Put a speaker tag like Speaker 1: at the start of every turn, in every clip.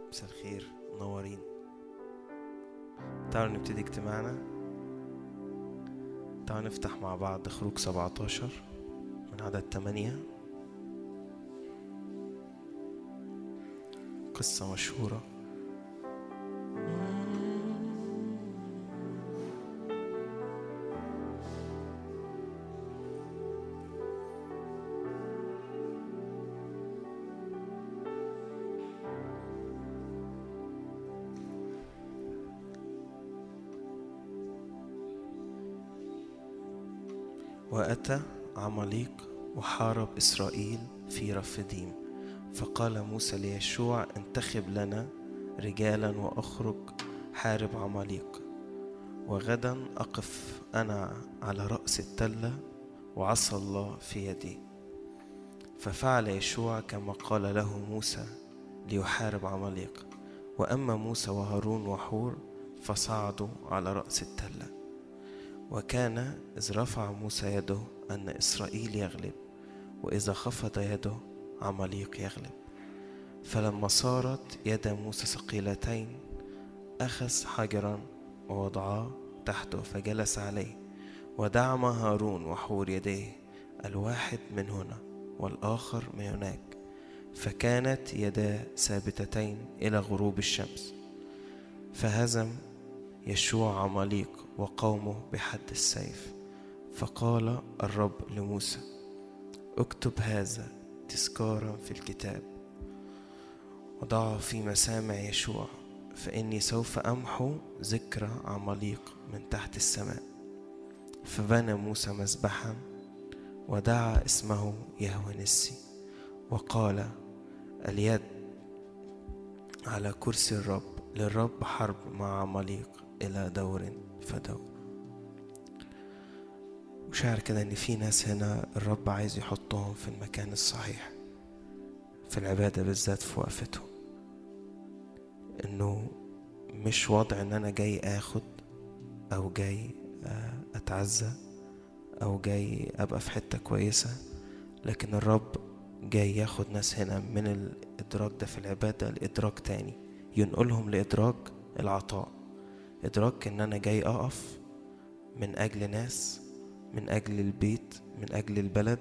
Speaker 1: مساء الخير، منورين. تعالوا نبتدي اجتماعنا. تعالوا نفتح مع بعض خروج 17 من عدد 8. قصة مشهورة. وأتى عماليق وحارب إسرائيل في رفديم، فقال موسى ليشوع: انتخب لنا رجالا وأخرج حارب عماليق، وغدا أقف أنا على رأس التلة وعصا الله في يدي. ففعل يشوع كما قال له موسى ليحارب عماليق. وأما موسى وهارون وحور فصعدوا على رأس التلة. وكان إذ رفع موسى يده أن إسرائيل يغلب، وإذا خفض يده عماليق يغلب. فلما صارت يد موسى ثقيلتين أخذ حجرا ووضعاه تحته فجلس عليه، ودعم هارون وحور يديه، الواحد من هنا والآخر من هناك، فكانت يدا ثابتتين إلى غروب الشمس. فهزم يشوع عماليق وقومه بحد السيف. فقال الرب لموسى: اكتب هذا تذكارا في الكتاب وضعه في مسامع يشوع، فإني سوف أمحو ذكر عماليق من تحت السماء. فبنى موسى مذبحا ودعا اسمه يهوه نسي، وقال: اليد على كرسي الرب، للرب حرب مع عماليق إلى دور فدور. وشعر كده إن في ناس هنا الرب عايز يحطهم في المكان الصحيح في العبادة، بالذات في وقفتهم. إنه مش وضع إن أنا جاي آخد أو جاي أتعزى أو جاي أبقى في حتة كويسة، لكن الرب جاي ياخد ناس هنا من الإدراك ده في العبادة لإدراك تاني، ينقلهم لإدراك العطاء، إدراك إن أنا جاي أقف من أجل ناس، من أجل البيت، من أجل البلد.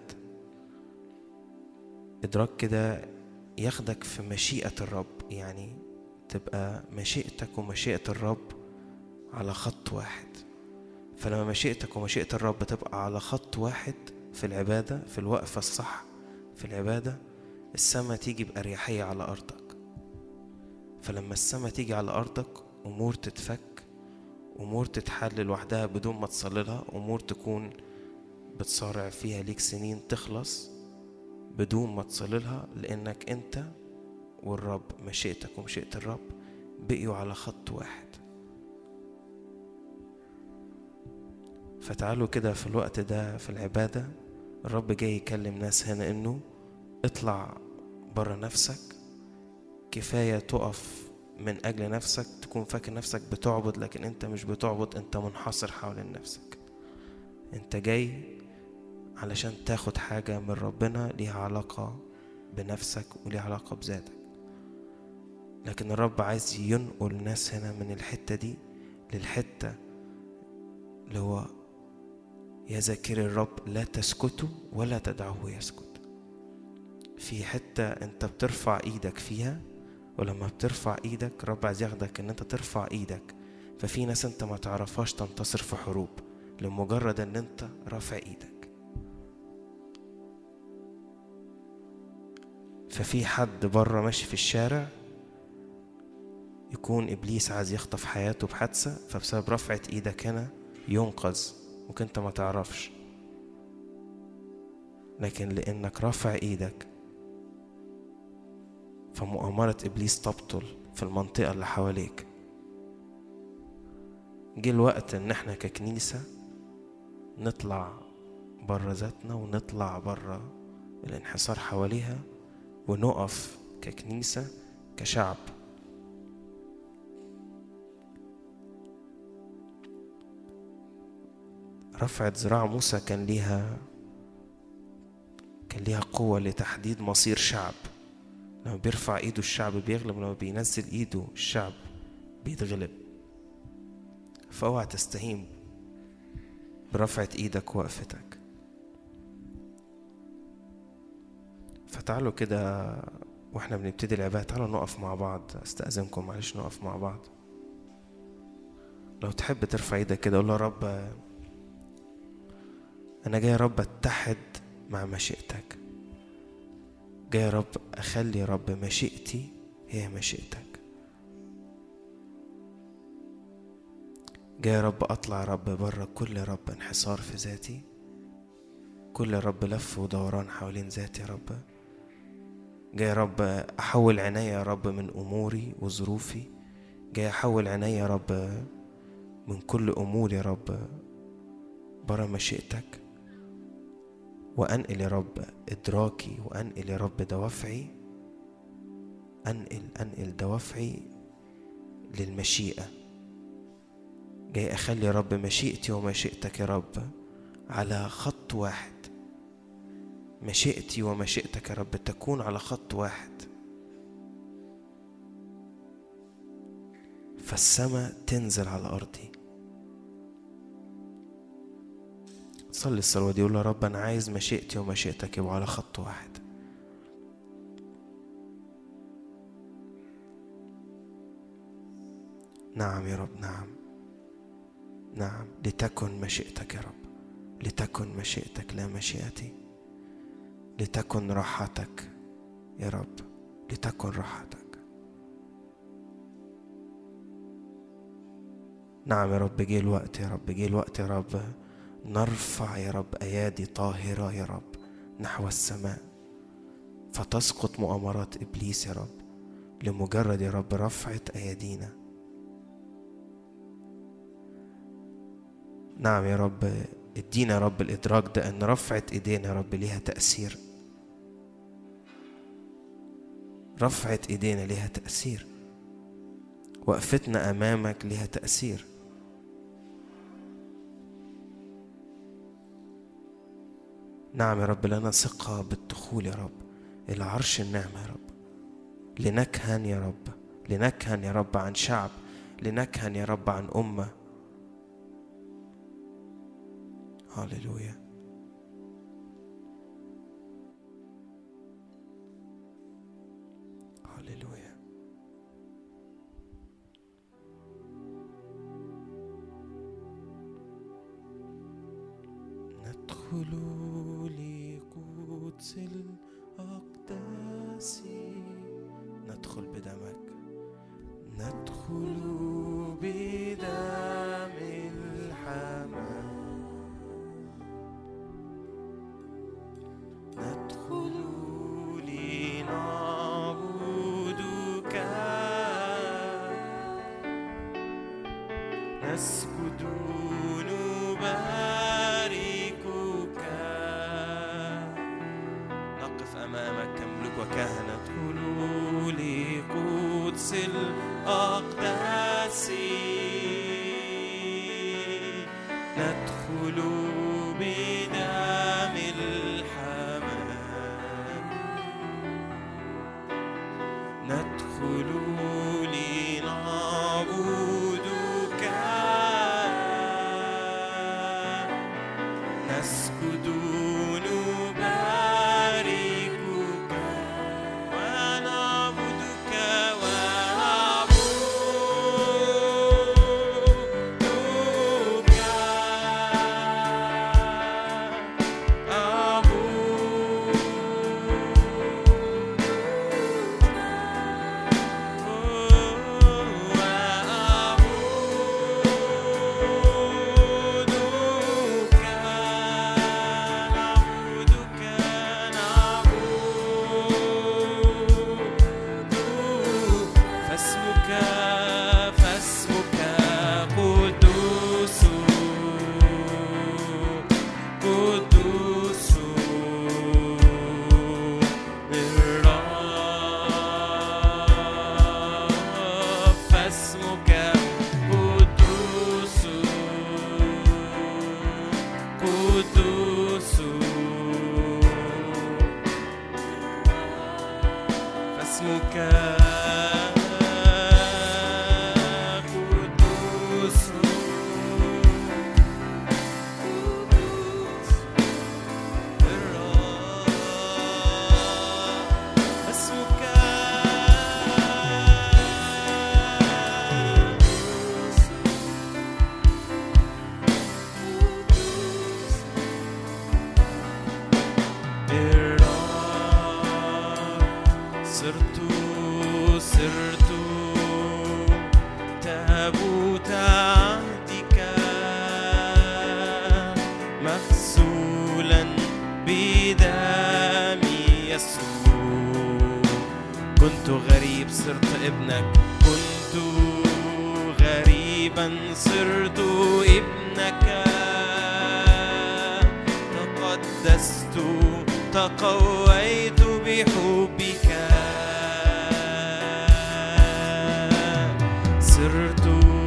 Speaker 1: إدراك كده ياخدك في مشيئة الرب، يعني تبقى مشيئتك ومشيئة الرب على خط واحد. فلما مشيئتك ومشيئة الرب تبقى على خط واحد في العبادة، في الوقفة الصح في العبادة، السماء تيجي بأريحية على أرضك. فلما السماء تيجي على أرضك أمور تتفك، أمور تتحل لوحدها بدون ما تصللها، أمور تكون بتصارع فيها ليك سنين تخلص بدون ما تصللها، لأنك أنت والرب، مشيئتك ومشيئة الرب بقيوا على خط واحد. فتعالوا كده في الوقت ده في العبادة، الرب جاي يكلم ناس هنا إنه اطلع برا نفسك. كفاية تقف من أجل نفسك، تكون فاكر نفسك بتعبد، لكن أنت مش بتعبد، أنت منحصر حول نفسك. أنت جاي علشان تاخد حاجة من ربنا ليها علاقة بنفسك وليها علاقة بذاتك. لكن الرب عايز ينقل ناس هنا من الحتة دي للحتة اللي هو: يا ذاكري الرب لا تسكتوا ولا تدعوه يسكت. في حتة أنت بترفع إيدك فيها، ولما بترفع إيدك الرب عايز ياخدك أن أنت ترفع إيدك. ففي ناس أنت ما تعرفهاش تنتصر في حروب لمجرد أن أنت رافع إيدك. ففي حد بره ماشي في الشارع يكون إبليس عايز يخطف حياته بحادثة، فبسبب رفعة إيدك هنا ينقذ، ممكن أنت ما تعرفش، لكن لأنك رافع إيدك فمؤامرة إبليس تبطل في المنطقة اللي حواليك. جه الوقت إن احنا ككنيسة نطلع برا ذاتنا ونطلع برا الانحصار حواليها، ونقف ككنيسة كشعب. رفعت ذراع موسى كان ليها قوة لتحديد مصير شعب. لما بيرفع ايده الشعب بيغلب، ولما بينزل ايده الشعب بيتغلب. فاوعى تستهين برفعة ايدك ووقفتك. فتعالوا كده واحنا بنبتدي العبادة، تعالوا نقف مع بعض. استأذنكم معلش نقف مع بعض. لو تحب ترفع ايدك كده، قول يا رب انا جاي يا رب اتحد مع مشيئتك، جاي يا رب اخلي يا رب مشيئتي هي مشيئتك، جاي يا رب اطلع يا رب بره كل يا رب انحصار في ذاتي، كل يا رب لف ودوران حوالين ذاتي يا رب. جاي يا رب احول عيني يا رب من اموري وظروفي، جاي احول عيني يا رب من كل امور يا رب برا مشيئتك، وانقل يا رب ادراكي، وانقل يا رب دوافعي، انقل دوافعي للمشيئة. جاي اخلي يا رب مشيئتي ومشيئتك يا رب على خط واحد، مشيئتي ومشيئتك يا رب تكون على خط واحد، فالسماء تنزل على أرضي. صلي الصلاة دي، قول يا رب أنا عايز مشيئتي ومشيئتك يبقوا على خط واحد. نعم يا رب، نعم نعم، لتكن مشيئتك يا رب، لتكن مشيئتك لا مشيئتي، لتكن راحتك يا رب، لتكن راحتك. نعم يا رب، جه الوقت يا رب، جه الوقت يا رب نرفع يا رب أيادي طاهرة يا رب نحو السماء، فتسقط مؤامرات إبليس يا رب لمجرد يا رب رفعة أيادينا. نعم يا رب، ادينا يا رب الإدراك ده أن رفعة إيدينا يا رب ليها تأثير، رفعة إيدينا ليها تأثير، وقفتنا أمامك ليها تأثير. نعم يا رب، لنا ثقة بالدخول يا رب إلى عرش النعمة يا رب، لنكهن يا رب، لنكهن يا رب عن شعب، لنكهن يا رب عن أمة. هاليلويا. هاليلويا. ندخل لقدس الأقداس، ندخل بدمك، ندخل بدم الحمام، ندخل لنعبدك، نسجد نباركك، نقف أمامك كملك وكهنة. ندخل لقدس الأقداس، ندخل بدم الحمام، ندخل لنعبدك، نسجد نباركك ونعبدك ونعبدك. كنت غريبا صرت ابنك، تقدست تقويت بحبك، صرت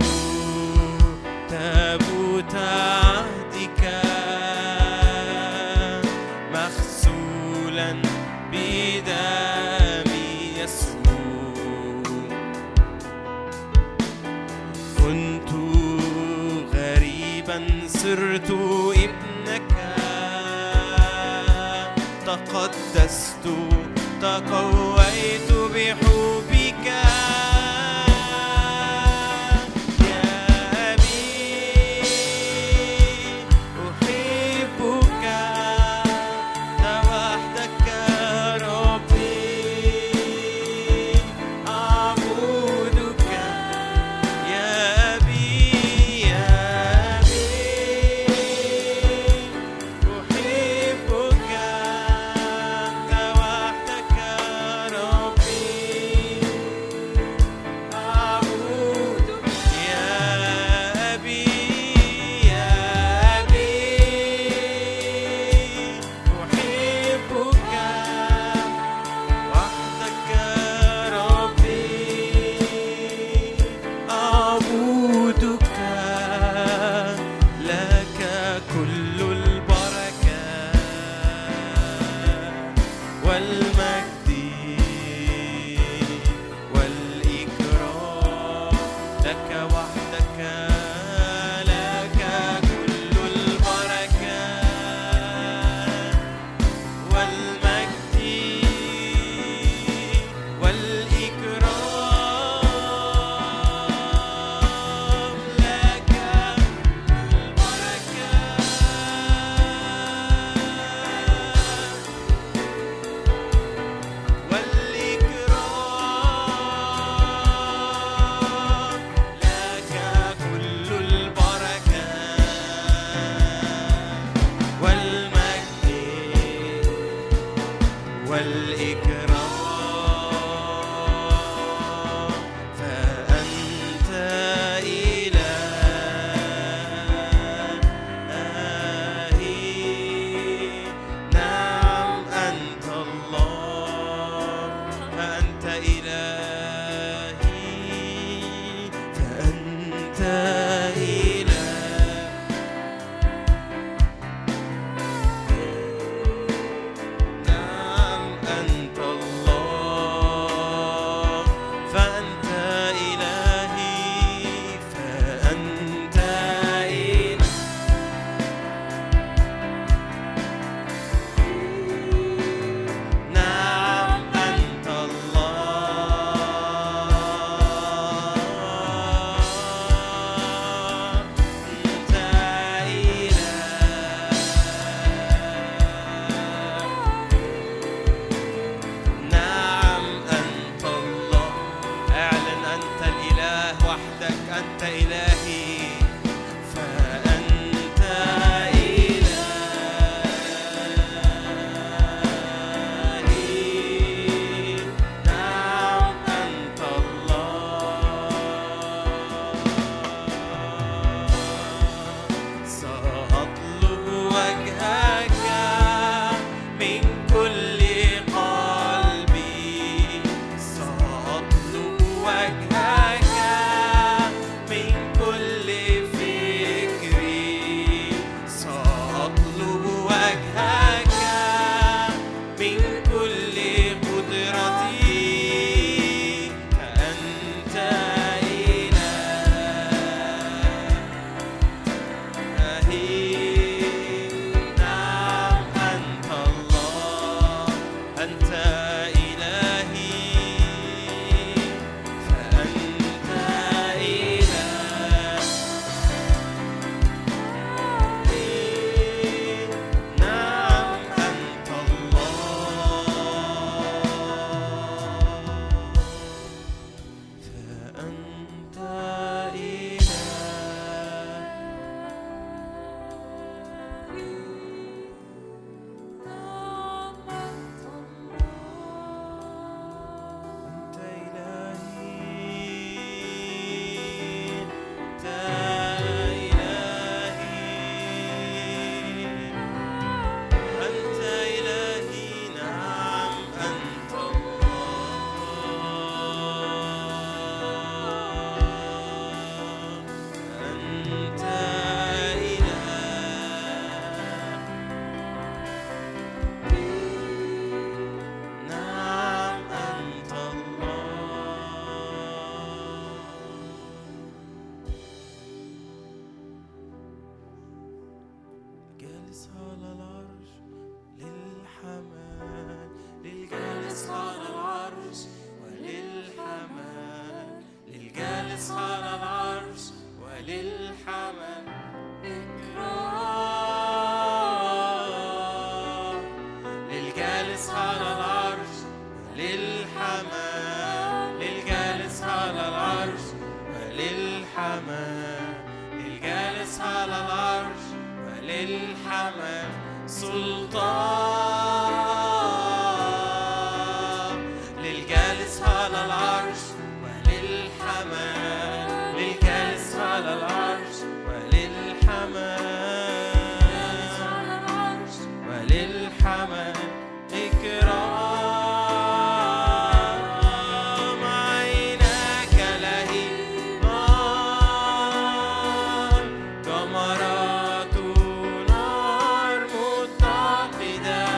Speaker 1: تابوت عهدك مغسولا بدم يسوع. كنت غريبا صرت ابنك، تقدست تقويت بحبك، يا أبي أحبك، أنت وحدك ربي أعبدك، يا أبي يا أبي أحبك، أنت وحدك ربي أعبدك، يا أبي يا أبي أحبك، وحدك ربي أعبدك، لك كل البركة والمجد والإكرام، لك وحدك، لك كل البركة والمجد والإكرام، لك وجهك من كل للجالس على العرش وللحمل، للجالس على العرش وللحمل إكرام، للجالس على العرش للحمل، للجالس على العرش وللحمل، للجالس على العرش وللحمل سلطان، للجالس على العرش وللحمل، للجالس على العرش وللحمل، وللحمل إكرام، عيناك لهيب نار، جمرات نار متقدة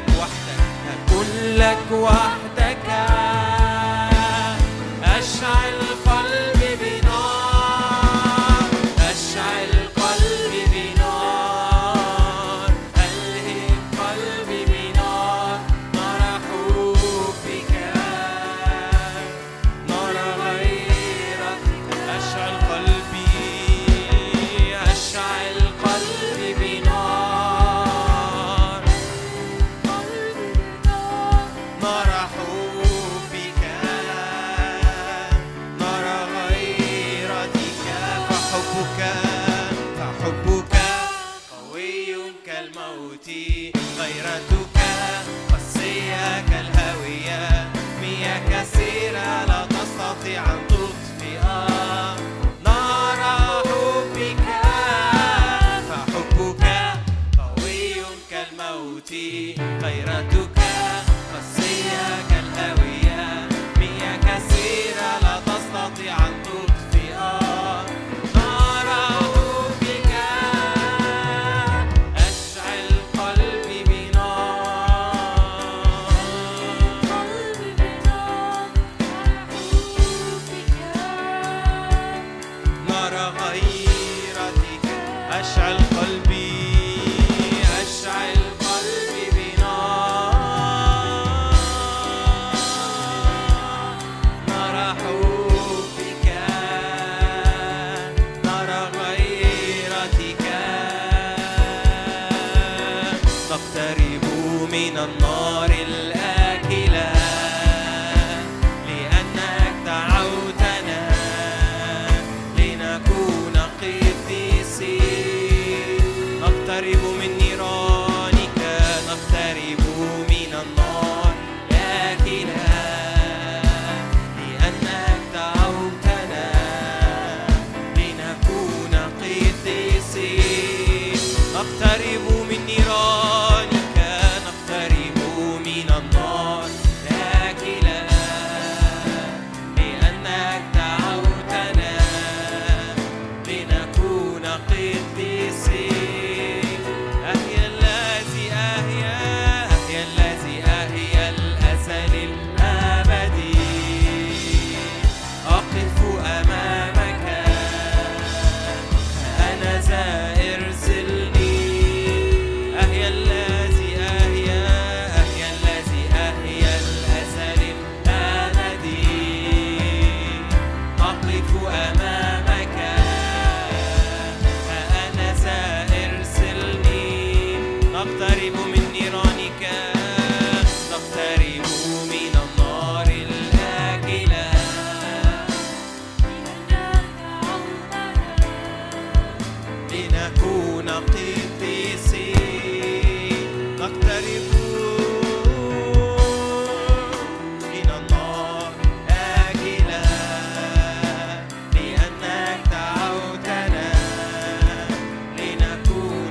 Speaker 1: وحدك، أكون لك وحدك. أشعل قلبي بنار، أشعل قلبي بنار، ألهب قلبي بنار، نار حبك، نار غيرك. أشعل قلبي، أشعل قلبي بنار، نار حبك، نار غيرتك. فحبك قوي كالموت، غيرتك قاسية كالهاوية، مياه كثيرة لا تستطيع أن تطفئ نار حبك. فحبك قوي كالموت، غيرتك قاسية كالهاوية، مياه كثيرة لا تستطيع أن تطفئ نار حبك. أشعل قلبي بنار، نار غيرتك. أشعل قلبي، أشعل قلبي بنار، نار حبك، نار غيرتك. نقترب من النار الآكلة، لأنك دعوتنا لنكون قديسين. نقترب من نيرانك، نقترب من النار الآكلة، لأنك دعوتنا لنكون قديسين. نقترب من نيرانك، نقترب من النار الآكلة، لأنك دعوتنا لنكون قديسين. أحيا الذي أحيا، أحيا الذي أحيا الأزل الأبدي. أقف أمامك، فأنا ذا ارسلني. أحيا الذي أحيا، أحيا الذي أحيا الأزل الأبدي. أقف أمامك، فأنا ذا ارسلني. نقترب من نيرانك، نقترب من النار الآكلة، لنكون قديسين. نقترب من النار الآكلة، لأنك دعوتنا لنكون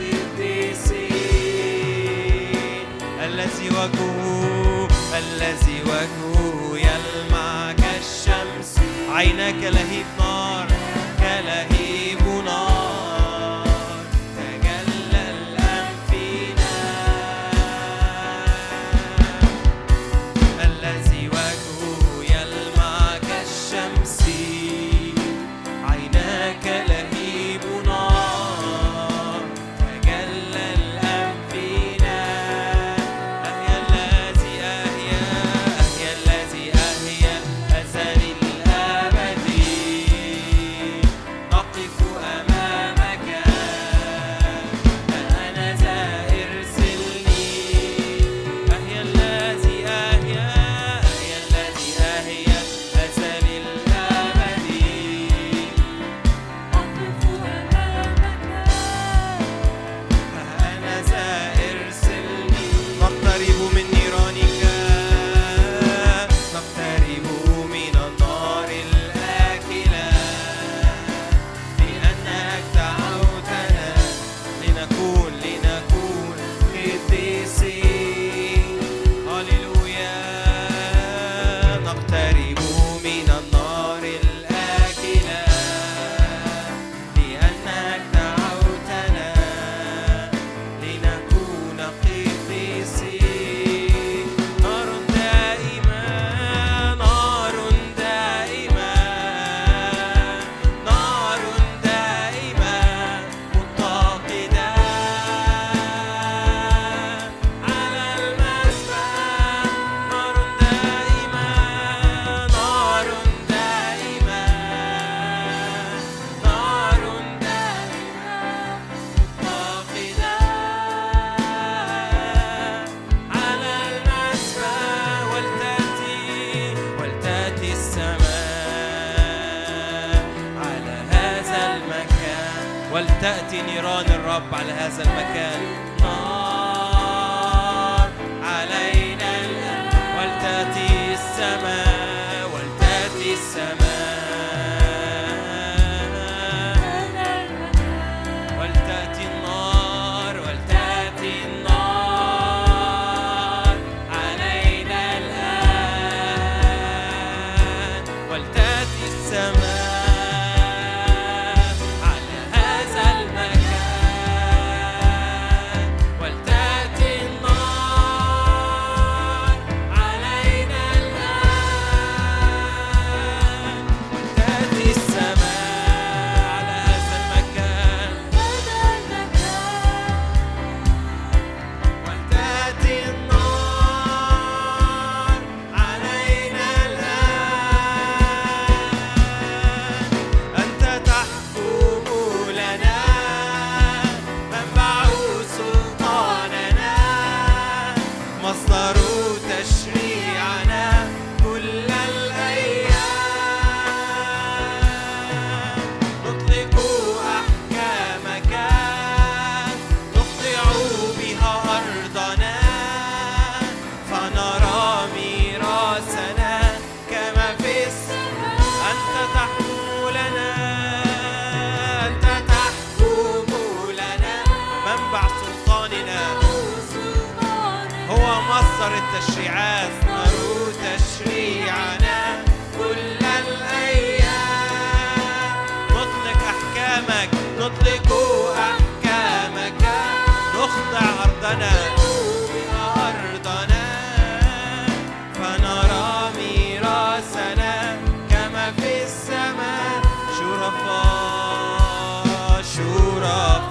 Speaker 1: قديسين. الذي وجهه، الذي وجهه يلمع كالشمس، عيناك لهيب نار، كلهيب نار، تجلى الآن فينا. الذي وجهه يلمع كالشمس، عيناك لهيب نار، تجلى الآن فينا. أحيا الذي أحيا، أحيا الذي أحيا الأزل الأبدي. ولتأتي نيران الرب على هذا المكان. نار علينا الآن، ولتأتي السماء، ولتأتي السماء، ولتأتي النار، ولتأتي النار علينا الآن، ولتأتي السماء التشريعات، نروا تشريعنا كل الأيام، نطلق أحكامك، نطلق أحكامك، نخضع أرضنا أرضنا، فنرى ميراثنا كما في السماء. شرفاء شرفاء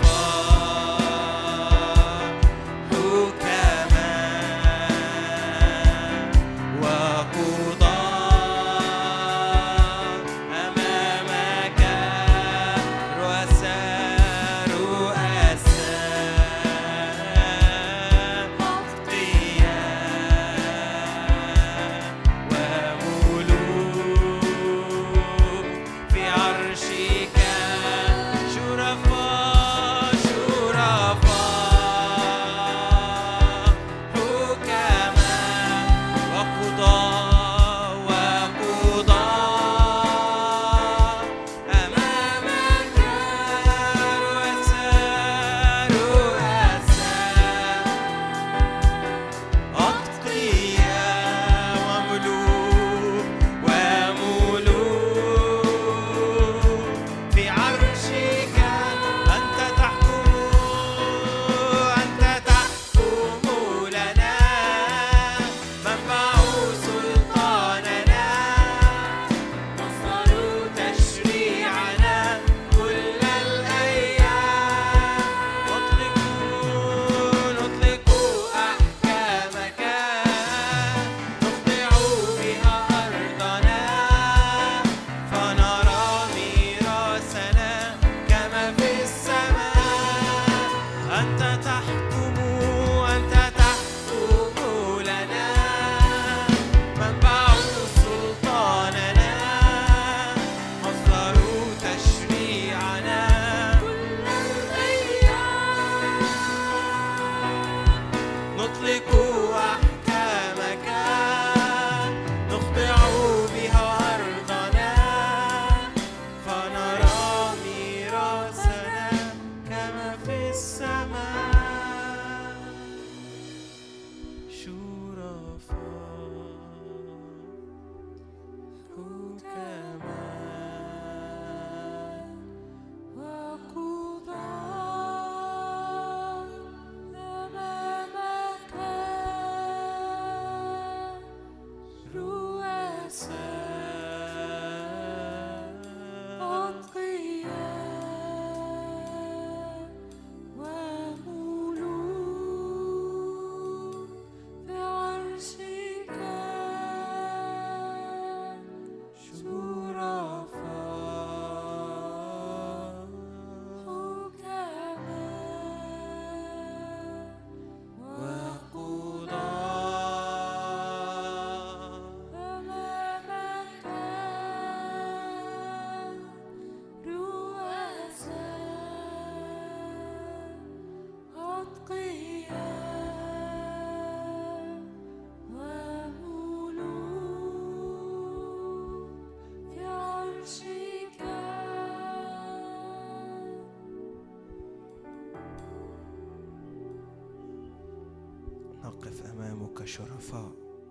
Speaker 1: أمامك شرفاء.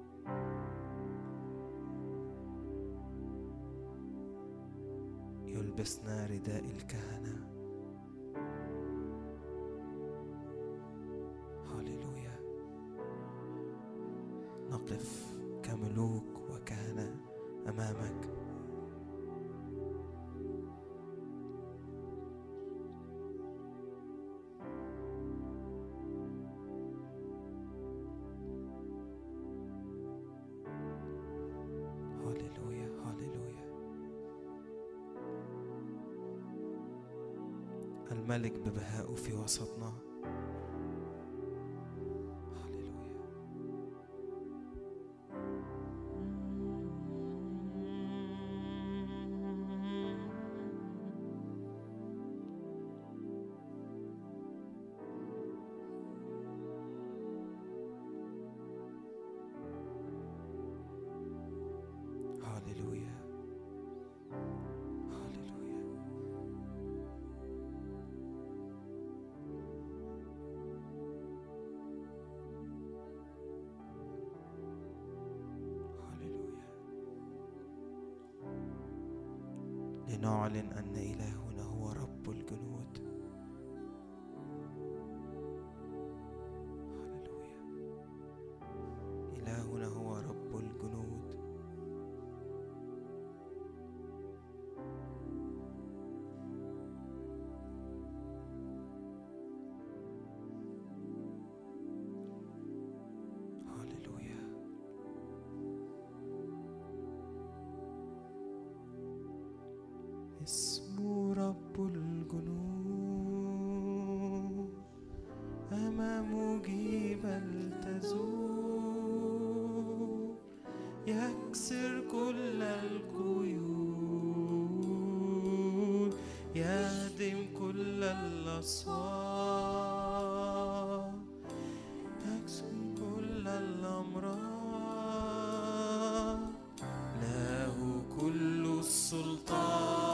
Speaker 1: يلبسنا رداء الكهنة. هاليلويا. نقف كملوك وكهنة أمامك. هاليلويا هاليلويا. الملك ببهائه في وسطنا. لنعلن أن إلهنا هو رب الجنود. هللويا. إلهنا هو رب الجنود. اسمه رب الجنود، أمامه جبال تزول، يكسر كل القيود، يهدم كل الأصوات، يكسر كل الأمراض، له كل السلطان.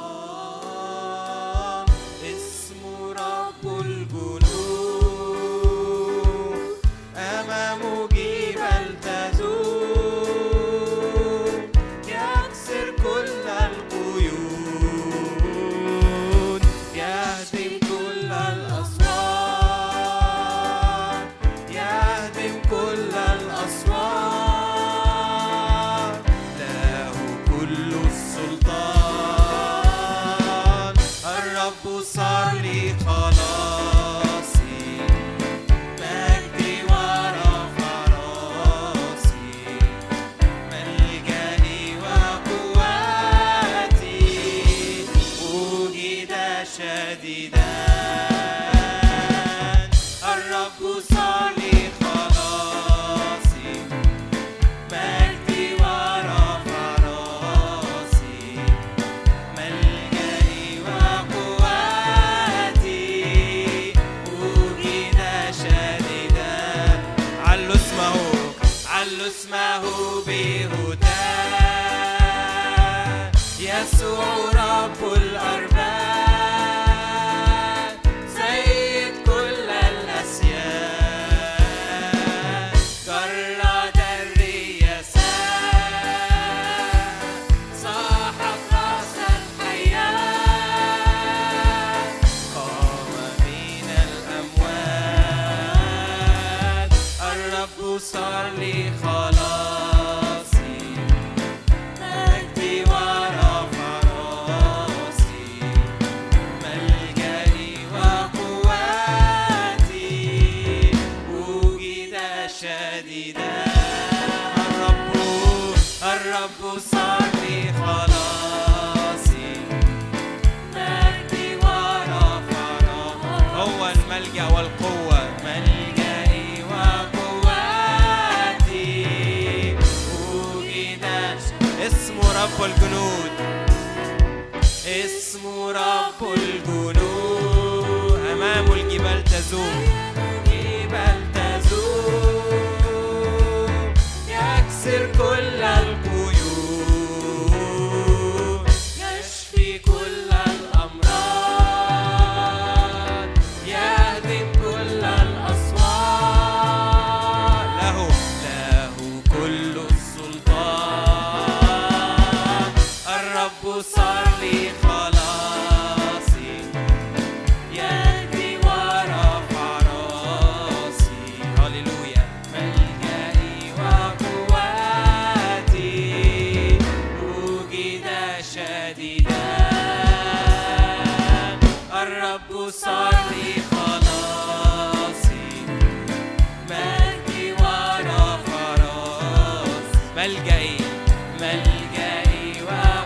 Speaker 1: ملجئي ملجئي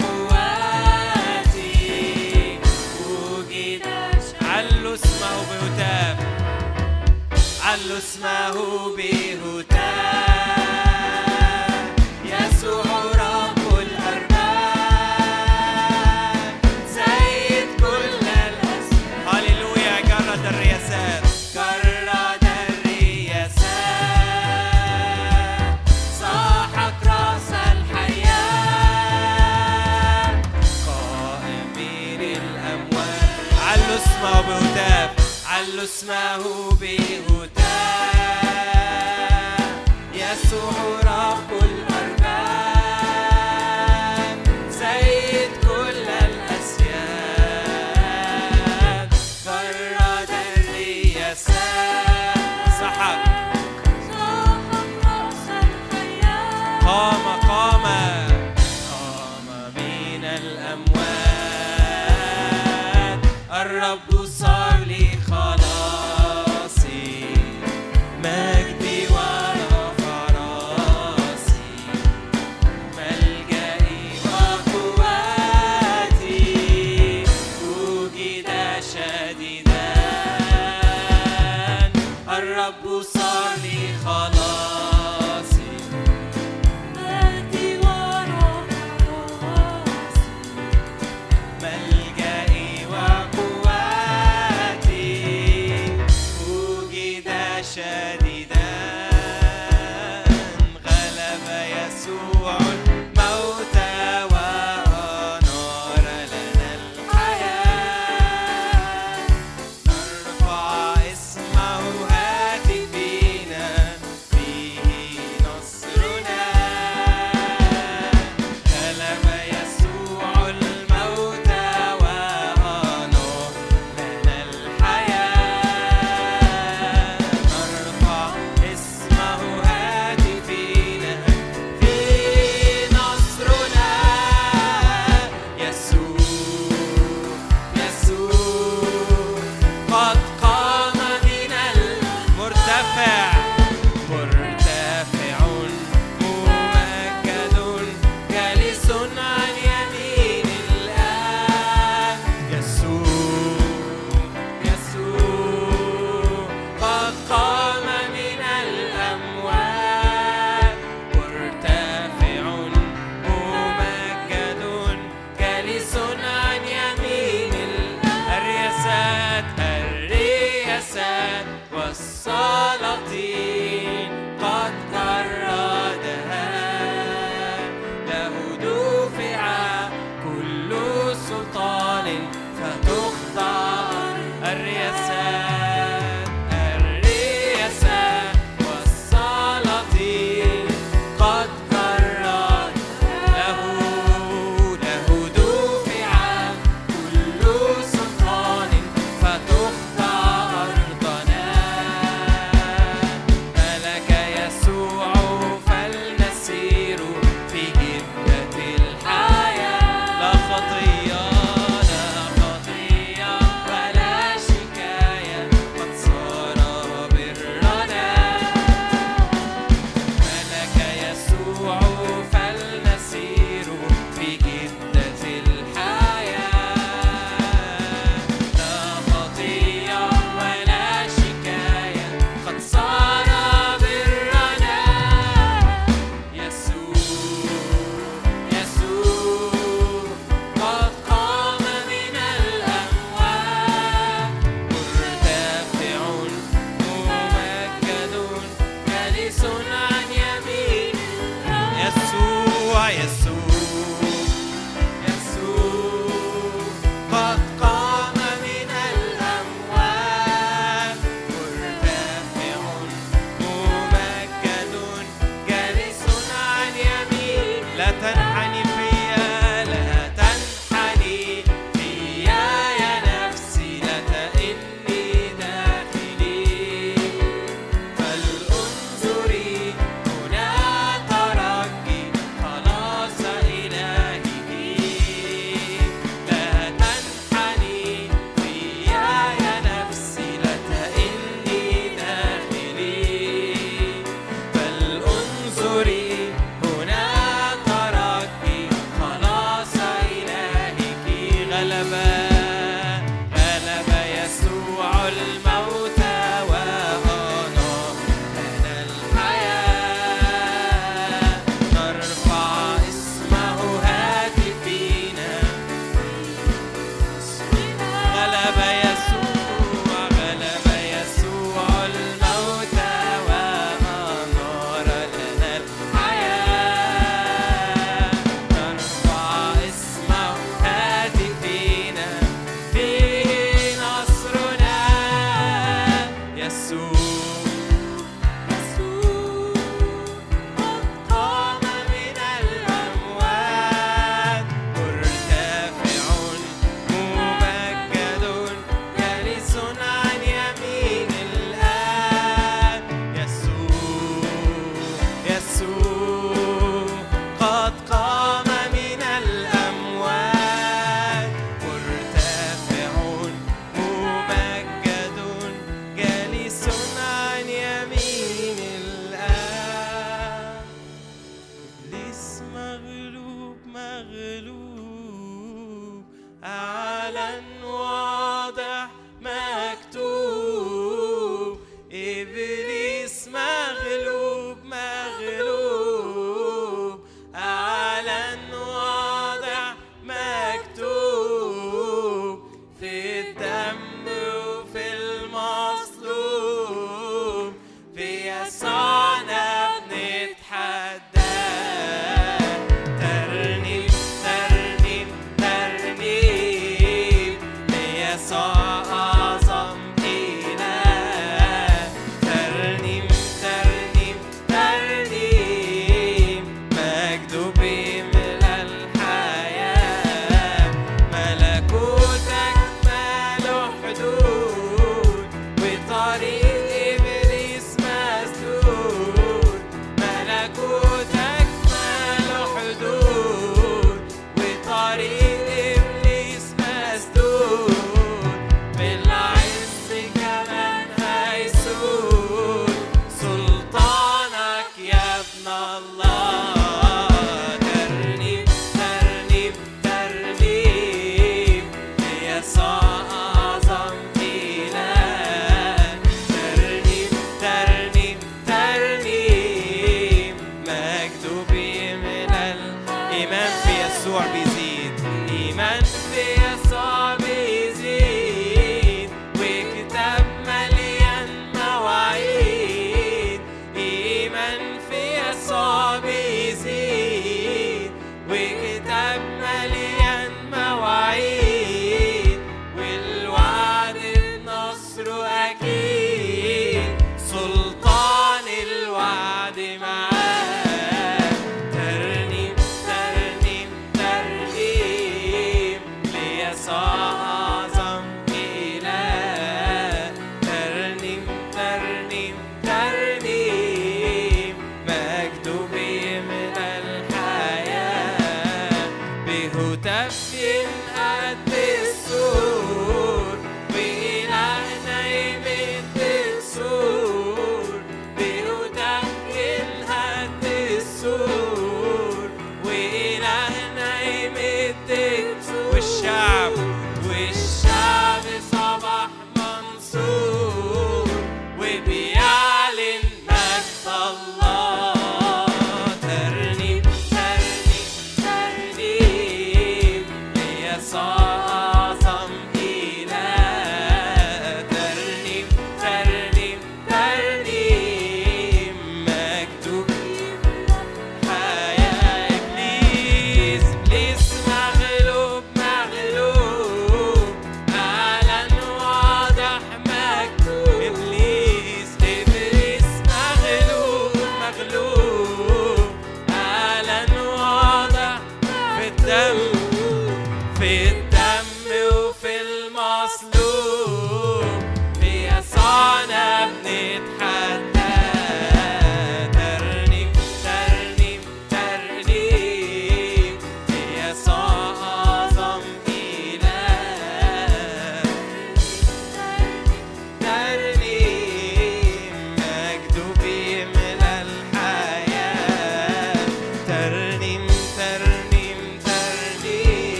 Speaker 1: وقوتي وجد. علوا اسمه بهتاف، علوا اسمه بهتاف، يسوع رب الأرباب سيد كل الأسماء. هللويا. جرد الرياسات، جرد الرياسات، ساحق رأس الحياة، قائم بين الأموات. علوا اسمه بهتاف، علوا اسمه بهتاف، يسوع رب الأرباب سيد كل الأسياد. جرد الرياسات، سحق رأس الحياة، قام من الأموات. الرب صار لي خلاصي، مجدي ورفع راسي،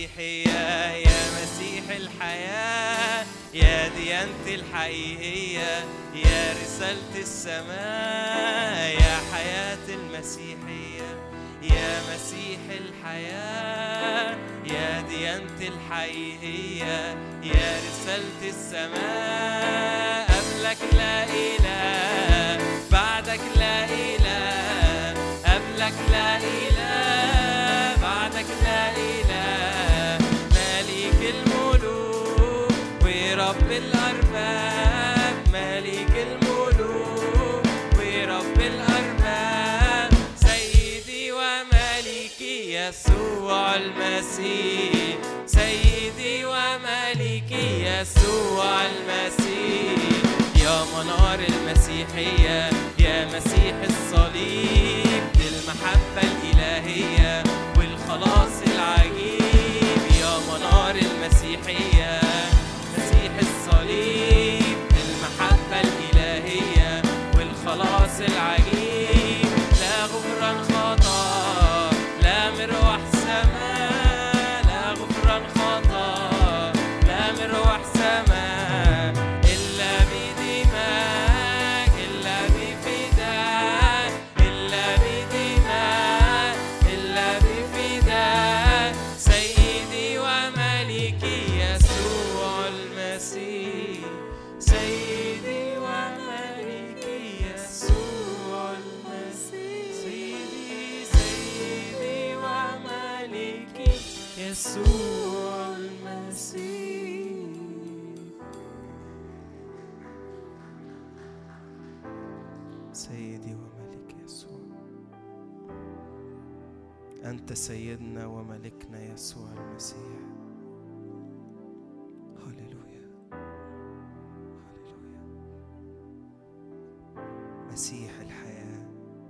Speaker 1: المسيحية يا مسيح الحياة، يا ديانتي الحقيقية، يا رسالة السماء، يا حياة المسيحية، يا مسيح الحياة، يا ديانتي الحقيقية، يا رسالة السماء. قبلك لا إله، بعدك لا إله، قبلك لا إله، بعدك لا إله، مالك الملوك ورب الأرباب، مالك الملوك ورب الأرباب، سيدي ومالكي يسوع المسيح، سيدي ومالكي يسوع المسيح. يا منار المسيحية، يا مسيح الصليب، المحبة الإلهية والخلاص العجيب. يا منار المسيحية، مسيح الصليب، المحبة الإلهية والخلاص العجيب. لا غفران خطا، لا مروح سماء، لا غفران خطا، لا مروح سماء، إلا بدماء، إلا بفداء، إلا بدماء، إلا بفداء، سيدي ومالكي يسوع المسيح، سيدي ومالكي يسوع المسيح، سيدي ومالكي يسوع المسيح. سيدي وملك يسوع، أنت سيدنا وملكنا يسوع المسيح. هللويا هللويا. مسيح الحياة،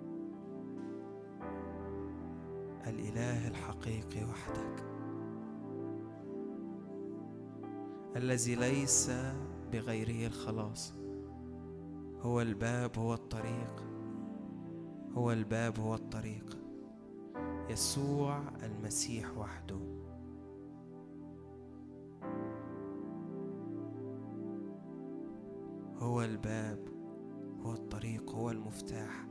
Speaker 1: الإله الحقيقي وحدك، الذي ليس بغيره الخلاص. هو الباب، هو الطريق، هو الباب، هو الطريق. يسوع المسيح وحده. هو الباب، هو الطريق، هو المفتاح.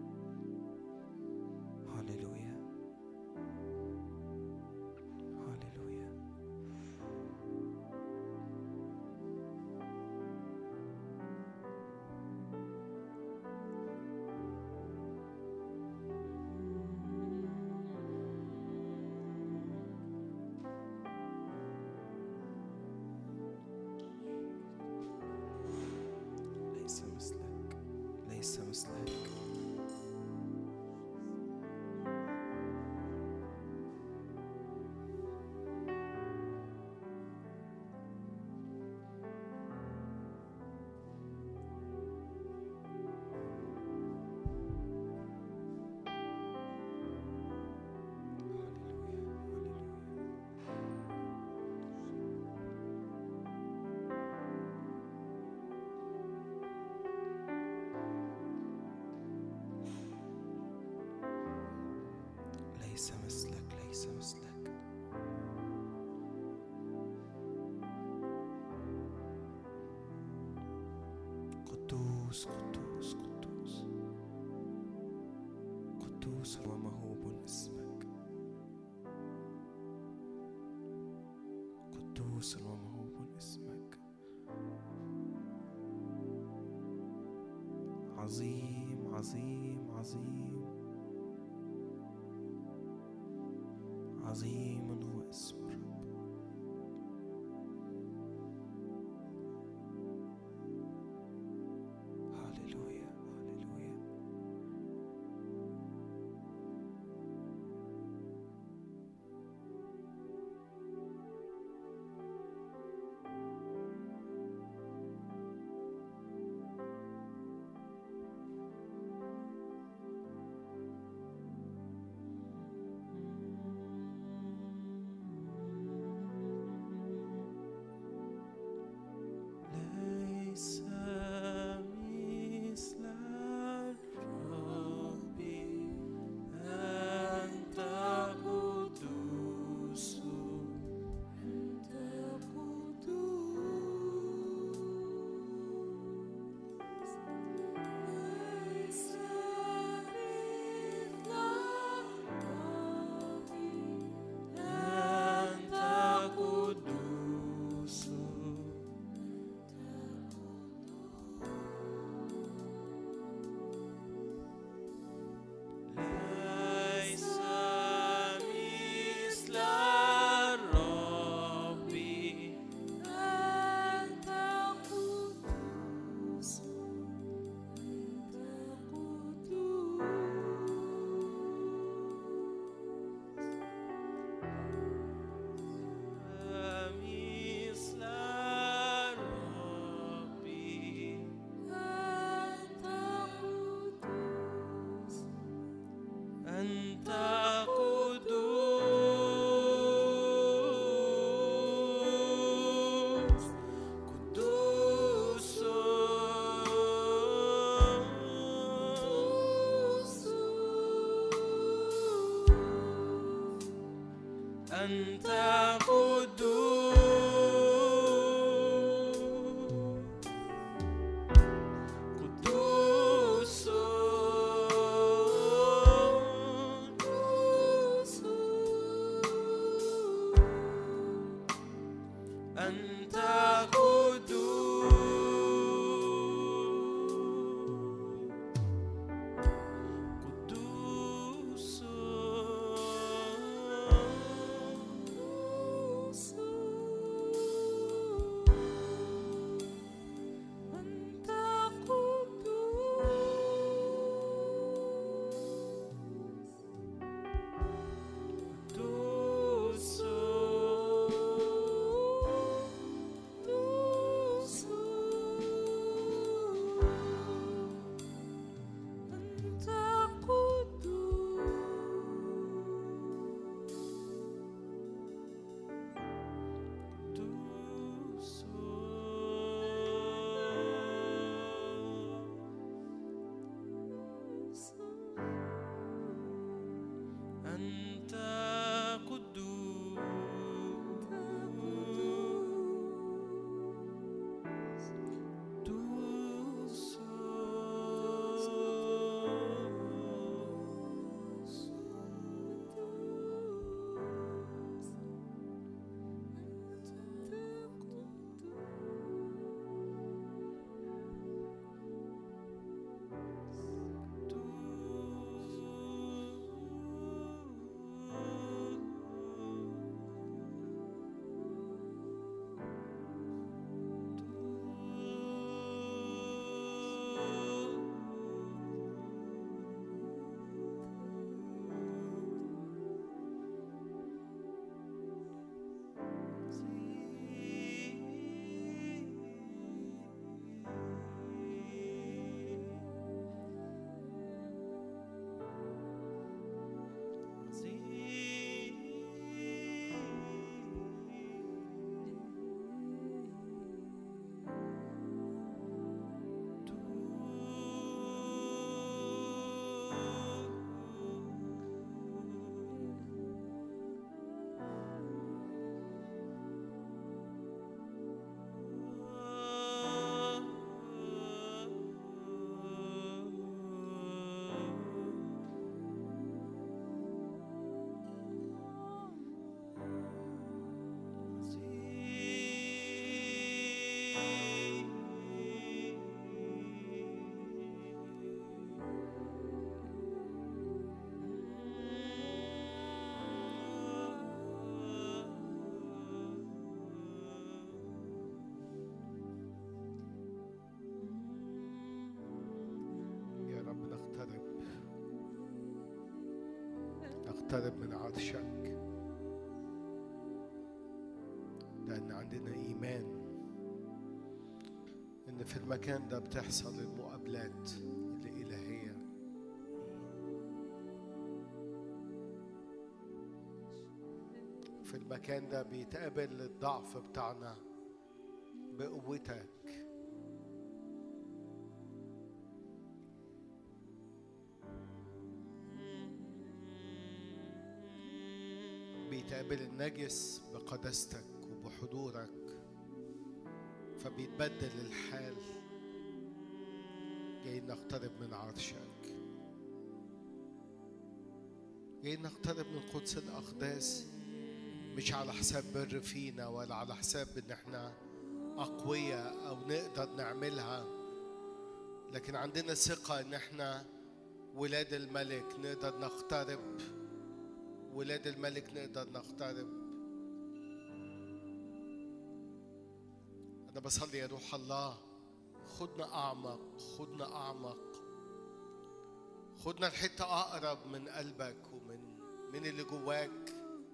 Speaker 1: هللويا هللويا. ليس مثلك، ليس مثلك. ليس مثلك، ليس مثلك. قدوس قدوس قدوس قدوس ومهوب اسمك، قدوس ومهوب اسمك. عظيم عظيم عظيم عظيم هو اسم الرب. هللويا هللويا. أنت قدوس قدوس أنت
Speaker 2: نقترب من عرشك، لأن عندنا إيمان إن في المكان ده بتحصل المقابلات الإلهية. في المكان ده بيتقابل الضعف بتاعنا بقوتك. بيتقابل النجس بقداستك وبحضورك، فبيتبدل الحال. جاي نقترب من عرشك، جاي نقترب من قدس الأقداس، مش على حساب بر فينا ولا على حساب ان احنا أقوياء أو نقدر نعملها، لكن عندنا ثقة ان احنا ولاد الملك نقدر نقترب. ولاد الملك نقدر نقترب. أنا بصلي يا روح الله، خدنا أعمق، خدنا أعمق، خدنا الحتة أقرب من قلبك ومن اللي جواك.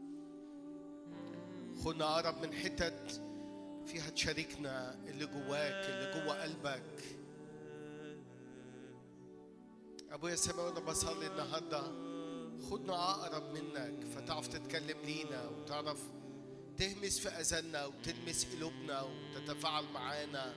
Speaker 2: خدنا أقرب من حتت فيها تشاركنا اللي جواك، اللي جوا قلبك. أبويا السماوي، أنا بصلي النهارده خدنا أقرب منك، فتعرف تتكلم لينا وتعرف تهمس في أذاننا وتلمس قلوبنا وتتفاعل معانا.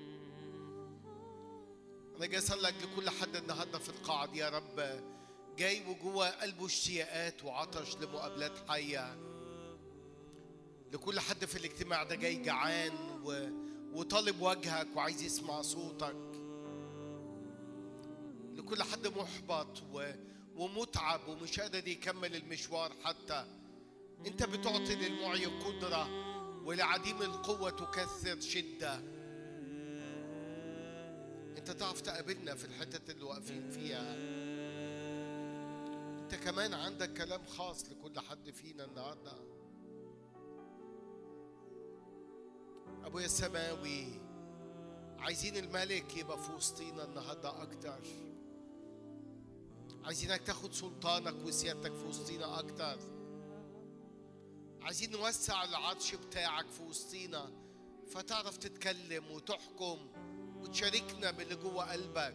Speaker 2: أنا جاي أصلي لكل حد النهارده في القاعة دي يا رب، جاي وجوه قلبه اشتياقات وعطش لمقابلات حية. لكل حد في الاجتماع ده جاي جعان وطالب وجهك وعايز يسمع صوتك، لكل حد محبط ومتعب ومش قادر يكمل المشوار. حتى انت بتعطي للمعي قدرة ولعديم القوة تكثر شدة. انت تعرف تقابلنا في الحتة اللي واقفين فيها. انت كمان عندك كلام خاص لكل حد فينا النهارده. ابويا السماوي، عايزين الملك يبقى في وسطينا النهارده اكتر. عايزينك تاخد سلطانك وسيادتك في وسطينا اكتر. عايزين نوسع العرش بتاعك في وسطينا، فتعرف تتكلم وتحكم وتشاركنا باللي جوه قلبك.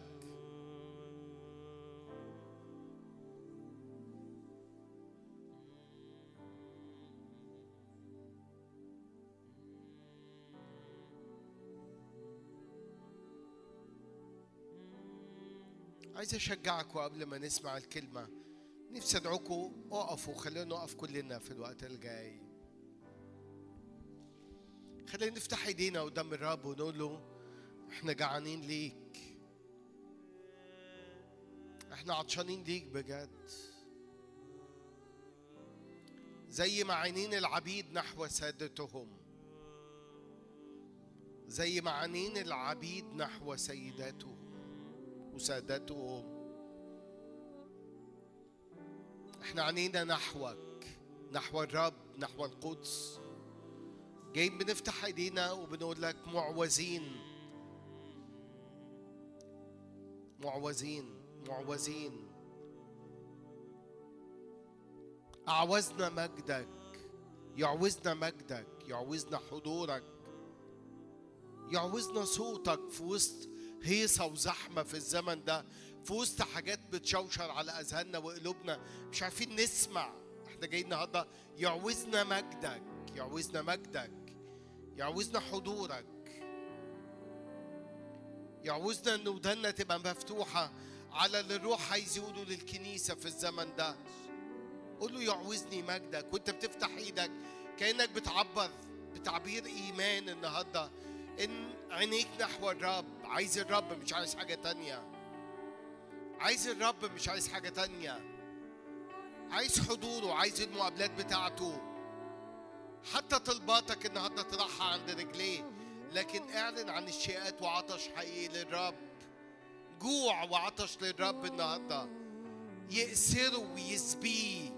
Speaker 2: عايز اشجعكم قبل ما نسمع الكلمة، نفسي ادعوكم اقفوا، خلينا نقف كلنا في الوقت الجاي. خلينا نفتح ايدينا قدام الرب ونقول له احنا جعانين ليك، احنا عطشانين ليك بجد. زي ما عينين العبيد نحو سادتهم، زي ما عينين العبيد نحو سيداتهم وسادتهم، احنا عينينا نحوك، نحو الرب، نحو القدس. جايين بنفتح ايدينا وبنقول لك معوزين معوزين معوزين. أعوزنا مجدك، يعوزنا مجدك، يعوزنا حضورك، يعوزنا صوتك في وسط هيصة وزحمة في الزمن ده، في وسط حاجات بتشوشر على أذهاننا وقلوبنا مش عارفين نسمع. احنا جايين النهارده يعوزنا مجدك، يعوزنا مجدك، يعوزنا حضورك، يعوزنا ان ودنا تبقى مفتوحة على اللي الروح عايز يقوله للكنيسة في الزمن ده. قول له يعوزني مجدك، وانت بتفتح ايدك كأنك بتعبر بتعبير ايمان النهارده ان عينيك نحو الرب. عايز الرب، مش عايز حاجة تانية. عايز الرب، مش عايز حاجة تانية. عايز حضوره، عايز المقابلات بتاعته. حتى طلباتك النهارده تراحة عند رجليه، لكن اعلن عن اشتياقات وعطش حقيقي للرب. جوع وعطش للرب النهارده، يأسره ويسبيه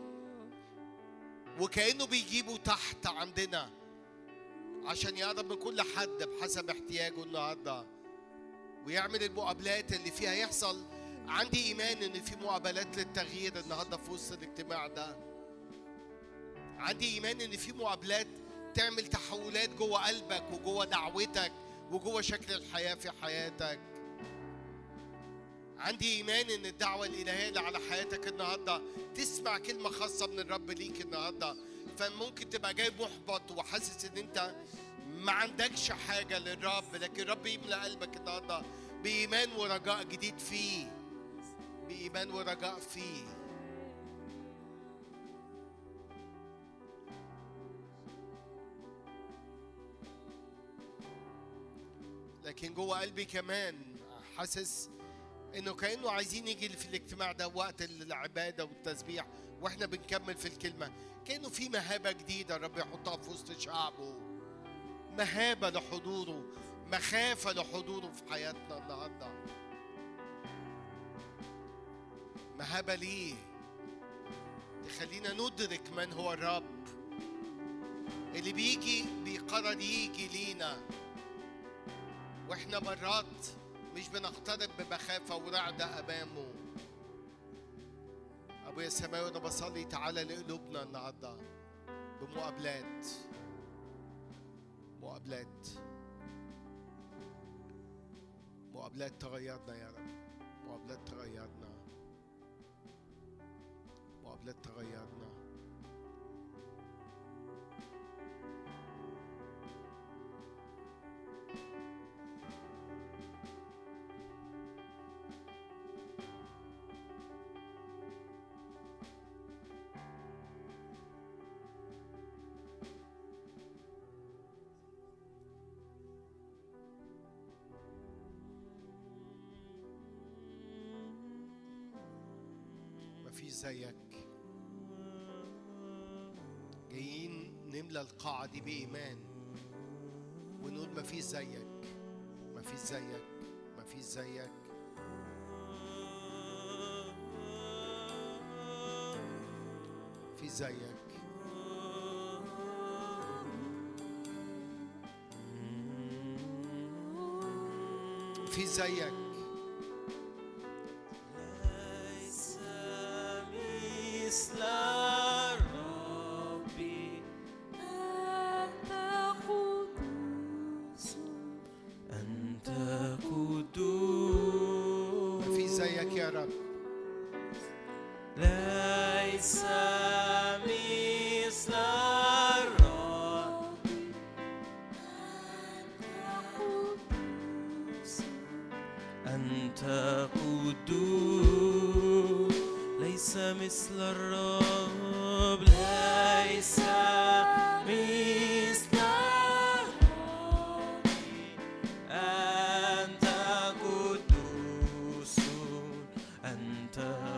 Speaker 2: وكأنه بيجيبه تحت عندنا عشان يقرب من كل حد بحسب احتياجه النهارده، ويعمل المقابلات اللي فيها يحصل. عندي إيمان إن في مقابلات للتغيير النهارده في وسط الاجتماع ده. عندي إيمان إن في مقابلات تعمل تحولات جوه قلبك وجوه دعوتك وجوه شكل الحياة في حياتك. عندي إيمان إن الدعوة الإلهية اللي على حياتك النهارده تسمع كلمة خاصة من الرب ليك النهارده. فممكن تبقى جاي محبط وحاسس إن أنت ما عندكش حاجة للرب، لكن الرب يملأ قلبك النهارده بإيمان ورجاء جديد فيه، بإيمان ورجاء فيه. لكن جوه قلبي كمان حاسس انه كأنه عايزين يجي في الاجتماع ده وقت العبادة والتسبيح واحنا بنكمل في الكلمة، كأنه في مهابة جديدة الرب يحطها في وسط شعبه. مهابة لحضوره، مخافة لحضوره في حياتنا النهارده. مهابة ليه تخلينا ندرك من هو الرب اللي بيجي بيقرر يجي لينا، واحنا مرات مش بنقترب بمخافة ورعدة أمامه. أبويا السماوي أنا بصلي تعالى لقلوبنا النهاردة بمقابلات، مقابلات تغيرنا يا رب، مقابلات تغيرنا، مقابلات تغيرنا. زيك. جايين نملى القاعة دي بإيمان ونقول مفيش زيك، مفيش زيك، مفيش زيك. مفيش زيك. مفيش زيك.
Speaker 1: ليس مثل ربي، أنت قدوس، أنت قدوس.
Speaker 2: مفيش زيك يا رب.
Speaker 1: ليس مثل ربي، أنت قدوس. ليس مثل الرب، ليس مثل ربي، أنت قدوس، أنت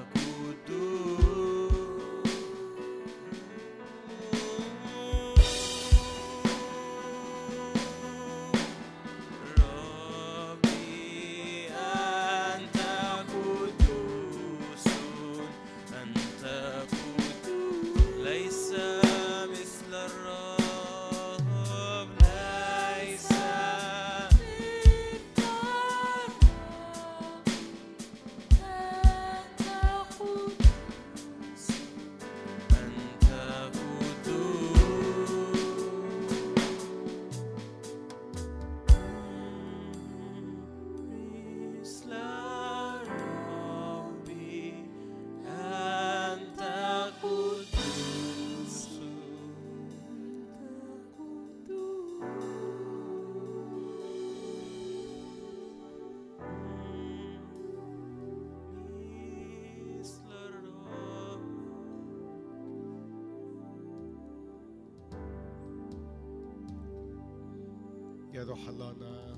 Speaker 2: يا روح الله، أنا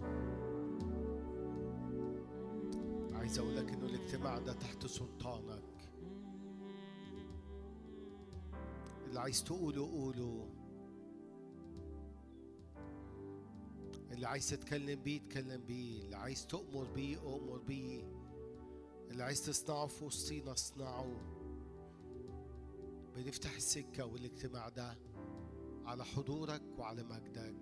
Speaker 2: عايز أقول لك إنه الاجتماع ده تحت سلطانك. اللي عايز تقوله قوله، اللي عايز تتكلم بيه اتكلم بيه، اللي عايز تؤمر بيه أؤمر بيه، اللي عايز تصنعه في وسطينا اصنعه. بنفتح السكة والاجتماع ده على حضورك وعلى مجدك.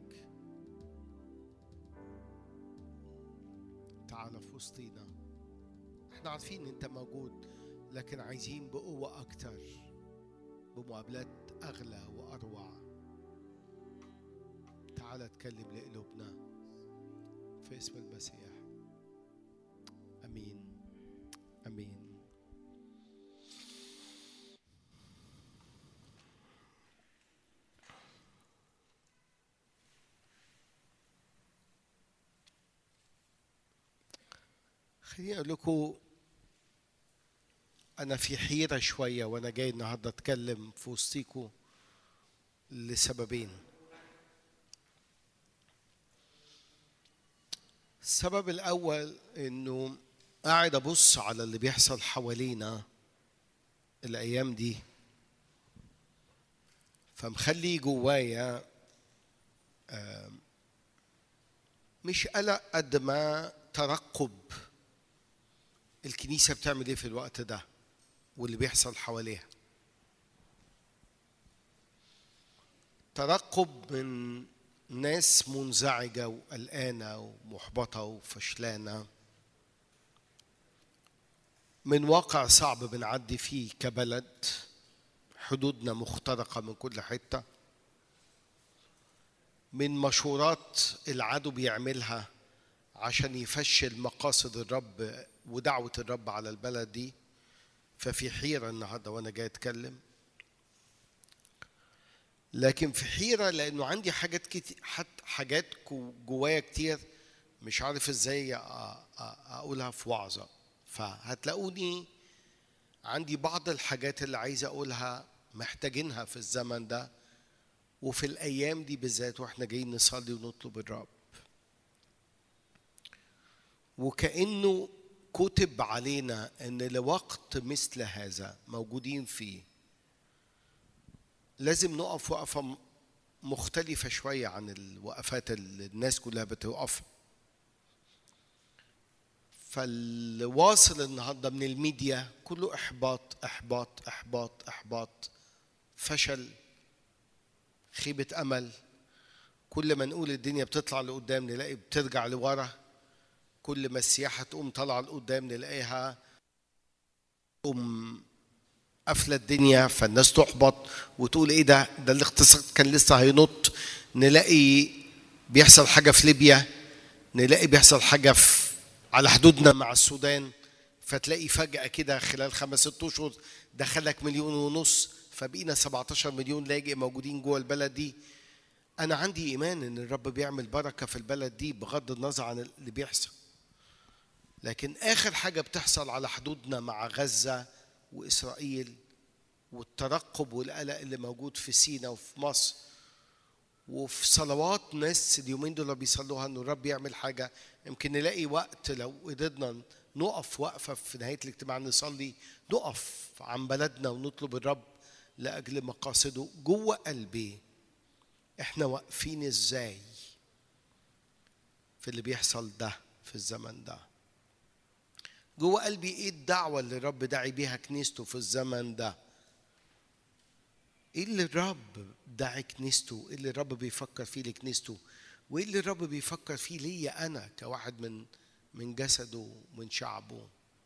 Speaker 2: تعالى في وسطينا. احنا عارفين انت موجود، لكن عايزين بقوة اكتر، بمقابلات اغلى واروع. تعالى اتكلم لقلوبنا في اسم المسيح. امين امين. خليني اقول لكم، انا في حيرة شوية وانا جاي النهارده اتكلم في وسطيكم لسببين. السبب الاول انه قاعد ابص على اللي بيحصل حوالينا الايام دي، فمخلي جوايا مش قلق قد ما ترقب. الكنيسة بتعمل ايه في الوقت ده واللي بيحصل حواليها؟ ترقب من ناس منزعجة وقلقانة ومحبطة وفشلانة، من واقع صعب بنعدي فيه كبلد، حدودنا مخترقة من كل حتة، من مشورات العدو بيعملها عشان يفشل مقاصد الرب ودعوة الرب على البلد دي. ففي حيرة النهاردة وأنا جاي أتكلم، لكن في حيرة لأنه عندي حاجات كتير، حاجات جوايا كتير مش عارف إزاي أقولها في وعظة. فهتلاقوني عندي بعض الحاجات اللي عايز أقولها محتاجينها في الزمن ده وفي الأيام دي بالذات، وإحنا جايين نصلي ونطلب الرب. وكأنه كتب علينا ان لوقت مثل هذا موجودين فيه لازم نقف وقفة مختلفة شوية عن الوقفات اللي الناس كلها بتوقفها. فالواصل النهارده من الميديا كله احباط احباط احباط احباط، فشل، خيبة امل. كل ما نقول الدنيا بتطلع لقدام نلاقي بترجع لورا، كل ما السياحة تقوم طالعة لقدام نلاقيها تقوم قافلة الدنيا، فالناس تحبط وتقول ايه ده الاقتصاد كان لسه هينط. نلاقي بيحصل حاجة في ليبيا، نلاقي بيحصل حاجة على حدودنا مع السودان، فتلاقي فجأة كده خلال 5-6 أشهر دخلك 1.5 مليون، فبقينا 17 مليون لاجئ موجودين جوه البلد دي. أنا عندي إيمان إن الرب بيعمل بركة في البلد دي بغض النظر عن اللي بيحصل، لكن آخر حاجة بتحصل على حدودنا مع غزة وإسرائيل والترقب والقلق اللي موجود في سيناء وفي مصر، وفي صلوات ناس اليومين دول بيصلوها إنه الرب يعمل حاجة. يمكن نلاقي وقت لو قدرنا نقف وقفة في نهاية الاجتماع نصلي، نقف عن بلدنا ونطلب الرب لأجل مقاصده. جوه قلبي احنا واقفين ازاي في اللي بيحصل ده في الزمن ده؟ جوه قلبي ايه الدعوة اللي الرب داعي بيها كنيسته في الزمن ده؟ ايه اللي الرب داعي كنيسته؟ ايه اللي الرب بيفكر فيه لكنيسته؟ وايه اللي الرب بيفكر فيه ليا انا كواحد من جسده ومن شعبه؟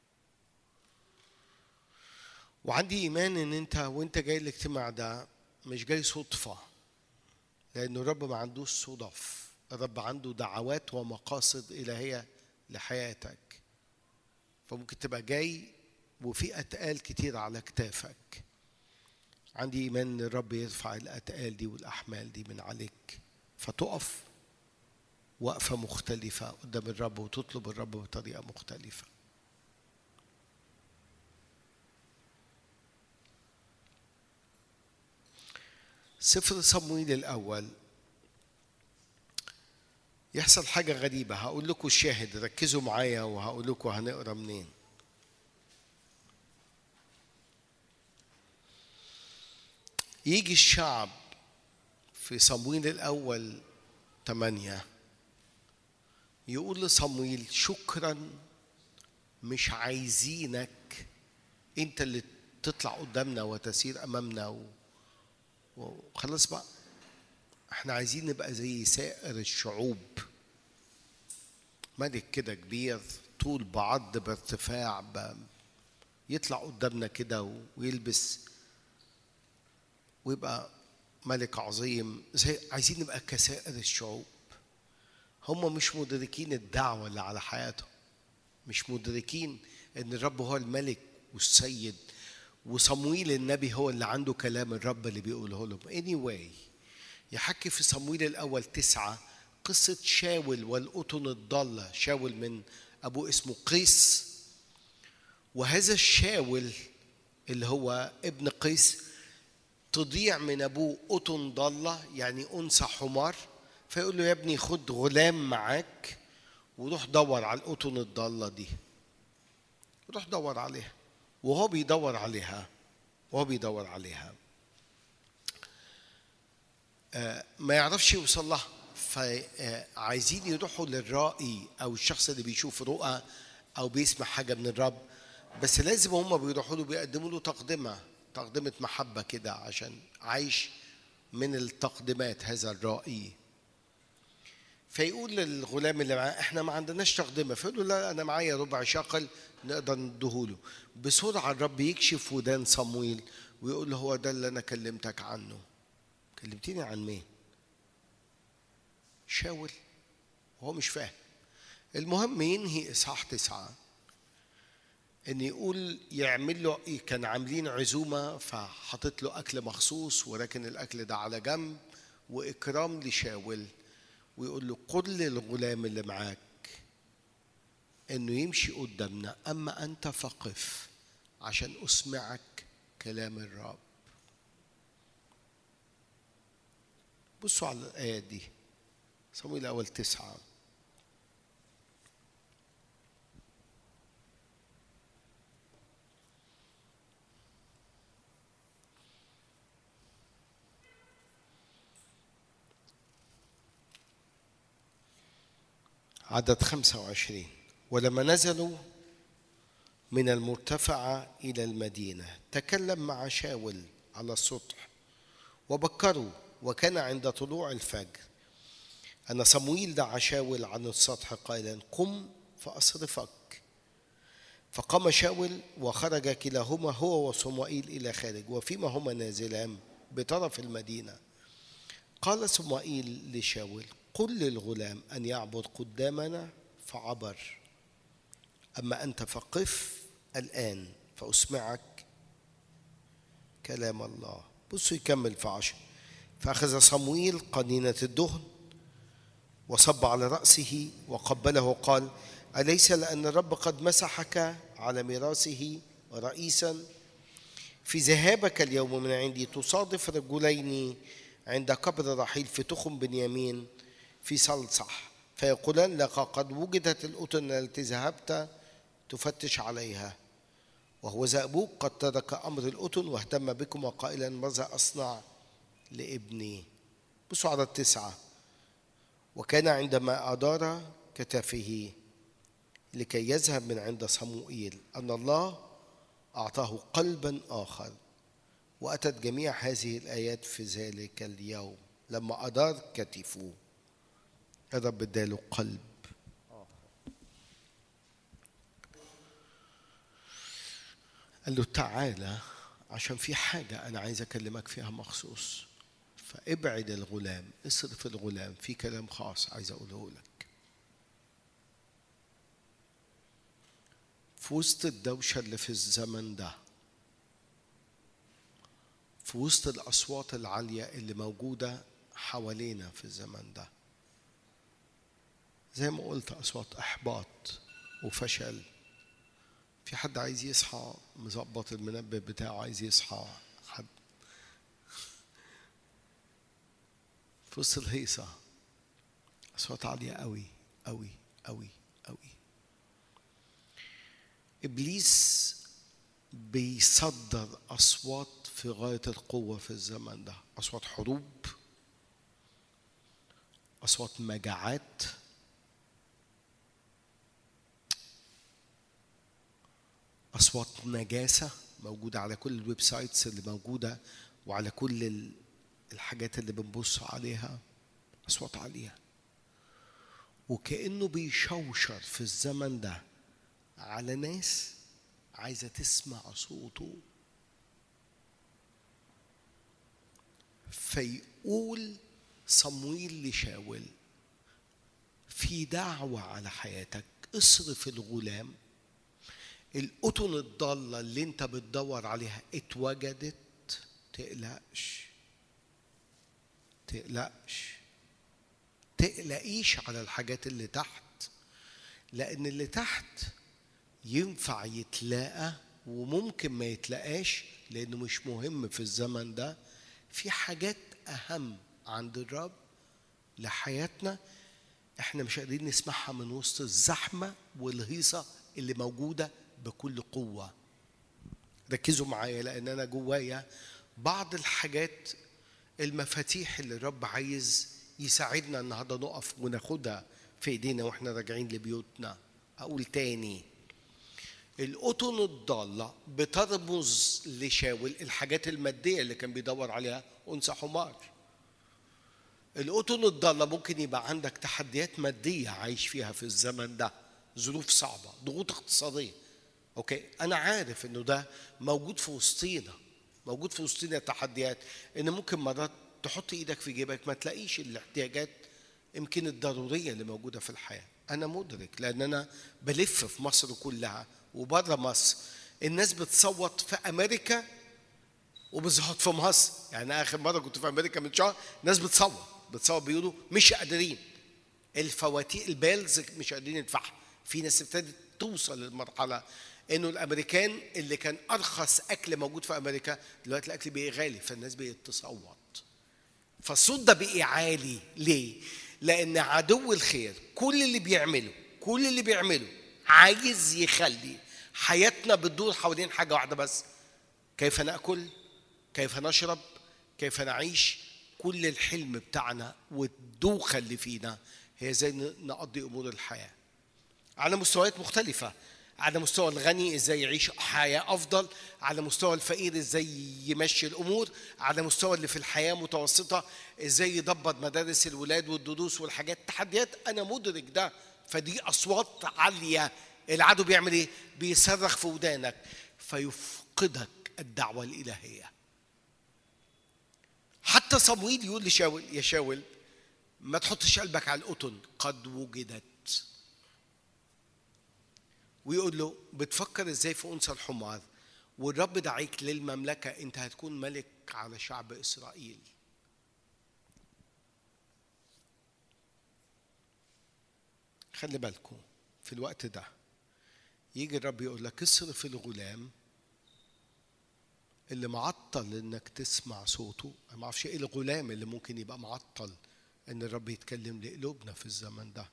Speaker 2: وعندي ايمان ان انت وانت جاي الاجتماع ده مش جاي صدفة، لأن الرب ما عندوش صدف. الرب عنده دعوات ومقاصد إلهية لحياتك. فممكن تبقى جاي وفي أتقال كتير على كتافك. عندي إيمان إن الرب يرفع الأتقال دي والأحمال دي من عليك، فتقف وقفة مختلفة قدام الرب وتطلب الرب بطريقة مختلفة. سفر صموئيل الأول يحصل حاجة غريبة. هقول لكم الشاهد، ركزوا معايا وهقول لكم هنقرأ منين. يجي الشعب في صموئيل الأول 8 يقول لصموئيل شكرا، مش عايزينك انت اللي تطلع قدامنا وتسير أمامنا وخلاص بقى، احنا عايزين نبقى زي سائر الشعوب، ملك كده كبير طول بعض بارتفاع يطلع قدامنا كده ويلبس ويبقى ملك عظيم، زي عايزين نبقى كسائر الشعوب. هم مش مدركين الدعوة اللي على حياتهم، مش مدركين ان الرب هو الملك والسيد، وصموئيل النبي هو اللي عنده كلام الرب اللي بيقوله لهم. anyway يحكي في صموئيل الأول 9 قصة شاول والقطن الضالة. شاول من أبوه اسمه قيس، وهذا الشاول اللي هو ابن قيس تضيع من أبوه قطن ضالة، يعني أنثى حمار. فيقول له يا ابني خد غلام معاك وروح دور على القطن الضالة دي، روح دور عليها. وهو بيدور عليها ما يعرفش يوصل لها، فعايزين يروحوا للرائي أو الشخص اللي بيشوف رؤى أو بيسمع حاجة من الرب، بس لازم هم بيروحوا له بيقدموا له تقدمة محبة كده، عشان عايش من التقدمات هذا الرائي. فيقول للغلام اللي معاه احنا ما عندناش تقدمة، فيقول له لا أنا معايا ربع شقل نقدر ندهوله. بسرعة الرب يكشف ودان صمويل ويقول له هو ده اللي أنا كلمتك عنه. كلمتني عن مين؟ شاول. وهو مش فاهم. المهم ينهي إصحاح 9 إن يقول يعمل له، كان عاملين عزومة فحطت له أكل مخصوص ولكن الأكل ده على جنب وإكرام لشاول، ويقول له قل للغلام اللي معاك إنه يمشي قدامنا، أما أنت فقف عشان أسمعك كلام الرب. بصوا على الآية دي، صموئيل الأول 9. عدد 25. ولما نزلوا من المرتفعة إلى المدينة تكلم مع شاول على السطح وبكروا، وكان عند طلوع الفجر أن صموئيل دعا شاول عن السطح قائلا: قم فأصرفك. فقام شاول وخرج كلاهما هو وصموئيل إلى خارج، وفيما هما نازلان بطرف المدينة قال صموئيل لشاول: قل للغلام أن يعبر قدامنا، فعبر. أما أنت فقف الآن فأسمعك كلام الله. بصوا يكمل في 10. فأخذ صموئيل قنينة الدهن وصب على رأسه وقبله وقال: أليس لأن الرب قد مسحك على ميراثه رئيسا؟ في ذهابك اليوم من عندي تصادف رجلين عند قبر رحيل في تخم بنيامين في صلصح، فيقولان لك: قد وجدت الأتن التي ذهبت تفتش عليها، وهو ذا أبوك قد ترك أمر الأتن واهتم بكم قائلا: ماذا أصنع لابني؟ بصوا على 9. وكان عندما أدار كتفه لكي يذهب من عند صموئيل أن الله أعطاه قلبا آخر، وأتت جميع هذه الآيات في ذلك اليوم. لما أدار كتفه الرب اداله قلب آخر. قال له: تعالى عشان في حاجة أنا عايز أكلمك فيها مخصوص، فابعد الغلام، اصرف الغلام، في كلام خاص عايز أقوله لك. في وسط الدوشة اللي في الزمن ده، في وسط الأصوات العالية اللي موجودة حوالينا في الزمن ده، زي ما قلت أصوات إحباط وفشل. في حد عايز يصحى مظبط المنبه بتاعه عايز يصحى، حد في وسط الهيصة أصوات عالية قوي قوي قوي قوي. إبليس بيصدر أصوات في غاية القوة في الزمن ده، أصوات حروب، أصوات مجاعات، أصوات نجاسة موجودة على كل الويب سايتس اللي موجودة وعلى كل الحاجات اللي بنبص عليها، أصوات عالية. وكأنه بيشوشر في الزمن ده على ناس عايزة تسمع صوته، فيقول صموئيل لشاول: في دعوة على حياتك، اصرف الغلام، الأتن الضالة اللي انت بتدور عليها اتوجدت، تقلقيش على الحاجات اللي تحت، لأن اللي تحت ينفع يتلاقى وممكن ما يتلاقاش لأنه مش مهم في الزمن ده. في حاجات أهم عند الرب لحياتنا احنا مش قادرين نسمعها من وسط الزحمة والهيصة اللي موجودة بكل قوة. ركزوا معايا لأن أنا جوايا بعض الحاجات، المفاتيح اللي الرب عايز يساعدنا النهاردة نقف وناخدها في ايدينا واحنا راجعين لبيوتنا. أقول تاني، الأتن الضالة بترمز لشاول الحاجات المادية اللي كان بيدور عليها أنثى حمار. الأتن الضالة ممكن يبقى عندك تحديات مادية عايش فيها في الزمن ده، ظروف صعبة، ضغوط اقتصادية. أوكي، أنا عارف إنه ده موجود في وسطينا تحديات، إن ممكن مرات تحط إيدك في جيبك ما تلاقيش الاحتياجات يمكن الضرورية اللي موجودة في الحياة. أنا مدرك لأن أنا بلف في مصر كلها وبره مصر. الناس بتصوت في أمريكا وبتصوت في مصر. يعني آخر مرة كنت في أمريكا من شهر، ناس بتصوت بيقولوا مش قادرين، الفواتير البيلز مش قادرين يدفعها. في ناس ابتدت توصل للمرحلة إنه الأمريكان اللي كان أرخص أكل موجود في أمريكا دلوقتي الأكل بقى غالي، فالناس بقت تصوت. فالصوت ده بقى عالي ليه؟ لأن عدو الخير كل اللي بيعمله عايز يخلي حياتنا بتدور حوالين حاجة واحدة بس: كيف نأكل، كيف نشرب، كيف نعيش. كل الحلم بتاعنا والدوخة اللي فينا هي ازاي نقضي امور الحياه على مستويات مختلفه. على مستوى الغني ازاي يعيش حياه افضل، على مستوى الفقير ازاي يمشي الامور، على مستوى اللي في الحياه متوسطه ازاي يضبط مدارس الولاد والدروس والحاجات. تحديات انا مدرك ده. فدي اصوات عاليه. العدو بيعمل ايه؟ بيصرخ في ودانك فيفقدك الدعوه الالهيه. حتى صمويل يقول لشاول: يا شاول ما تحطش قلبك على القطن، قد وجدت. ويقول له: بتفكر ازاي في انثى الحمار؟ والرب دعيك للمملكه، انت هتكون ملك على شعب اسرائيل. خلي بالكم في الوقت ده يجي الرب يقول لك: اصرف الغلام اللي معطل انك تسمع صوته. انا ما اعرفش ايه الغلام اللي ممكن يبقى معطل ان الرب يتكلم لقلوبنا في الزمن ده،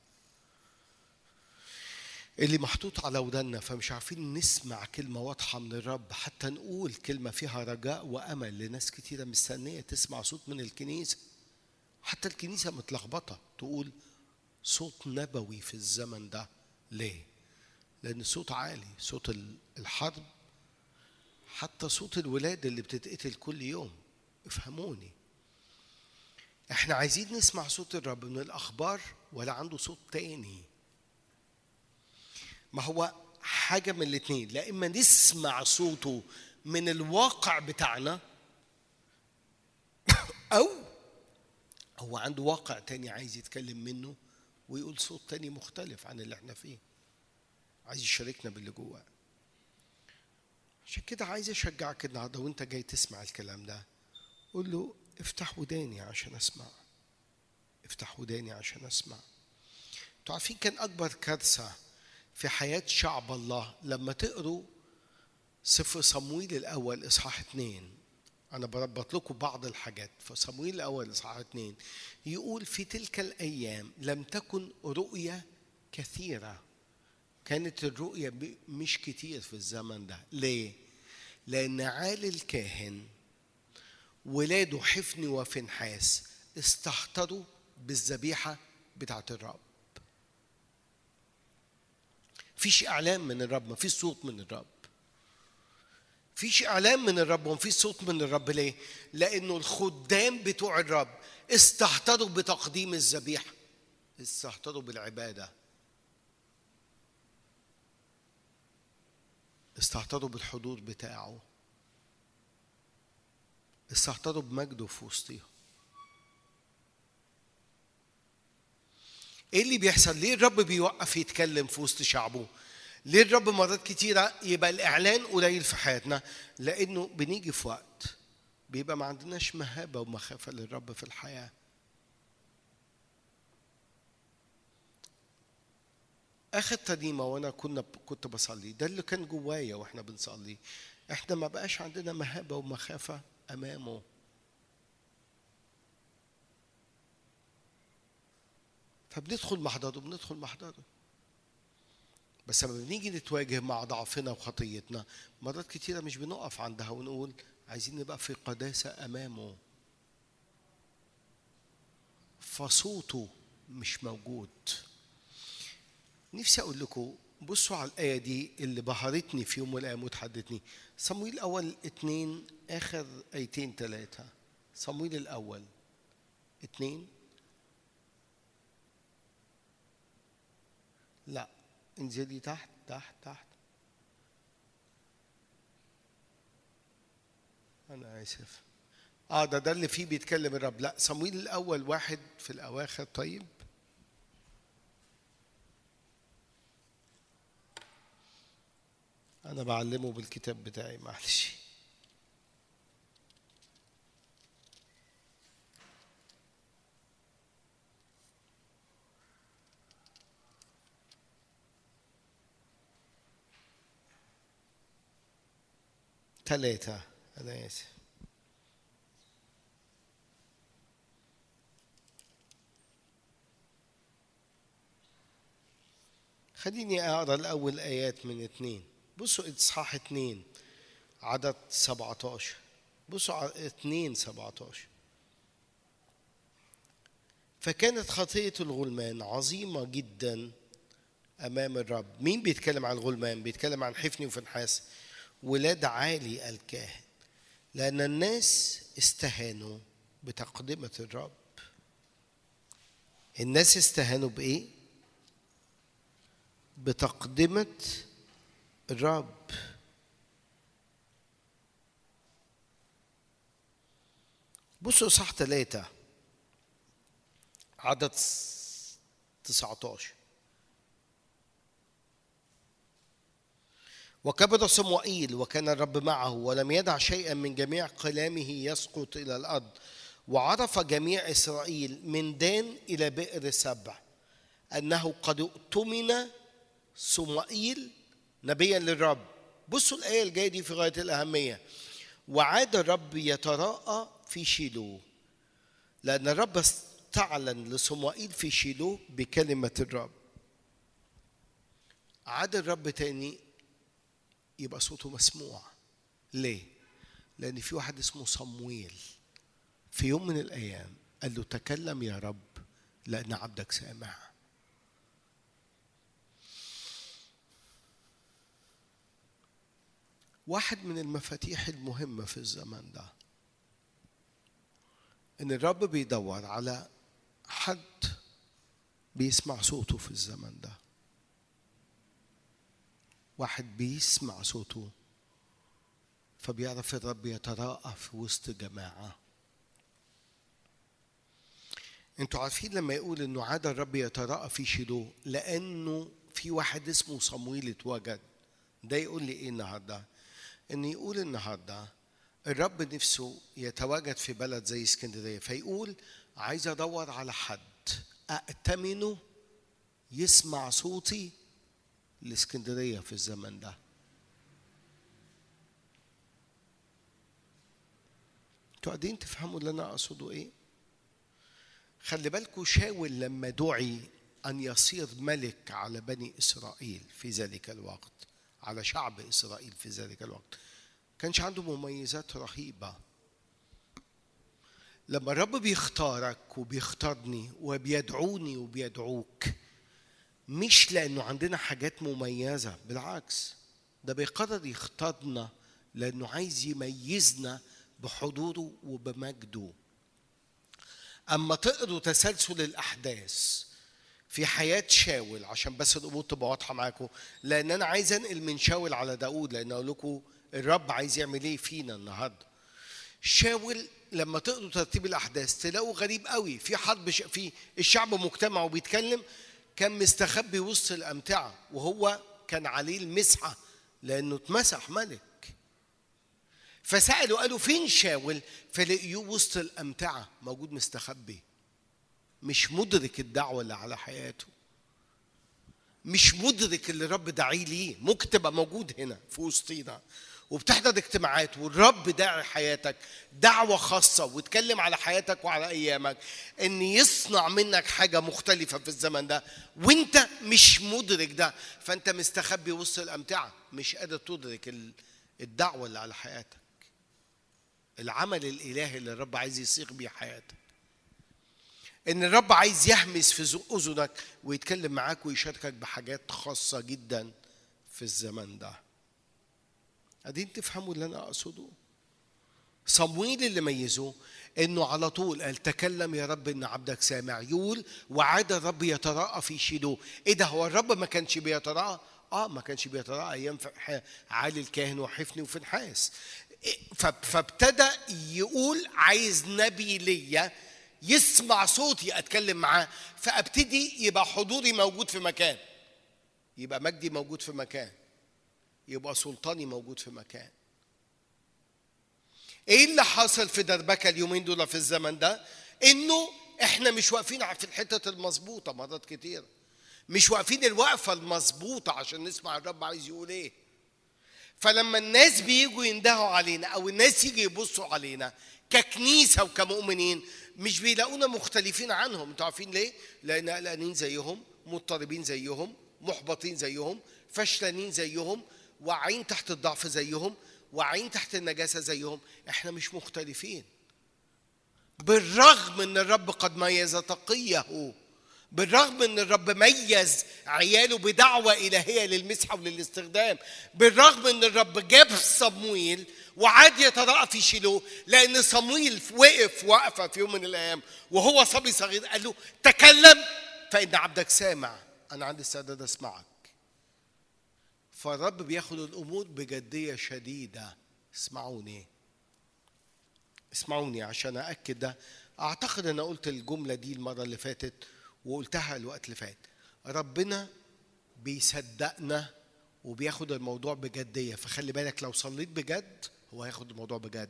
Speaker 2: اللي محطوط على ودنا فمش عارفين نسمع كلمة واضحة من الرب، حتى نقول كلمة فيها رجاء وأمل لناس كتيرة مستنية تسمع صوت من الكنيسة. حتى الكنيسة متلخبطة تقول صوت نبوي في الزمن ده. ليه؟ لأن صوت عالي، صوت الحرب، حتى صوت الولاد اللي بتتقتل كل يوم. افهموني، احنا عايزين نسمع صوت الرب من الأخبار ولا عنده صوت تاني؟ ما هو حاجة من الاثنين، لا إما نسمع صوته من الواقع بتاعنا أو هو عنده واقع تاني عايز يتكلم منه ويقول صوت تاني مختلف عن اللي احنا فيه، عايز يشاركنا باللي جواه. عشان كده عايز أشجعك النهارده وانت جاي تسمع الكلام ده، قول له: افتح وداني عشان أسمع، افتح وداني عشان أسمع. انتوا عارفين كان أكبر كارثة في حياة شعب الله لما تقروا سفر صمويل الأول إصحاح 2. أنا بربط لكم بعض الحاجات. فصمويل الأول إصحاح 2 يقول: في تلك الأيام لم تكن رؤية كثيرة. كانت الرؤية مش كتير في الزمن ده. ليه؟ لأن عالي الكاهن ولاده حفني وفنحاس استهتروا بالذبيحة بتاعت الرب. فيش إعلان من الرب، ما فيش صوت من الرب. فيش إعلان من الرب وما فيش صوت من الرب. ليه؟ لأنه الخدام بتوع الرب استهتروا بتقديم الذبيحة، استهتروا بالعبادة، استهتروا بالحضور بتاعه، استهتروا بمجده في وسطهم. ايه اللي بيحصل؟ ليه الرب بيوقف يتكلم في وسط شعبه؟ ليه الرب مرات كتيرة يبقى الإعلان قليل في حياتنا؟ لأنه بنيجي في وقت بيبقى ما عندناش مهابة ومخافة للرب في الحياة. آخر ترنيمة وأنا كنت بصلي، ده اللي كان جوايا وإحنا بنصلي. إحنا ما بقاش عندنا مهابة ومخافة أمامه. فبندخل محضره. بس لما بنيجي نتواجه مع ضعفنا وخطيتنا مرات كتيرة مش بنقف عندها ونقول عايزين نبقى في قداسة أمامه، فصوته مش موجود. نفسي أقول لكم بصوا على الآية دي اللي بهرتني في يوم من الأيام وتحدثني. صمويل الأول 2 آخر آيتين 3. صمويل الأول 2. لا انزلي تحت. أنا آسف. ده اللي فيه بيتكلم الرب. لا، صمويل الأول 1 في الأواخر. طيب أنا بعلمه بالكتاب بتاعي، معلش. ثلاثة. أنا آسف. خليني أقرأ الأول آيات من 2. بصوا إصحاح 2 عدد 17. بصوا 2:17. فكانت خطية الغلمان عظيمة جدا أمام الرب. مين بيتكلم عن الغلمان؟ بيتكلم عن حفني وفنحاس ولاد عالي الكاهن، لأن الناس استهانوا بتقدمة الرب. الناس استهانوا بإيه؟ بتقدمة الرب. بصوا صح 3 عدد 19. وكبر صموئيل وكان الرب معه ولم يدع شيئا من جميع كلامه يسقط إلى الأرض. وعرف جميع إسرائيل من دان إلى بئر سبع أنه قد اؤتمن صموئيل نبيا للرب. بصوا الآية الجاية دي في غاية الأهمية. وعاد الرب يتراءى في شيلو، لأن الرب استعلن لصموئيل في شيلو بكلمة الرب. عاد الرب تاني يبقى صوته مسموع. ليه؟ لأن في واحد اسمه صمويل في يوم من الأيام قال له تكلم يا رب لأن عبدك سامع. واحد من المفاتيح المهمة في الزمن ده إن الرب بيدور على حد بيسمع صوته في الزمن ده. واحد بيسمع صوته فبيعرف الرب يتراءى في وسط جماعة. انتوا عارفين لما يقول انه عاد الرب يتراءى في شيلو لانه في واحد اسمه صمويل اتوجد. ده يقول لي ايه النهارده؟ ان يقول النهارده الرب نفسه يتواجد في بلد زي اسكندريه، فيقول عايز ادور على حد أأتمنه يسمع صوتي لاسكندريه في الزمن ده. انتوا قاعدين تفهموا اللي انا اقصده ايه؟ خلي بالكوا شاول لما دعي ان يصير ملك على بني اسرائيل في ذلك الوقت، على شعب اسرائيل في ذلك الوقت، كانش عنده مميزات رهيبه. لما الرب بيختارك وبيختارني وبيدعوني وبيدعوك مش لانه عندنا حاجات مميزه، بالعكس ده بيقرر يختارنا لانه عايز يميزنا بحضوره وبمجده. اما تقروا تسلسل الاحداث في حياه شاول، عشان بس الامور تبقى واضحه معاكم، لان انا عايز انقل من شاول على داود، لان اقول لكم الرب عايز يعمل ايه فينا النهارده. شاول لما تقروا ترتيب الاحداث تلاقوا غريب قوي. في حرب في الشعب مجتمع وبيتكلم، كان مستخبي وسط الامتعه وهو كان عليه المسحه لانه اتمسح ملك. فسألوا قالوا فين شاول؟ فلقيوه وسط الأمتعة موجود مستخبي، مش مدرك الدعوة اللي على حياته، مش مدرك اللي الرب داعي ليه. ممكن تبقى موجود هنا في وسطينا وبتحضر اجتماعات والرب داعي حياتك دعوة خاصة وتكلم على حياتك وعلى أيامك إن يصنع منك حاجة مختلفة في الزمن ده وانت مش مدرك ده. فانت مستخبي وسط الأمتعة، مش قادر تدرك الدعوة اللي على حياتك، العمل الإلهي اللي الرب عايز يصيغ بيه حياتك. إن الرب عايز يهمس في أذنك ويتكلم معاك ويشاركك بحاجات خاصة جدا في الزمن ده. قاعدين تفهموا اللي أنا أقصده؟ صمويل اللي ميزه إنه على طول قال تكلم يا رب إن عبدك سامع. يقول وعاد الرب يتراءى في شيلو. إيه ده؟ هو الرب ما كانش بيتراءى؟ ما كانش بيتراءى أيام عالي الكاهن وحفني وفنحاس. فابتدى يقول عايز نبي ليا يسمع صوتي اتكلم معاه، فابتدي يبقى حضوري موجود في مكان، يبقى مجدي موجود في مكان، يبقى سلطاني موجود في مكان. ايه اللي حصل في دربكة اليومين دول في الزمن ده؟ انه احنا مش واقفين في الحتة المظبوطة مرات كتير، مش واقفين الوقفة المظبوطة عشان نسمع الرب عايز يقول ايه. فلما الناس بييجوا يندهوا علينا او الناس يجي يبصوا علينا ككنيسة وكمؤمنين مش بيلاقونا مختلفين عنهم. انتوا عارفين ليه؟ لان قلقانين زيهم، مضطربين زيهم، محبطين زيهم، فشلانين زيهم، واقعين تحت الضعف زيهم، واقعين تحت النجاسة زيهم. احنا مش مختلفين. بالرغم ان الرب قد ميز تقيه، بالرغم ان الرب ميز عياله بدعوة إلهية للمسحة وللاستخدام، بالرغم ان الرب جاب صمويل وعاد يتراءى في شيلوه، لان صمويل وقفة في يوم من الايام وهو صبي صغير قال له تكلم فإن عبدك سامع، انا عندي استعداد اسمعك. فالرب بياخد الامور بجدية شديدة. اسمعوني عشان أأكد ده. أعتقد أنا قلت الجملة دي المرة اللي فاتت وقلتها الوقت اللي فات. ربنا بيصدقنا وبياخد الموضوع بجدية، فخلي بالك لو صليت بجد هو هياخد الموضوع بجد.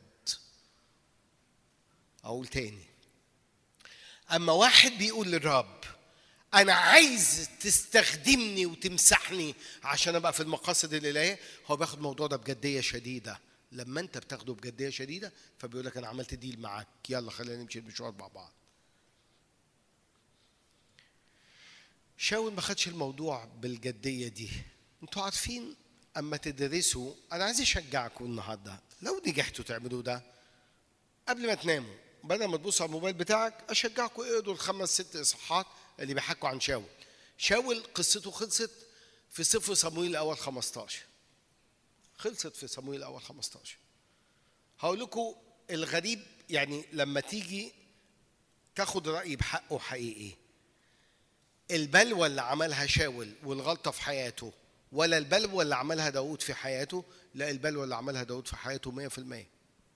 Speaker 2: أقول تاني، أما واحد بيقول للرب أنا عايز تستخدمني وتمسحني عشان أبقى في المقاصد الإلهية، هو بياخد الموضوع ده بجدية شديدة. لما أنت بتاخده بجدية شديدة فبيقول لك أنا عملت ديل معاك، يلا خلينا نمشي المشوار مع بعض. شاول ما خدش الموضوع بالجدية دي. أنتوا عارفين أما تدرسوا، أنا عايز أشجعكم النهاردة لو نجحتوا تعملوا ده قبل ما تناموا، بدل ما تبصوا على الموبايل بتاعك، أشجعكم اقروا ال5-6 إصحاحات اللي بيحكوا عن شاول. شاول قصته خلصت في سفر صموئيل الأول 15. خلصت في صموئيل الأول 15. هقول لكم الغريب، يعني لما تيجي تاخد رأي بحقه حقيقي، البلوى اللي عملها شاول والغلطة في حياته ولا البلوى اللي عملها داود في حياته؟ لا، البلوى اللي عملها داود في حياته 100%.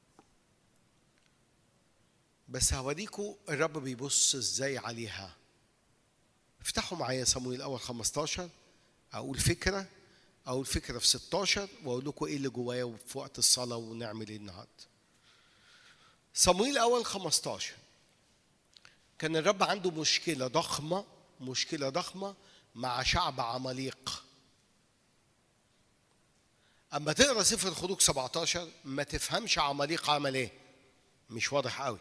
Speaker 2: بس هوريكم الرب بيبص ازاي عليها. افتحوا معايا صموئيل الأول 15. أقول فكرة في 16 وأقول لكم إيه اللي جوايا في وقت الصلاة ونعمل إيه النهاردة. صموئيل الأول 15 كان الرب عنده مشكلة ضخمة مع شعب عماليق. أما تقرأ سفر الخروج 17 ما تفهمش عماليق عمل إيه، مش واضح قوي.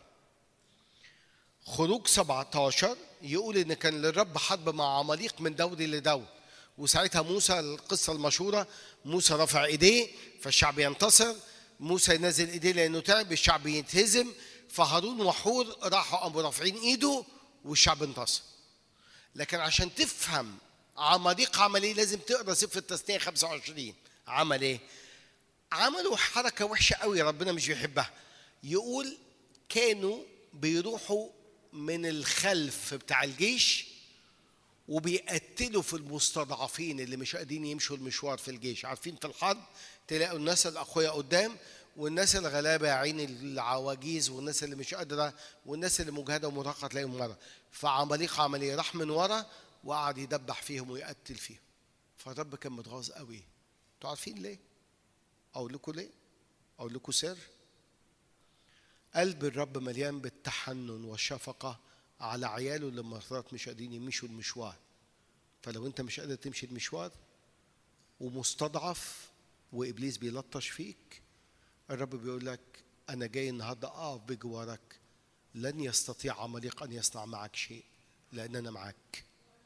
Speaker 2: خروج 17 يقول إن كان للرب حرب مع عماليق من دور لدور، وساعتها موسى، القصة المشهورة، موسى رفع إيديه فالشعب ينتصر، موسى ينزل إيديه لأنه تعب الشعب يتهزم، فهارون وحور راحوا قاموا رافعين إيده والشعب انتصر. لكن عشان تفهم عماليق عمل إيه لازم تقرأ سفر التثنية 25. عمل إيه؟ عملوا حركة وحشة قوي ربنا مش بيحبها. يقول كانوا بيروحوا من الخلف بتاع الجيش وبيقتلوا في المستضعفين اللي مش قادرين يمشوا المشوار في الجيش. عارفين في الحرب تلاقوا الناس الأقوياء قدام والناس الغلابة يا عين العواجيز والناس اللي مش قادرة والناس اللي مجهدة ومرهقة تلاقيهم ورا. فعماليق عمل ايه؟ راح من ورا وقعد يدبح فيهم ويقتل فيهم. فالرب كان متغاظ قوي. انتوا عارفين ليه؟ أقول لكم ليه؟ أقول لكم سر. قلب الرب مليان بالتحنن والشفقة على عياله اللي مرات مش قادرين يمشوا المشوار. فلو انت مش قادر تمشي المشوار ومستضعف وإبليس بيلطش فيك، الرب بيقول لك أنا جاي النهاردة أقف بجوارك، لن يستطيع عماليق أن يصنع معك شيء لأن أنا معك.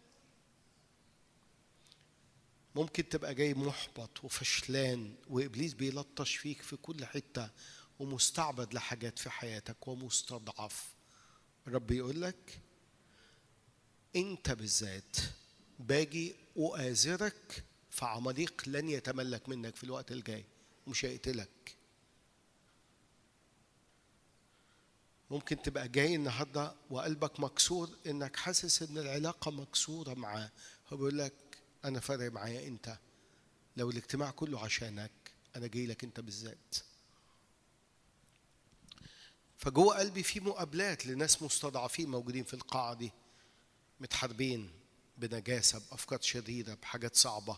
Speaker 2: ممكن تبقى جاي محبط وفشلان وإبليس بيلطش فيك في كل حتة ومستعبد لحاجات في حياتك ومستضعف. الرب يقول لك أنت بالذات باجي أؤازرك، فعماليق لن يتملك منك في الوقت الجاي ومش هيقتلك. ممكن تبقى جاي النهارده وقلبك مكسور انك حاسس ان العلاقه مكسوره معاه. هو بيقول لك انا فارق معايا انت، لو الاجتماع كله عشانك انا جاي لك انت بالذات. فجوه قلبي في مقابلات لناس مستضعفين موجودين في القاعه دي، متحاربين بنجاسه، بافكار شريره، بحاجات صعبه،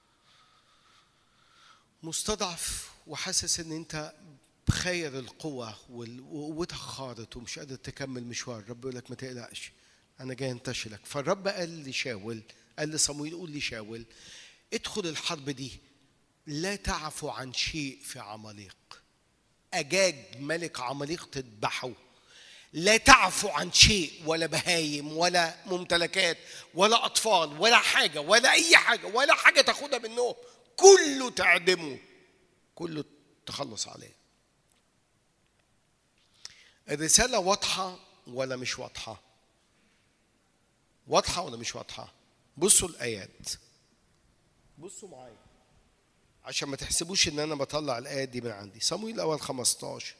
Speaker 2: مستضعف وحاسس ان انت بخير القوة وقوتك خارت ومش قادر تكمل مشوار. رب يقول لك ما تقلقش أنا جاي أنتشلك. فالرب قال لشاول، قال لصموئيل قول لشاول ادخل الحرب دي لا تعفو عن شيء في عماليق. أجاج ملك عماليق تذبحه، لا تعفو عن شيء، ولا بهايم ولا ممتلكات ولا أطفال ولا حاجة ولا أي حاجة ولا حاجة تاخدها منهم، كله تعدمه، كله تخلص عليه. الرسالة واضحة ولا مش واضحة؟ واضحة ولا مش واضحة؟ بصوا الآيات، بصوا معايا عشان ما تحسبوش ان انا بطلع الآيات دي من عندي. صموئيل الأول 15.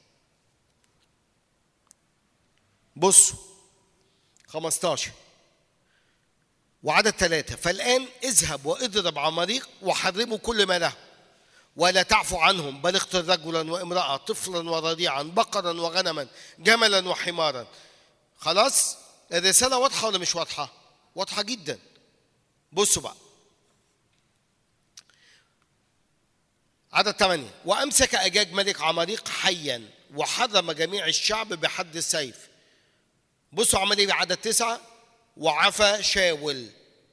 Speaker 2: بصوا 15 وعدد 3. فالآن اذهب واضرب عماليق وحرموا كل ما له، ولا تعفو عنهم، بل اقتل رجلا وامرأة، طفلا ورضيعا، بقرا وغنما، جملا وحمارا. خلاص الرسالة واضحة ولا مش واضحة؟ واضحة جدا. بصوا بقى عدد 8. وأمسك أجاج ملك عماليق حيا وحرم جميع الشعب بحد السيف. بصوا عمل ايه بعدد 9. وعفى شاول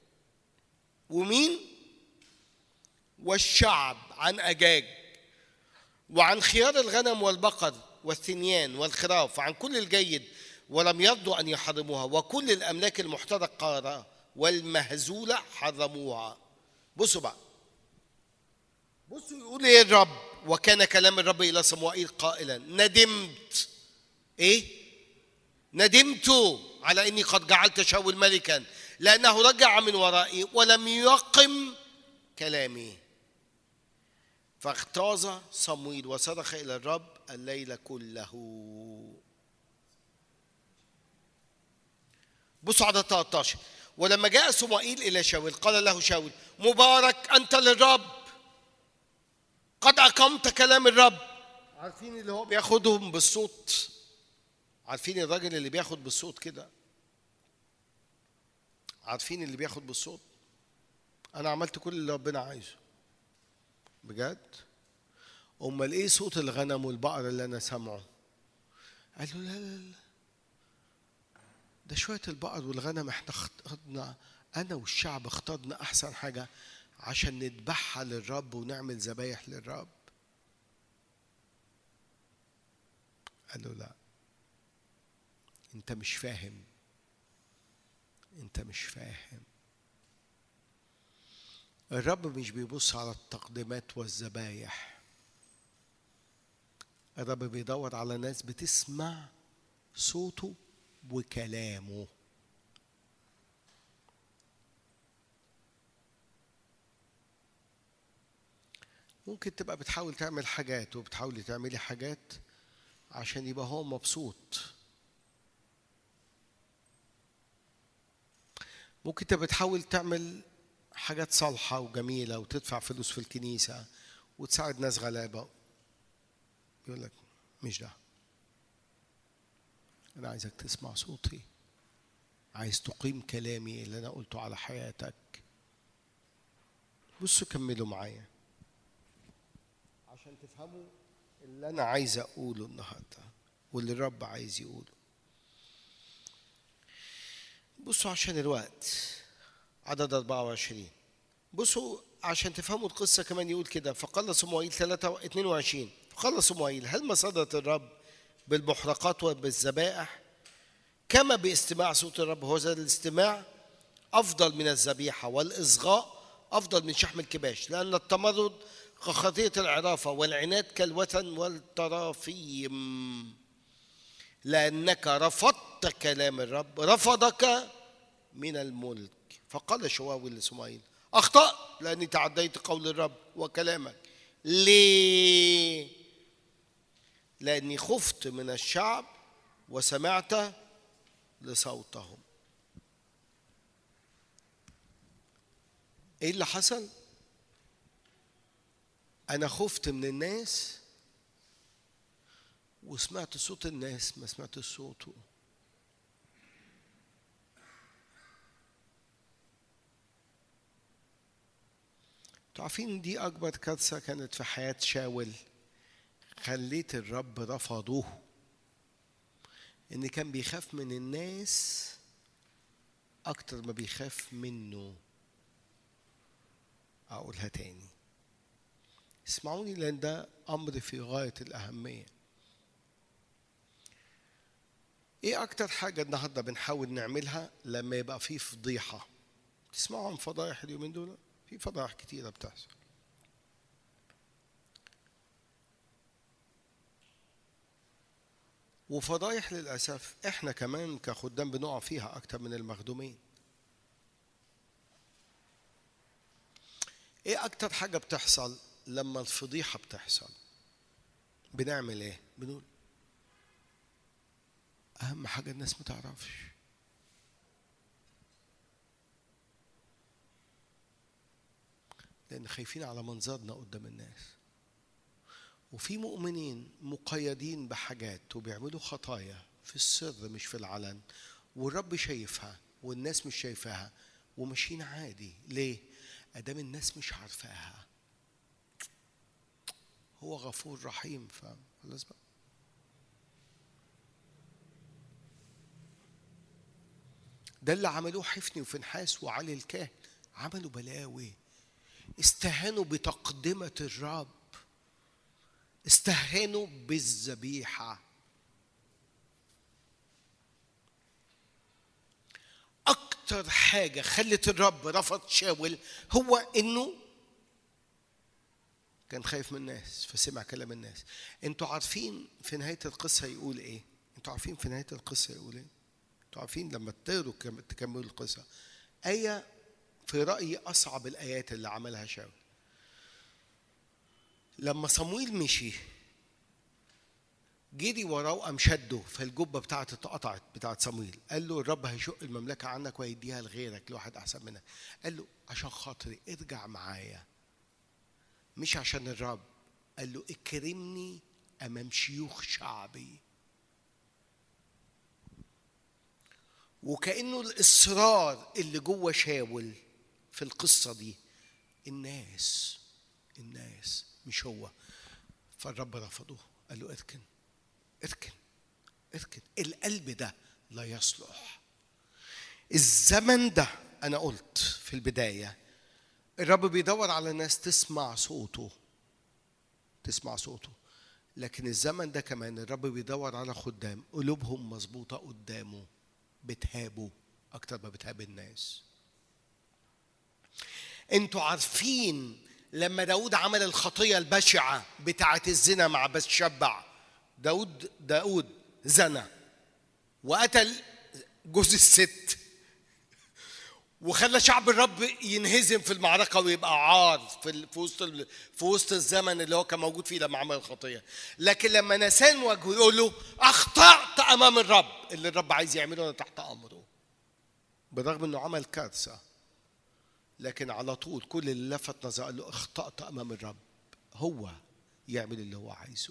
Speaker 2: ومين والشعب عن أجاج وعن خيار الغنم والبقر والثنيان والخراف وعن كل الجيد، ولم يرضوا أن يحرموها، وكل الأملاك المحترقة والمهزولة حرموها. بصوا بقى، بصوا يقول ايه الرب. وكان كلام الرب إلى صموئيل قائلا ندمت. ايه؟ ندمت على إني قد جعلت شاول ملكا، لأنه رجع من ورائي ولم يقم كلامي. فاغتاظ صموئيل وصرخ إلى الرب الليل كله. بصوا عدد 13. ولما جاء صموئيل إلى شاول قال له شاول مبارك أنت للرب، قد أقمت كلام الرب. عارفين اللي هو بياخدهم بالصوت؟ عارفين الراجل اللي بياخد بالصوت كده؟ عارفين اللي بياخد بالصوت؟ أنا عملت كل اللي ربنا عايزه بجد. أمال إيه صوت الغنم والبقر اللي أنا سامعه؟ قال له لا لا لا، ده شوية البقر والغنم احنا اخترنا، أنا والشعب اخترنا أحسن حاجة عشان نذبحها للرب ونعمل ذبايح للرب. قال له لا، أنت مش فاهم، أنت مش فاهم. الرب مش بيبص على التقديمات والذبايح، الرب بيدور على ناس بتسمع صوته وكلامه. ممكن تبقى بتحاول تعمل حاجات وبتحاولي تعملي حاجات عشان يبقى هو مبسوط. ممكن تبقى بتحاول تعمل حاجات صالحة وجميلة وتدفع فلوس في الكنيسة وتساعد ناس غلابة، يقول لك مش ده، أنا عايزك تسمع صوتي، عايز تقيم كلامي اللي أنا قلته على حياتك. بصوا كملوا معايا عشان تفهموا اللي أنا عايز أقوله النهاردة واللي الرب عايز يقوله. بصوا عشان الوقت، عدد 24. بصوا عشان تفهموا القصة كمان يقول كده. فقال صموئيل 3:22. فقال صموئيل هل مسرت الرب بالمحرقات وبالذبائح كما باستماع صوت الرب؟ هذا الاستماع أفضل من الذبيحة والإصغاء أفضل من شحم الكباش، لأن التمرد كخطية العرافة والعناد كالوثن والترافيم. لأنك رفضت كلام الرب رفضك من الملك. فقال شواول لصموئيل أخطأت لأني تعديت قول الرب وكلامك. ليه؟ لأني خفت من الشعب وسمعت لصوتهم. إيه اللي حصل؟ أنا خفت من الناس وسمعت صوت الناس، ما سمعت صوته. تعرفين دي أكبر كارثة كانت في حياة شاول، خليت الرب رفضه، إن كان بيخاف من الناس أكتر ما بيخاف منه. أقولها تاني، اسمعوني لأن ده أمر في غاية الأهمية. إيه أكتر حاجة النهاردة بنحاول نعملها لما يبقى فيه فضيحة؟ تسمعوا عن فضايح اليومين دول؟ في فضائح كتيرة بتحصل. وفضايح للأسف احنا كمان كخدام بنقع فيها أكتر من المخدومين. ايه أكتر حاجة بتحصل لما الفضيحة بتحصل؟ بنعمل ايه؟ بنقول أهم حاجة الناس ما تعرفش. لأن خايفين على منظرنا قدام الناس. وفي مؤمنين مقيدين بحاجات وبيعملوا خطايا في السر مش في العلن، والرب شايفها والناس مش شايفاها وماشيين عادي. ليه؟ أدام الناس مش عارفاها. هو غفور رحيم، خلاص بقى. ده اللي عملوه حفني وفنحاس وعلي الكاهن، عملوا بلاوي، استهانوا بتقدمة الرب، استهانوا بالذبيحة. أكتر حاجة خلت الرب رفض شاول هو إنه كان خايف من الناس فسمع كلام الناس. انتوا عارفين في نهاية القصة يقول ايه؟ انتوا عارفين في نهاية القصة يقول ايه؟ انتوا عارفين لما تقروا تكملوا القصة، آية في رأيي أصعب الآيات اللي عملها شاول. لما صمويل مشي جري وراه وقام شده فالجبة بتاعته اتقطعت بتاعت صمويل. قال له الرب هيشق المملكة عنك ويديها لغيرك لواحد أحسن منك. قال له عشان خاطري ارجع معايا، مش عشان الرب. قال له اكرمني أمام شيوخ شعبي. وكأنه الإصرار اللي جوه شاول في القصة دي الناس مش هو. فالرب رفضه، قال له اركن. القلب ده لا يصلح. الزمن ده أنا قلت في البداية الرب بيدور على ناس تسمع صوته. لكن الزمن ده كمان الرب بيدور على خدام قلوبهم مظبوطة قدامه، بتهابه أكتر ما بتهاب الناس. انتوا عارفين لما داود عمل الخطية البشعة بتاعة الزنا مع بتشبع، داود زنى وقتل جوز الست وخلى شعب الرب ينهزم في المعركة ويبقى عار في وسط الزمن اللي هو كان موجود فيه لما عمل الخطية. لكن لما نسان وجهه يقول له أخطأت أمام الرب، اللي الرب عايز يعمله أنا تحت أمره، بالرغم أنه عمل كارثة، لكن على طول كل اللي لفت نظر قال له أخطأت أمام الرب، هو يعمل اللي هو عايزه.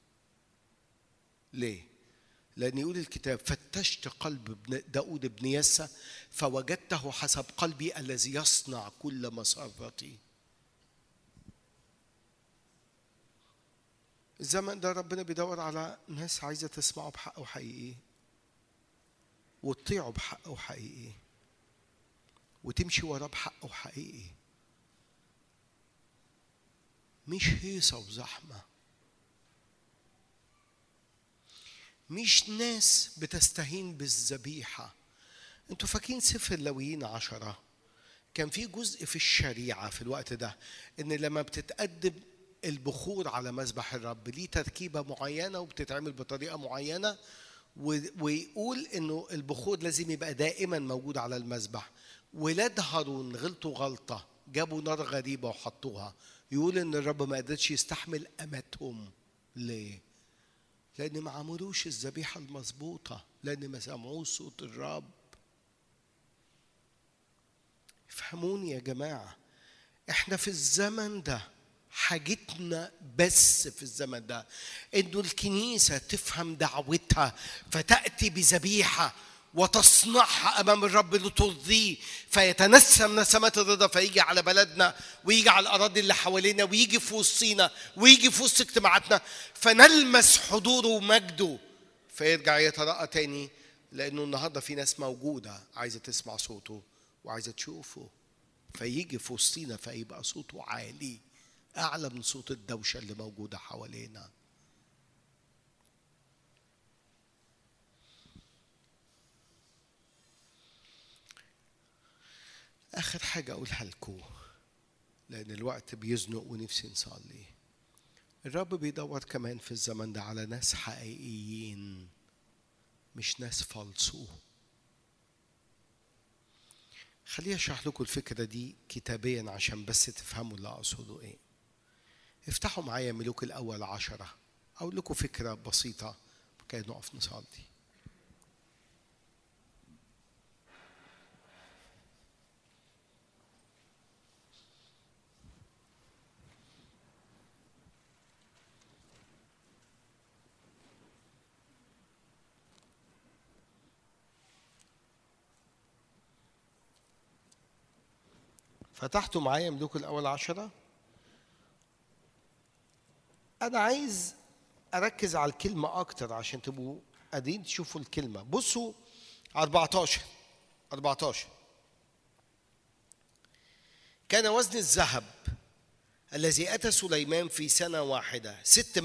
Speaker 2: ليه؟ لأن يقول الكتاب فتشت قلب داود بن يسى فوجدته حسب قلبي الذي يصنع كل مسرتي. الزمن ده ربنا بيدور على ناس عايزة تسمعه بحقه حقيقي وتطيعه بحقه حقيقي وتمشي وراه بحقه حقيقي، مش هيصة وزحمة، مش ناس بتستهين بالذبيحة. انتوا فاكرين سفر اللاويين 10 كان في جزء في الشريعة في الوقت ده ان لما بتتقدم البخور على مذبح الرب ليه تركيبة معينة وبتتعمل بطريقة معينة، ويقول انه البخور لازم يبقى دائما موجود على المذبح. ولاد هارون غلطوا غلطة، جابوا نار غريبة وحطوها، يقول ان الرب ما قدرش يستحمل أمتهم. ليه؟ لأن ما عملوش الذبيحة المظبوطة، لأن ما سمعوش صوت الرب. فهموني يا جماعة، احنا في الزمن ده حاجتنا بس في الزمن ده انه الكنيسة تفهم دعوتها فتأتي بذبيحة وتصنعها أمام الرب لترضيه، فيتنسم نسمات الرضا، فيجي على بلدنا ويجي على الأراضي اللي حوالينا ويجي في وسطينا ويجي في وسط اجتماعاتنا فنلمس حضوره ومجده، فيرجع يترقى تاني. لأنه النهاردة في ناس موجودة عايزة تسمع صوته وعايزة تشوفه، فيجي في وسطينا فيبقى صوته عالي أعلى من صوت الدوشة اللي موجودة حوالينا. آخر حاجة أقولها لكم لأن الوقت بيزنق ونفسي نصلي. الرب بيدور كمان في الزمن ده على ناس حقيقيين مش ناس فالصو. خليني اشرح لكم الفكرة دي كتابيا عشان بس تفهموا اللي اقصده ايه. افتحوا معايا ملوك الأول 10. أقول لكم فكرة بسيطة كي نقف نصلي. فتحتوا معايا ملوك الأول 10. أنا عايز أركز على الكلمة أكتر عشان تبقوا قادرين تشوفوا الكلمة. بصوا 14. كان وزن الذهب الذي أتى سليمان في سنة واحدة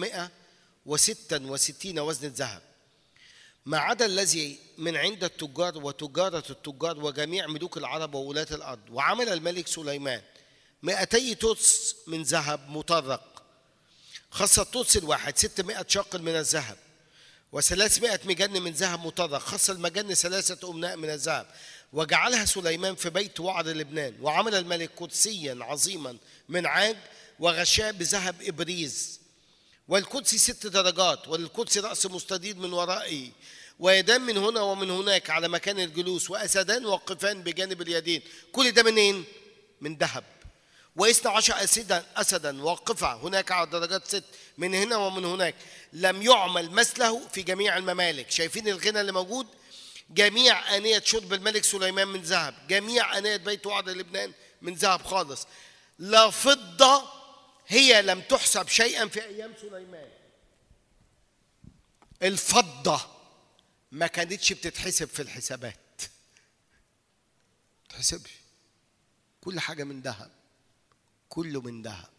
Speaker 2: 666 وزن الذهب، ما عدا الذي من عند التجار وتجارة التجار وجميع ملوك العرب وولاة الأرض. وعمل الملك سليمان 200 تدس من ذهب مطرق، خص التدس الواحد 600 شاقل من الذهب، و300 مجن من ذهب مطرق، خص المجن 3 أمناء من الذهب، وجعلها سليمان في بيت وعر لبنان. وعمل الملك كرسيا عظيما من عاج وغشاه بذهب إبريز، والكرسي 6 درجات، وللكرسي رأس مستدير من ورائه، ويدان من هنا ومن هناك على مكان الجلوس، وأسدان واقفان بجانب اليدين. كل ده منين؟ من ذهب. و12 أسدا واقفة هناك على درجات 6 من هنا ومن هناك، لم يعمل مثله في جميع الممالك. شايفين الغنى اللي موجود؟ جميع آنية شرب الملك سليمان من ذهب، جميع آنية بيت وعر لبنان من ذهب خالص، لا فضة هي لم تحسب شيئا في أيام سليمان. الفضة ما كانتش بتتحسب في الحسابات، تحسبش. كل حاجة من ذهب، كله من ذهب.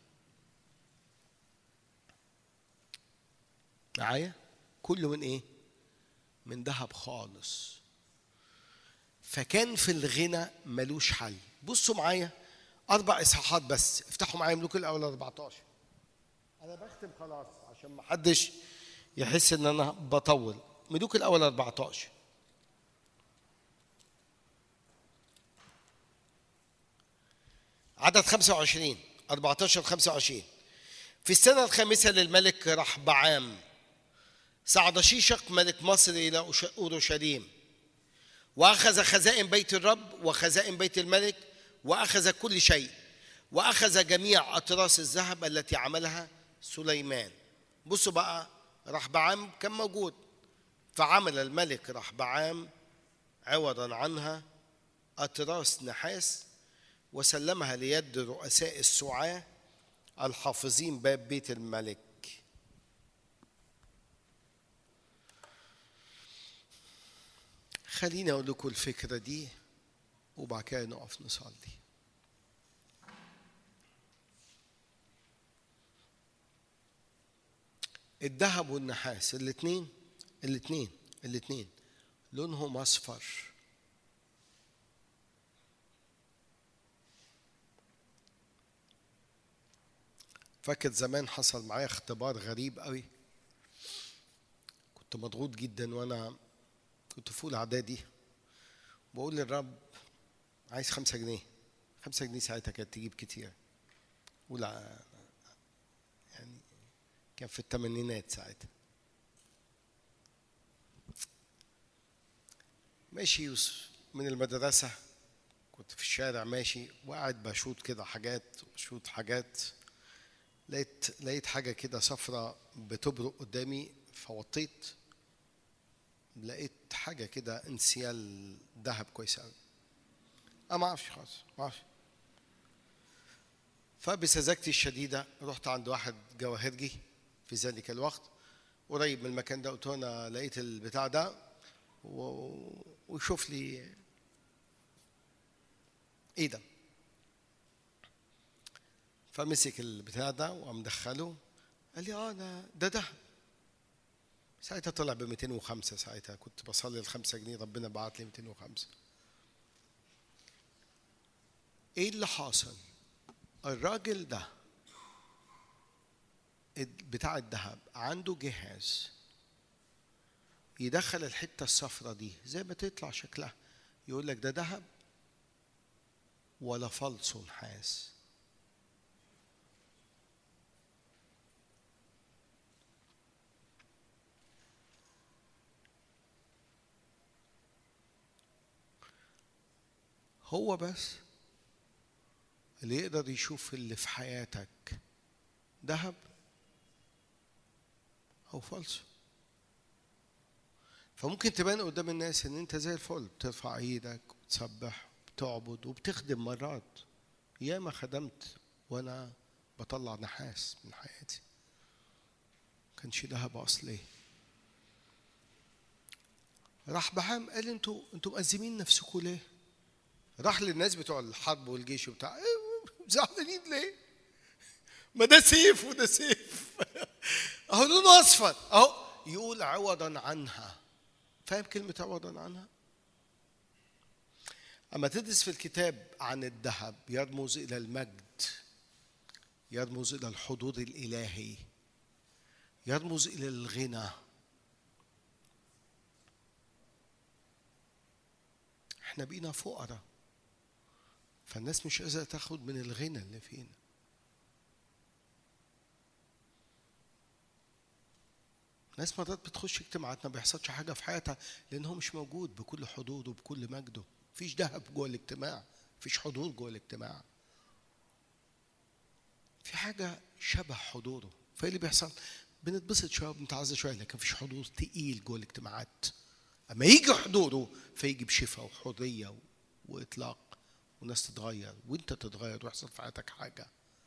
Speaker 2: معايا؟ كله من ايه؟ من ذهب خالص. فكان في الغنى ملوش حل. بصوا معايا 4 إصحاحات بس. افتحوا معايا ملوك الأول 14. أنا بختم خلاص عشان ما حدش يحس إن أنا بطول. ملوك الأول 14. عدد 25 14 25. في السنة الخامسة للملك رحبعام صعد شيشق ملك مصر إلى أورشليم، وأخذ خزائن بيت الرب وخزائن بيت الملك، وأخذ كل شيء، وأخذ جميع أطراس الذهب التي عملها سليمان. بصوا بقى، رحبعام كان موجود، فعمل الملك رحبعام عوضا عنها أطراس نحاس، وسلمها ليد رؤساء السعاة الحافظين باب بيت الملك. خليني أقول لكم الفكرة دي وبعد كده نقف نصلي. الذهب والنحاس الاثنين لونهم أصفر. فاكر زمان حصل معايا اختبار غريب قوي. كنت مضغوط جدا وانا كنت في اولى اعدادي، بقول للرب عايز 5 جنيه. 5 جنيه ساعتها كانت تجيب كتير، اولى يعني كان في الثمانينات ساعتها. ماشي من المدرسة، كنت في الشارع ماشي وقاعد بشوط كده حاجات، لقيت حاجة كده صفرة بتبرق قدامي، فوطيت لقيت حاجة كده انسيال ذهب كويس قوي. ما اعرفش خالص، ما اعرفش. فبسذاجتي الشديدة رحت عند واحد جواهرجي في ذلك الوقت قريب من المكان ده، قلت له انا لقيت البتاع ده وشوف لي ايه ده. فمسك البتاع ده وقام دخله، قال لي ده ذهب. ساعتها طلع ب 205. ساعتها كنت بصلي ال5 جنيه، ربنا بعت لي 205. ايه اللي حاصل؟ الراجل ده بتاع الذهب عنده جهاز يدخل الحتة الصفرة دي زي ما تطلع شكلها، يقول لك ده ذهب ولا فلس نحاس. هو بس اللي يقدر يشوف اللي في حياتك ذهب أو فلس. فممكن تبان قدام الناس ان انت زي الفل، بترفع ايدك وتسبح وبتعبد وبتخدم مرات. ياما خدمت وانا بطلع نحاس من حياتي، كانش ذهب اصلي. راح بهام قال انتوا مأزمين نفسكم ليه؟ راح للناس بتوع الحرب والجيش وبتاع، زعلانين ليه؟ ما ده سيف وده سيف. اهو لونه اصفر اهو، يقول عوضا عنها. فاهم كلمة عوضا عنها؟ أما تدرس في الكتاب عن الذهب يرمز إلى المجد، يرمز إلى الحضور الإلهي، يرمز إلى الغنى. احنا بقينا فقراء، فالناس مش قادرة تاخد من الغنى اللي فينا. ناس مرات بتخش اجتماعات ما بيحصلش حاجة في حياتها لأن هو مش موجود بكل حضوره وبكل مجده. مفيش ذهب جوه الاجتماع، مفيش حضور جوه الاجتماع، في حاجة شبه حضوره. فايه اللي بيحصل؟ بنتبسط شوية وبنتعزى شوية، لكن مفيش حضور تقيل جوه الاجتماعات. أما يجي حضوره فيجي بشفاء وحرية وإطلاق، والناس تتغير وانت تتغير ويحصل في حياتك حاجة.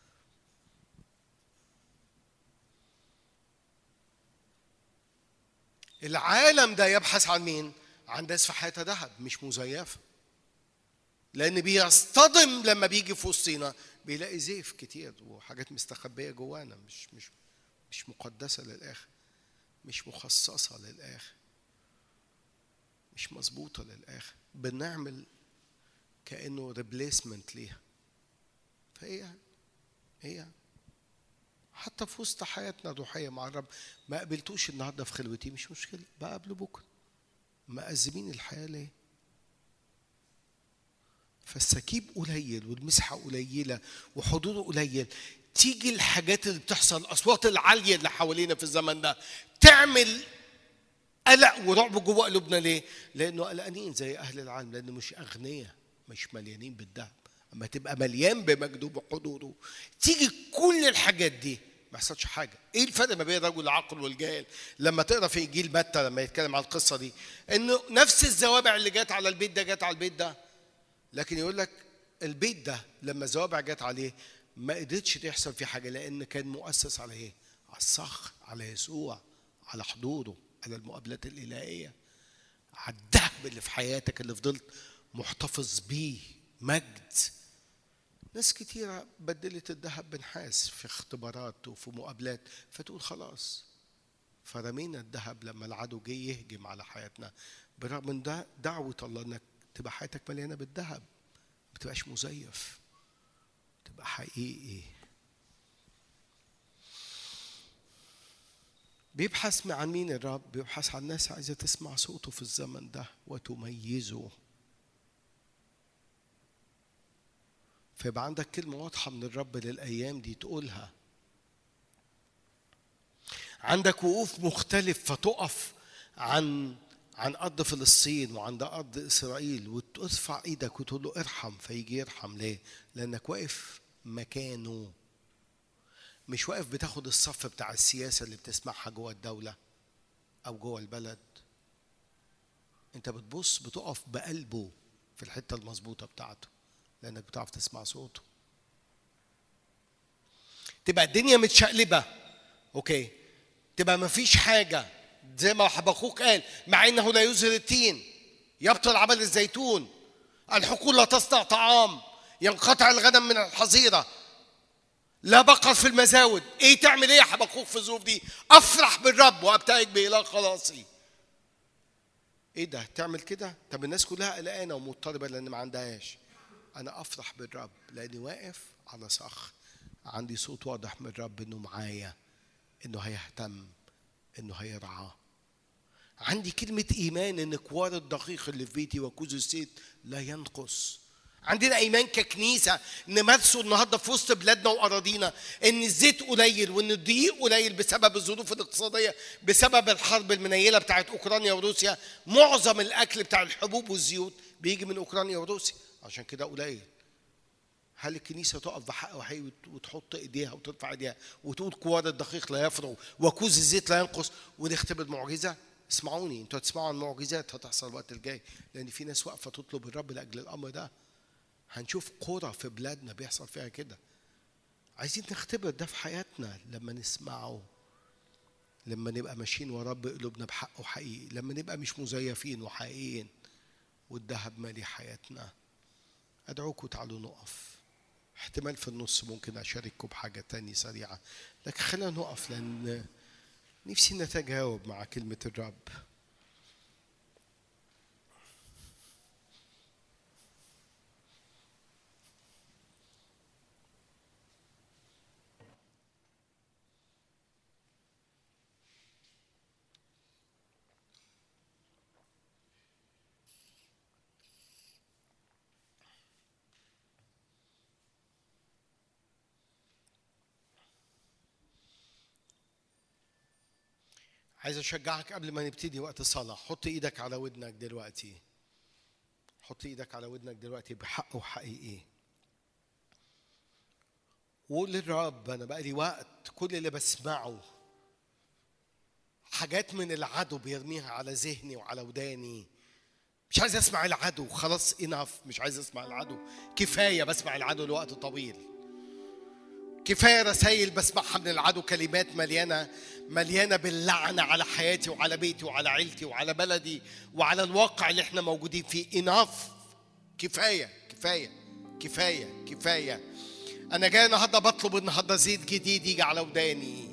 Speaker 2: العالم ده يبحث عن مين؟ عن ناس في حياتها ذهب مش مزيفة، لأن بيصطدم لما بيجي في وسطينا بيلاقي زيف كتير وحاجات مستخبية جوانا، مش مقدسة للآخر، مش مخصصة للآخر، مش مظبوطة للآخر. بنعمل كأنه ريبليسمنت ليها. فهي حتى في وسط حياتنا الروحية مع الرب، ما قابلتوش النهارده في خلوتي مش مشكلة، بقابله بكرة. مأزمين الحياة ليه؟ فالسكيب قليل والمسحة قليلة وحضوره قليل، تيجي الحاجات اللي بتحصل، الأصوات العالية اللي حوالينا في الزمن ده تعمل قلق ورعب جوه قلوبنا. ليه؟ لأنه قلقانين زي أهل العالم، لأنه مش أغنياء، مش مليانين بالذهب. أما تبقى مليان بمجده وحضوره تيجي كل الحاجات دي ما يحصلش حاجة. ايه الفرق ما بين الرجل العاقل والجاهل؟ لما تقرا في انجيل متى لما يتكلم عن القصة دي، انه نفس الزوابع اللي جت على البيت ده جت على البيت ده، لكن يقول لك البيت ده لما الزوابع جت عليه ما قدرتش تحصل فيه حاجة، لأن كان مؤسس على ايه؟ على الصخر، على يسوع، على حضوره، على المقابلات الإلهية، على الذهب اللي في حياتك اللي فضلت محتفظ بيه، مجد. ناس كتيرة بدلت الذهب بنحاس في اختبارات وفي مقابلات، فتقول خلاص فرمينا الذهب لما العدو جه يهجم على حياتنا. برغم من ده دعوة الله انك تبقى حياتك مليانة بالذهب، ما تبقاش مزيف، تبقى حقيقي. بيبحث عن مين الرب؟ بيبحث عن ناس عايزة تسمع صوته في الزمن ده وتميزه. فيبقى عندك كلمة واضحة من الرب للأيام دي تقولها. عندك وقوف مختلف فتقف عن أرض فلسطين وعند أرض إسرائيل وترفع إيدك وتقول له ارحم، فيجي يرحم. ليه؟ لأنك واقف مكانه، مش واقف بتاخد الصف بتاع السياسة اللي بتسمعها جوه الدولة أو جوه البلد. أنت بتبص بتقف بقلبه في الحتة المظبوطة بتاعته، لأنك بتعرف تسمع صوته. تبقى الدنيا متشقلبة، أوكي، تبقى مفيش حاجة زي ما حبقوق قال، مع إنه لا يزهر التين يبطل عمل الزيتون، الحقول لا تصنع طعام، ينقطع الغنم من الحظيرة، لا بقر في المزاود. إيه تعمل إيه يا حبقوق في الظروف دي؟ أفرح بالرب وأبتهج بإله خلاصي. إيه ده؟ تعمل كده؟ طب الناس كلها قلقانة ومضطربة لأن ما عندهاش. أنا أفرح بالرب لأني واقف على صخر، عندي صوت واضح من الرب إنه معايا، إنه هيهتم، إنه هيرعى. عندي كلمة إيمان إن كوار الدقيق اللي في بيتي وكوز الزيت لا ينقص. عندنا إيمان ككنيسة نمارسه النهاردة في وسط بلادنا وأراضينا، إن الزيت قليل وإن الدقيق قليل بسبب الظروف الاقتصادية، بسبب الحرب المنيلة بتاعت أوكرانيا وروسيا. معظم الأكل بتاع الحبوب والزيوت بيجي من أوكرانيا وروسيا، عشان كده قليل. هل الكنيسة تقف بحق وحقيقي وتحط إيديها وترفع إيديها وتقول كوار الدقيق لا يفرغ وكوز الزيت لا ينقص ونختبر معجزة؟ اسمعوني، انتوا هتسمعوا عن معجزات هتحصل الوقت الجاي، لأن في ناس واقفة تطلب الرب لأجل الأمر ده. هنشوف قرى في بلادنا بيحصل فيها كده. عايزين نختبر ده في حياتنا لما نسمعه، لما نبقى ماشيين ورا بقلوبنا بحق وحقيقي، لما نبقى مش مزيفين وحقيقيين والذهب مالي حياتنا. أدعوكم تعالوا نقف. احتمال في النص ممكن أشارككم بحاجة تانية سريعة، لكن خلينا نقف لأن نفسي نتجاوب مع كلمة الرب. عايز أشجعك قبل ما نبتدي وقت الصلاة، حط إيدك على ودنك دلوقتي. حط إيدك على ودنك دلوقتي بحق وحقيقي. وقول للرب أنا بقالي وقت كل اللي بسمعه حاجات من العدو بيرميها على ذهني وعلى وداني. مش عايز أسمع العدو، خلاص إناف، مش عايز أسمع العدو. كفاية بسمع العدو لوقت طويل. كفاية رسائل بسمعها من العدو، كلمات مليانة باللعنة على حياتي وعلى بيتي وعلى عيلتي وعلى بلدي وعلى الواقع اللي احنا موجودين فيه. إناف، كفاية كفاية كفاية كفاية. أنا جاي النهاردة بطلب النهاردة زيت جديد يجي على وداني.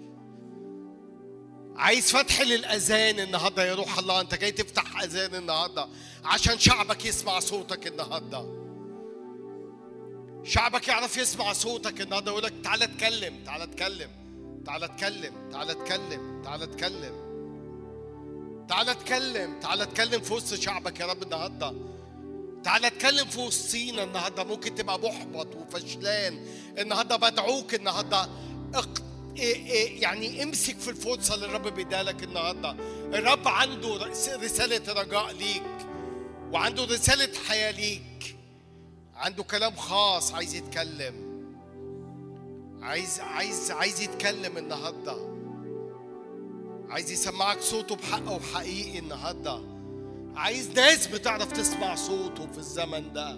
Speaker 2: عايز فتح للأذان النهاردة يا روح الله. أنت جاي تفتح أذان النهاردة عشان شعبك يسمع صوتك النهاردة. شعبك يعرف يسمع صوتك النهارده، يقول لك تعالى اتكلم تعالى اتكلم تعالى اتكلم تعالى اتكلم تعالى اتكلم تعالى اتكلم تعالى اتكلم في وسط شعبك يا رب النهارده. تعالى اتكلم في وسطينا النهارده. ممكن تبقى محبط وفشلان النهارده، بدعوك النهارده يعني امسك في الفرصه اللي الرب بيديها لك النهارده. الرب عنده رساله رجاء ليك وعنده رساله حياه ليك. عنده كلام خاص عايز يتكلم. عايز يتكلم النهارده. عايز يسمعك صوته بحق وحقيقي النهارده. عايز ناس بتعرف تسمع صوته في الزمن ده.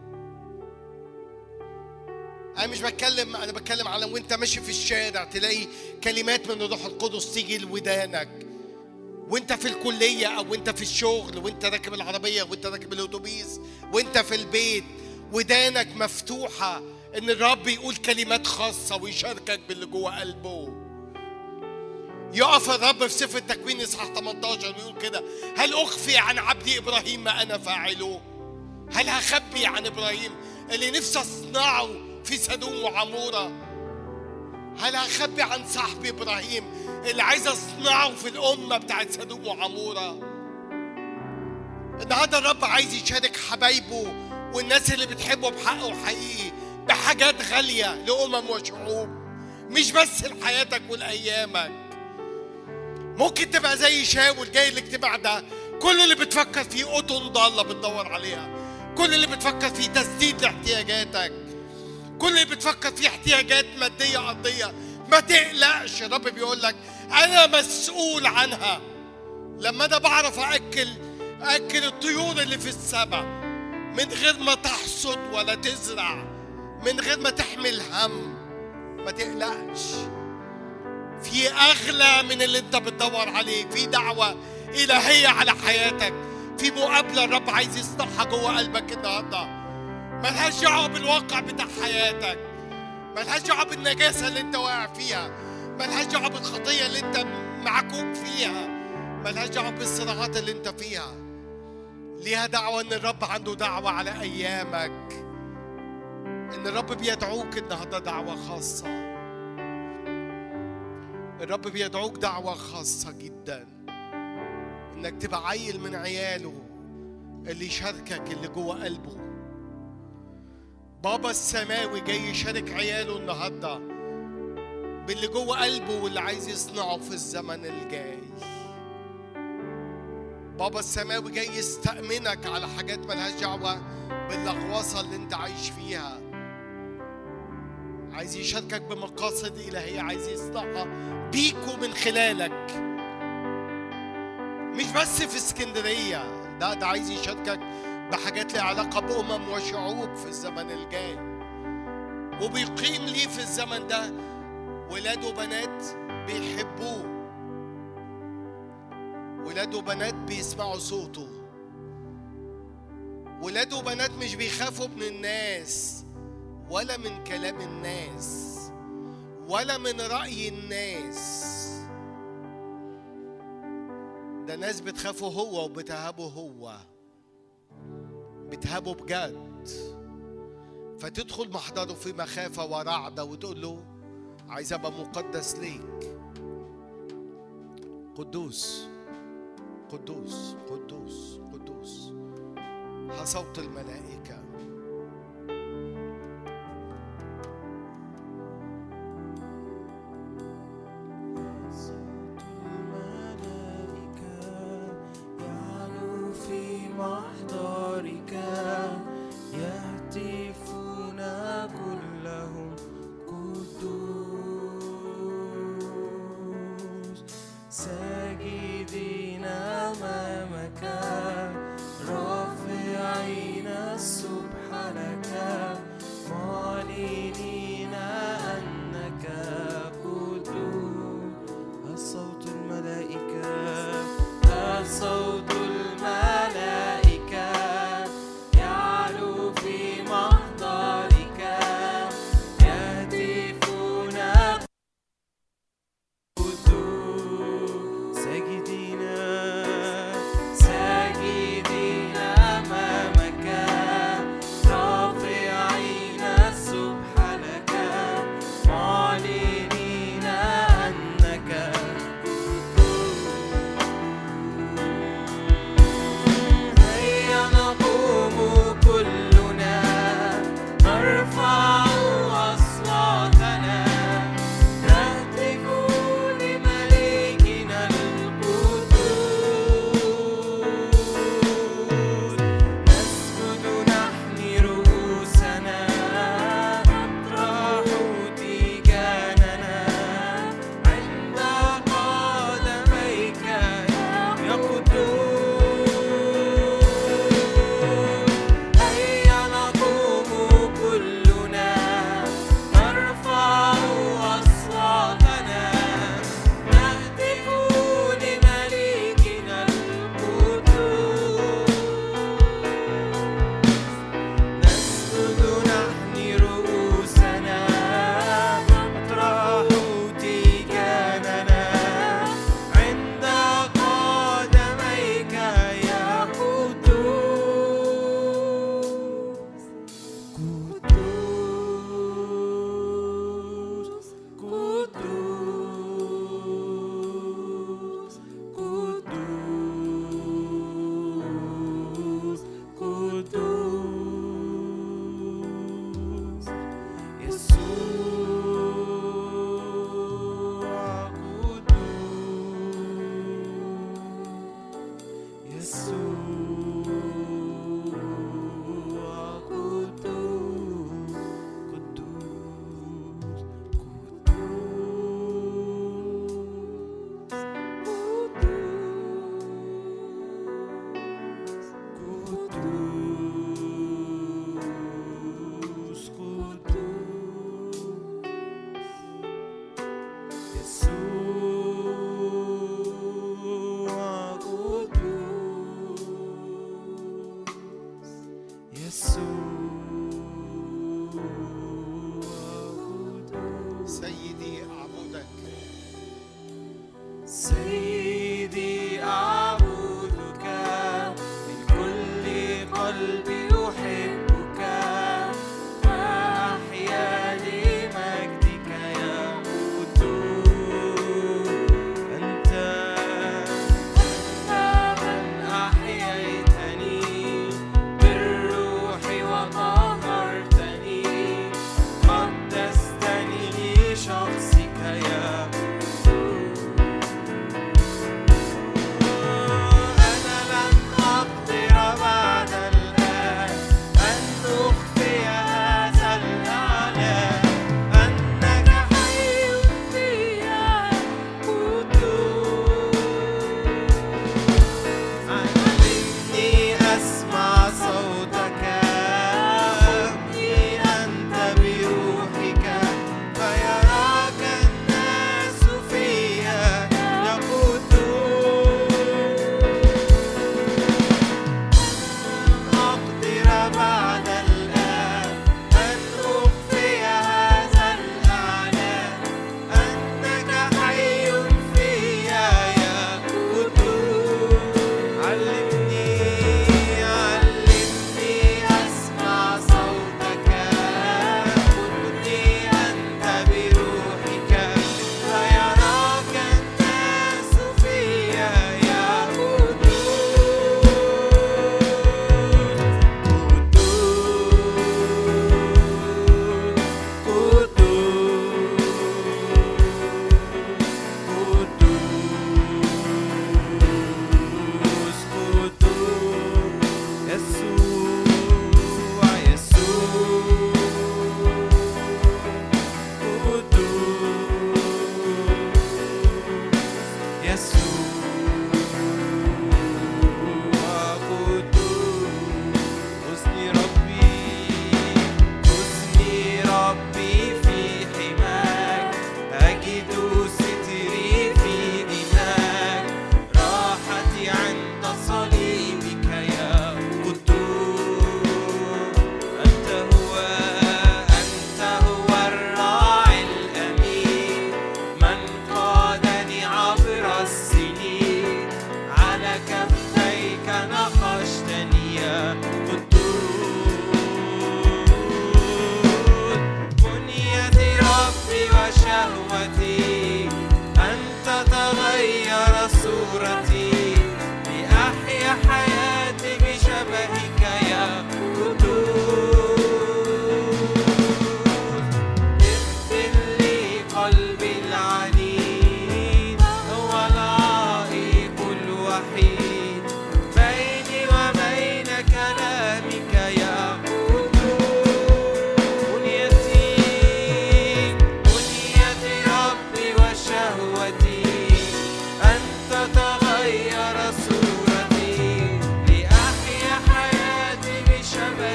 Speaker 2: انا مش بتكلم، انا بتكلم على وانت ماشي في الشارع تلاقي كلمات من الروح القدس تيجي لودانك، وانت في الكليه او وانت في الشغل وانت راكب العربيه وانت راكب الاتوبيس وانت في البيت، ودانك مفتوحة إن الرب يقول كلمات خاصة ويشاركك باللي جوه قلبه. يقف الرب في سفر التكوين إصحاح 18 ويقول كده: هل أخفي عن عبدي إبراهيم ما أنا فاعله؟ هل هخبي عن إبراهيم اللي نفسي أصنعه في سدوم وعمورة؟ هل هخبي عن صاحبي إبراهيم اللي عايز أصنعه في الأمة بتاعت سدوم وعمورة؟ النهارده الرب عايز يشارك حبايبه والناس اللي بتحبه بحق وحقيقي بحاجات غالية لأمم وشعوب، مش بس لحياتك ولأيامك. ممكن تبقى زي شاول جاي الاجتماع ده كل اللي بتفكر فيه قطن ضالة بتدور عليها، كل اللي بتفكر فيه تسديد لاحتياجاتك، كل اللي بتفكر فيه احتياجات مادية أرضية. ما تقلقش، الرب بيقول لك أنا مسؤول عنها. لما أنا بعرف أكل الطيور اللي في السماء من غير ما تحصد ولا تزرع، من غير ما تحمل هم، ما تقلقش. في أغلى من اللي أنت بتدور عليه، في دعوة إلهية على حياتك، في مقابلة الرب عايز يصنعها جوه قلبك النهارده. ملهاش دعوة بالواقع بتاع حياتك، ملهاش دعوة بالنجاسة اللي أنت واقع فيها، ملهاش دعوة بالخطية اللي أنت معكوك فيها، ملهاش دعوة بالصراعات اللي أنت فيها. ليها دعوة إن الرب عنده دعوة على أيامك، إن الرب بيدعوك النهارده دعوة خاصة. الرب بيدعوك دعوة خاصة جدا. انك تبقى عيل من عياله اللي يشاركك اللي جوه قلبه. بابا السماوي جاي يشارك عياله النهارده باللي جوه قلبه واللي عايز يصنعه في الزمن الجاي. بابا السماوي جاي يستأمنك على حاجات ملهاش دعوة باللغواصة اللي انت عايش فيها. عايز يشاركك بمقاصد إلهية عايز يصنعها بيك ومن خلالك، مش بس في اسكندرية. ده عايز يشاركك بحاجات لها علاقة بأمم وشعوب في الزمن الجاي، وبيقيم ليه في الزمن ده ولاد وبنات بيحبوه، ولاد وبنات بيسمعوا صوته، ولاد وبنات مش بيخافوا من الناس ولا من كلام الناس ولا من رأي الناس. ده ناس بتخافوا هو وبتهابه هو، بتهابه بجد. فتدخل محضره في مخافة ورعدة وتقول له عايز أبقى مقدس ليك. قدوس قدوس قدوس قدوس. صوت الملائكة.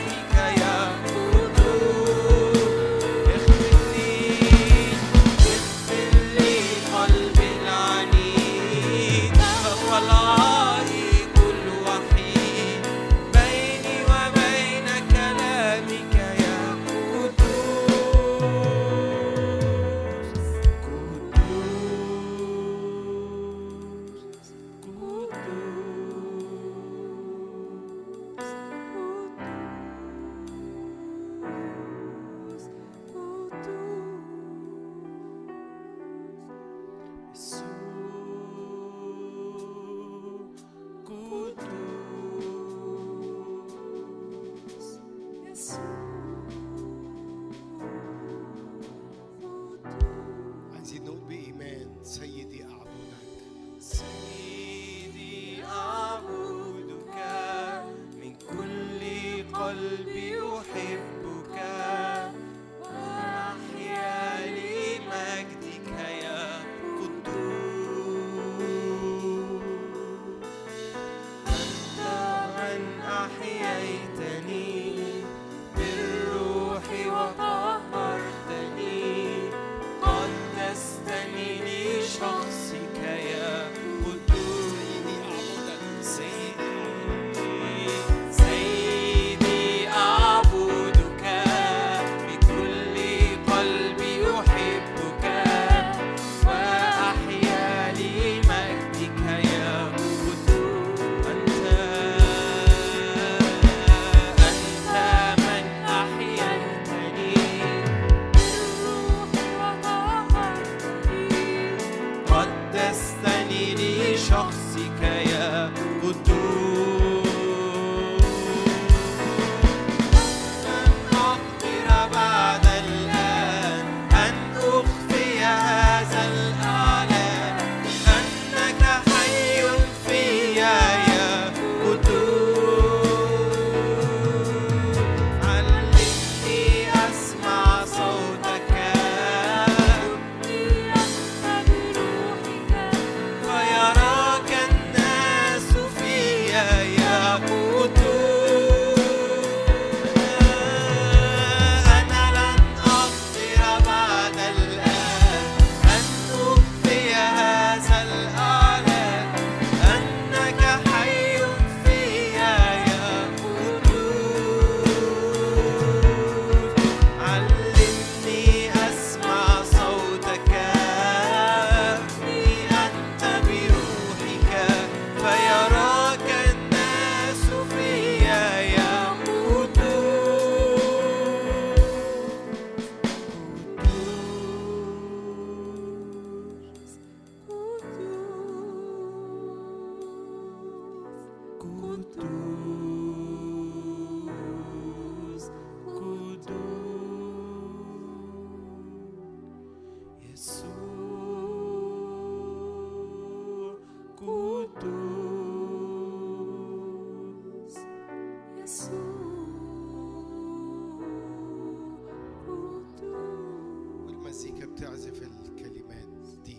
Speaker 2: بتعزف الكلمات دي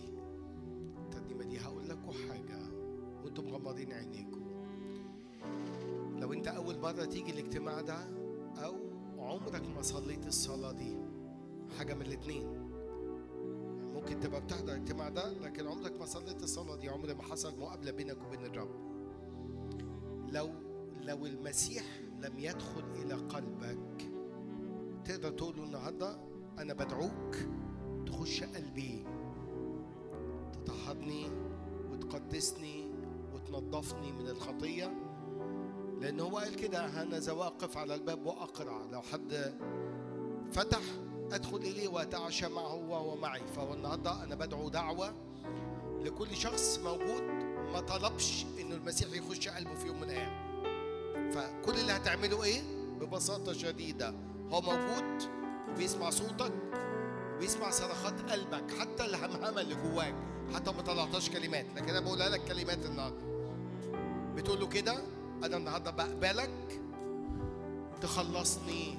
Speaker 2: الترنيمة دي، هقول لكم حاجة وانتم مغمضين عينيكم. لو انت أول مرة تيجي الاجتماع ده أو عمرك ما صليت الصلاة دي، حاجة من الاتنين، ممكن تبقى بتحضر الاجتماع ده لكن عمرك ما صليت الصلاة دي، عمر ما حصل مقابلة بينك وبين الرب. لو المسيح لم يدخل إلى قلبك، تقدر تقول له النهارده أنا بدعوك تخش قلبي، تطهرني وتقدسني وتنظفني من الخطية، لأن هو قال كده: أنا ذا واقف على الباب وأقرع، لو حد فتح أدخل إليه وأتعشى معه وهو معي. فهو النهارده أنا بدعو دعوة لكل شخص موجود ما طلبش إنه المسيح يخش قلبه في يوم من الأيام. فكل اللي هتعمله إيه؟ ببساطة شديدة، هو موجود وبيسمع صوتك وبيسمع صرخات قلبك، حتى الهمهمة اللي جواك، حتى ما طلعتهاش كلمات، لكن أنا بقولها لك كلمات النهارده. بتقول له كده: أنا النهارده بقبلك تخلصني،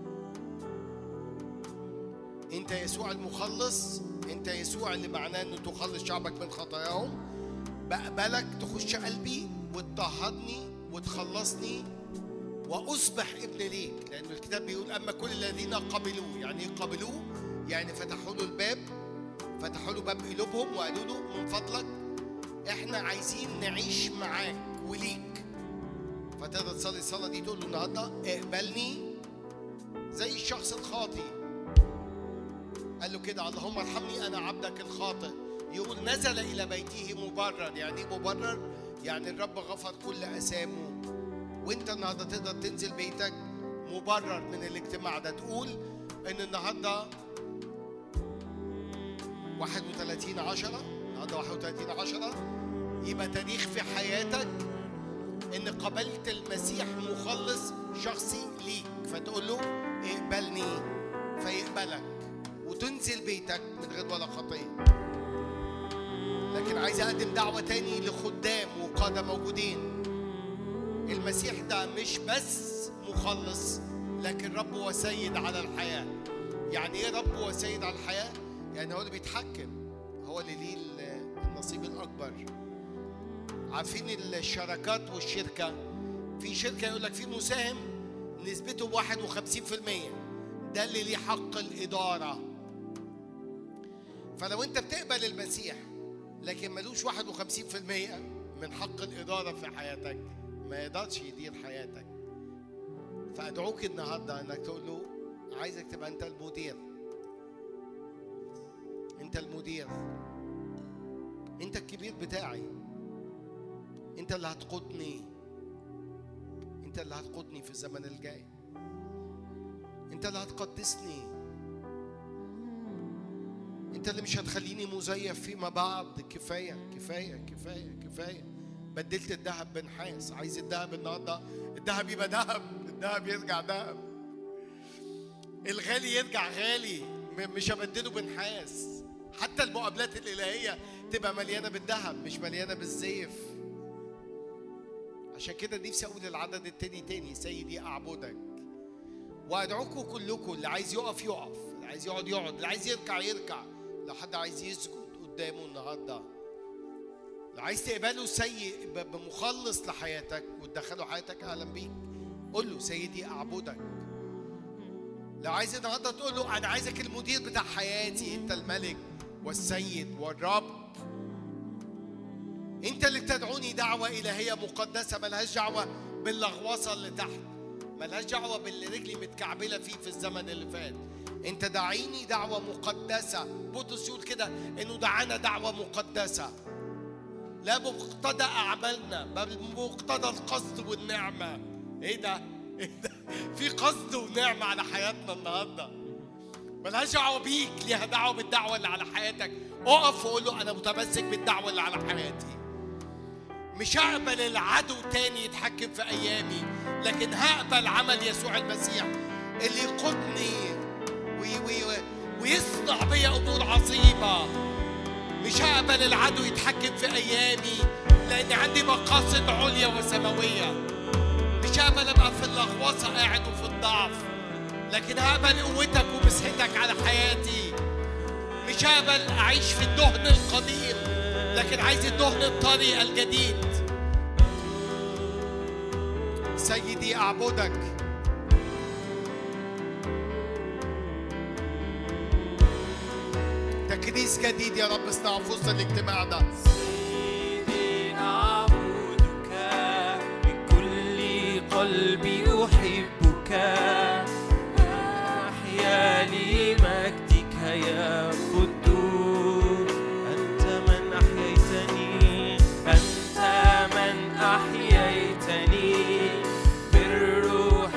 Speaker 2: أنت يسوع المخلص، أنت يسوع اللي معناه إنه تخلص شعبك من خطاياهم. بقبلك تخش قلبي وتطهرني وتخلصني وأصبح ابن ليك، لأن الكتاب بيقول أما كل الذين قبلوه. يعني إيه قبلوه؟ يعني فتحوا له الباب، فتحوا له باب قلوبهم وقالوا له من فضلك إحنا عايزين نعيش معاك وليك. فتقدر تصلي الصلاة دي تقول له النهارده اقبلني زي الشخص الخاطئ. قال له كده اللهم ارحمني أنا عبدك الخاطئ. يقول نزل إلى بيته مبرر. يعني إيه مبرر؟ يعني الرب غفر كل أثامه. وانت النهارده تقدر تنزل بيتك مبرر من الاجتماع ده. تقول ان النهارده 31/10، النهارده 31/10 يبقى تاريخ في حياتك ان قبلت المسيح مخلص شخصي ليك. فتقول له اقبلني فيقبلك وتنزل بيتك من غير ولا خطيه. لكن عايز اقدم دعوه تاني لخدام وقاده موجودين. المسيح ده مش بس مخلص لكن رب وسيد على الحياة. يعني ايه رب وسيد على الحياة؟ يعني هو اللي بيتحكم، هو اللي ليه النصيب الأكبر. عارفين الشراكات والشركة؟ في شركة يقول لك في مساهم نسبته 51%، ده اللي ليه حق الإدارة. فلو انت بتقبل المسيح لكن ملوش 51% من حق الإدارة في حياتك، ما يقدرش يدير حياتك. فأدعوك النهاردة أنك تقول له عايزك تبقى أنت المدير. أنت المدير، أنت الكبير بتاعي، أنت اللي هتقودني، أنت اللي هتقودني في الزمن الجاي، أنت اللي هتقدسني، أنت اللي مش هتخليني مزيف فيما بعد. كفاية كفاية كفاية كفاية. بدلت الذهب بنحاس. عايز الذهب النهارده الذهب يبقى ذهب، الذهب يرجع ذهب، الغالي يرجع غالي، مش هبدله بنحاس. حتى المقابلات الإلهية تبقى مليانة بالذهب مش مليانة بالزيف. عشان كده نفسي أقول العدد التاني تاني، سيدي أعبدك. وأدعوكم كلكم، اللي عايز يقف يقف، اللي عايز يقعد يقعد، اللي عايز يركع يركع. لو حد عايز يسجد قدامه النهارده، لو عايز تقبله سيء بمخلص لحياتك وتدخله حياتك، أهلا بيك. قول له سيدي أعبدك. لو عايز النهارده تقول له أنا عايزك المدير بتاع حياتي، أنت الملك والسيد والرب، أنت اللي بتدعوني دعوة إلهية مقدسة ملهاش دعوة باللغوصة اللي تحت، ملهاش دعوة باللي رجلي متكعبلة فيه في الزمن اللي فات. أنت دعيني دعوة مقدسة. بطرس يقول كده إنه دعانا دعوة مقدسة، لا بمقتضى أعمالنا بل بمقتضى القصد والنعمة. إيه ده؟ إيه ده؟ في قصد ونعمة على حياتنا النهاردة، ملهاش دعوة بيك، ليها دعوة بالدعوة اللي على حياتك. اقف وقول له أنا متمسك بالدعوة اللي على حياتي. مش هقبل العدو تاني يتحكم في أيامي، لكن هقبل عمل يسوع المسيح اللي يقودني ويصنع بي أمور عظيمة. مش هقبل العدو يتحكم في أيامي، لأن عندي مقاصد عليا وسماوية. مش هقبل أبقى في اللغوصة قاعد وفي الضعف، لكن هقبل قوتك ومسحتك على حياتي. مش هقبل أعيش في الدهن القديم، لكن عايز الدهن الطري الجديد. سيدي أعبدك. تكريس جديد يا رب اصنعه في وسط الاجتماع ده.
Speaker 3: سيدي أعبدك من كل قلبي، أحبك أحيا لمجدك يا قدوس. أنت من أحييتني، أنت من أحييتني بالروح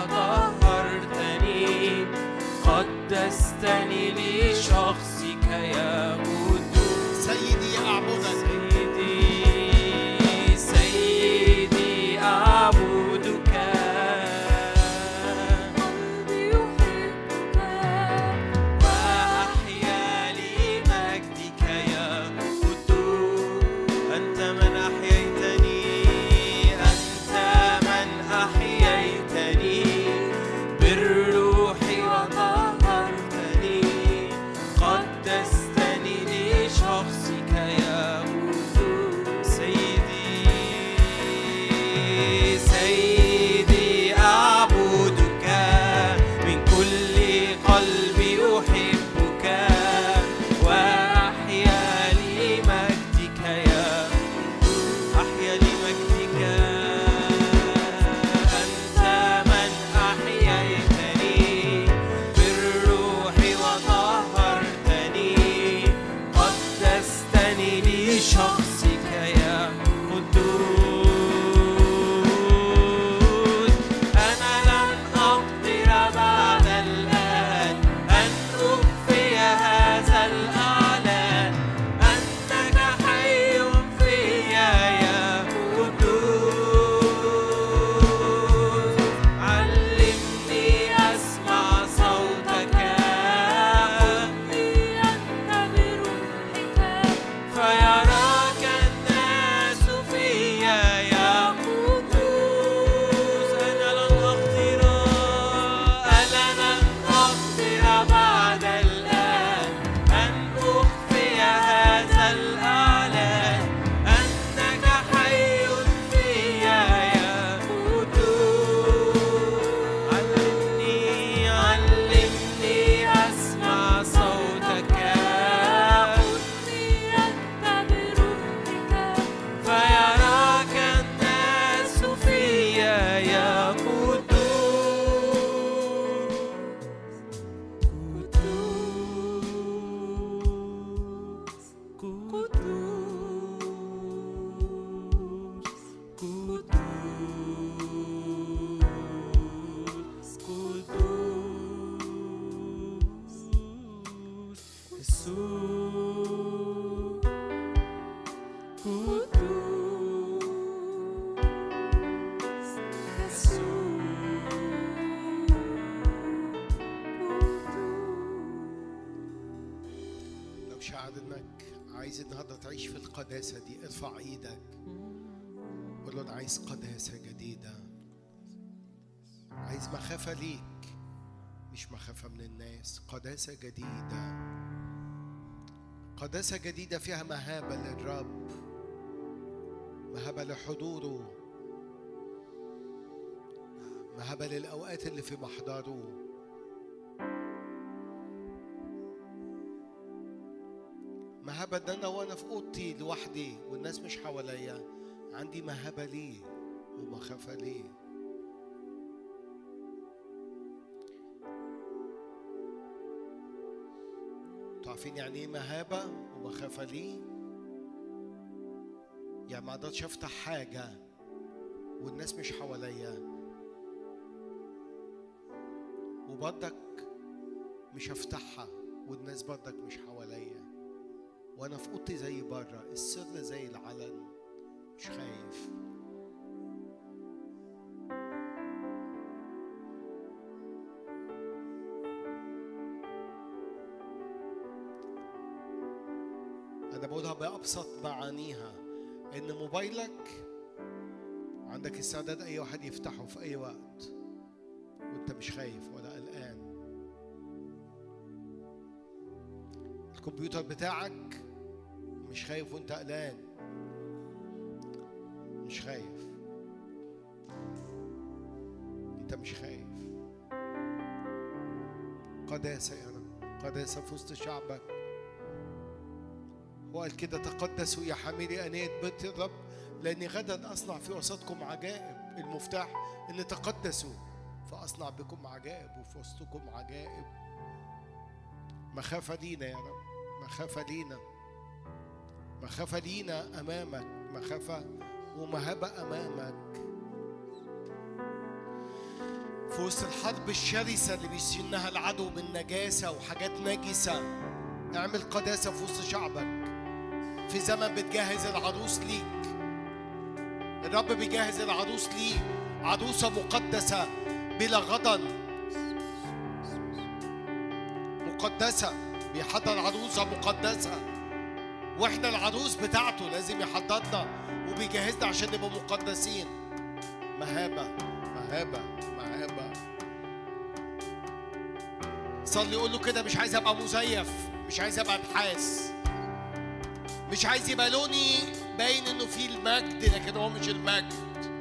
Speaker 3: وطهرتني، قدستني لشخصك يا قدوس.
Speaker 2: سيدي أعبدك.
Speaker 3: سيدي أعبدك، قلبي يحبك وأحيا لمجدك يا قدوس. أنت من أحييتني، أنت من أحييتني بالروح وطهرتني، قدستني
Speaker 2: شاعر انك عايز النهارده تعيش في القداسه دي، ارفع ايدك قول له انا عايز قداسه جديده، عايز مخافه ليك مش مخافه من الناس، قداسه جديده، قداسه جديده فيها مهابه للرب، مهابه لحضوره، مهابه للاوقات اللي في محضره. مهابة ان انا وانا في اوضتي لوحدي والناس مش حواليا عندي مهابة ليه ومخافة ليه. تعرفين يعني ايه مهابة ومخافة ليه؟ يعني ما اقدرش افتح حاجة والناس مش حواليا، وبرضك مش هفتحها والناس برضك مش حواليا، وانا في اوضتي زي بره، السر زي العلن، مش خايف. انا بقولها بابسط معانيها، ان موبايلك عندك استعداد اي واحد يفتحه في اي وقت وانت مش خايف ولا قلقان. الكمبيوتر بتاعك مش خايف وانت قلقان، مش خايف، انت مش خايف. قداسة يا رب، قداسة في وسط شعبك. هو قال كده تقدسوا يا حاملي أنية بيت الرب لأني غدا أصنع في وسطكم عجائب. المفتاح إن تقدسوا فأصنع بكم عجائب وفي وسطكم عجائب. مخافة لينا يا رب، مخافة لينا، مخافة لينا أمامك، مخافة ومهابة أمامك. في وسط الحرب الشرسة اللي بيسنها العدو من نجاسة وحاجات نجسة، اعمل قداسة في وسط شعبك. في زمن بتجهز العروس ليك، الرب بيجهز العروس ليك، عروسة مقدسة بلا غضن، مقدسة، بيحضر عروسة مقدسة، واحنا العروس بتاعته لازم يحضرنا وبيجهزنا عشان نبقى مقدسين. مهابة مهابة مهابة. صلي قول له كده، مش عايز ابقى مزيف، مش عايز ابقى نحاس، مش عايز يبقى لوني باين انه فيه المجد لكن هو مش المجد.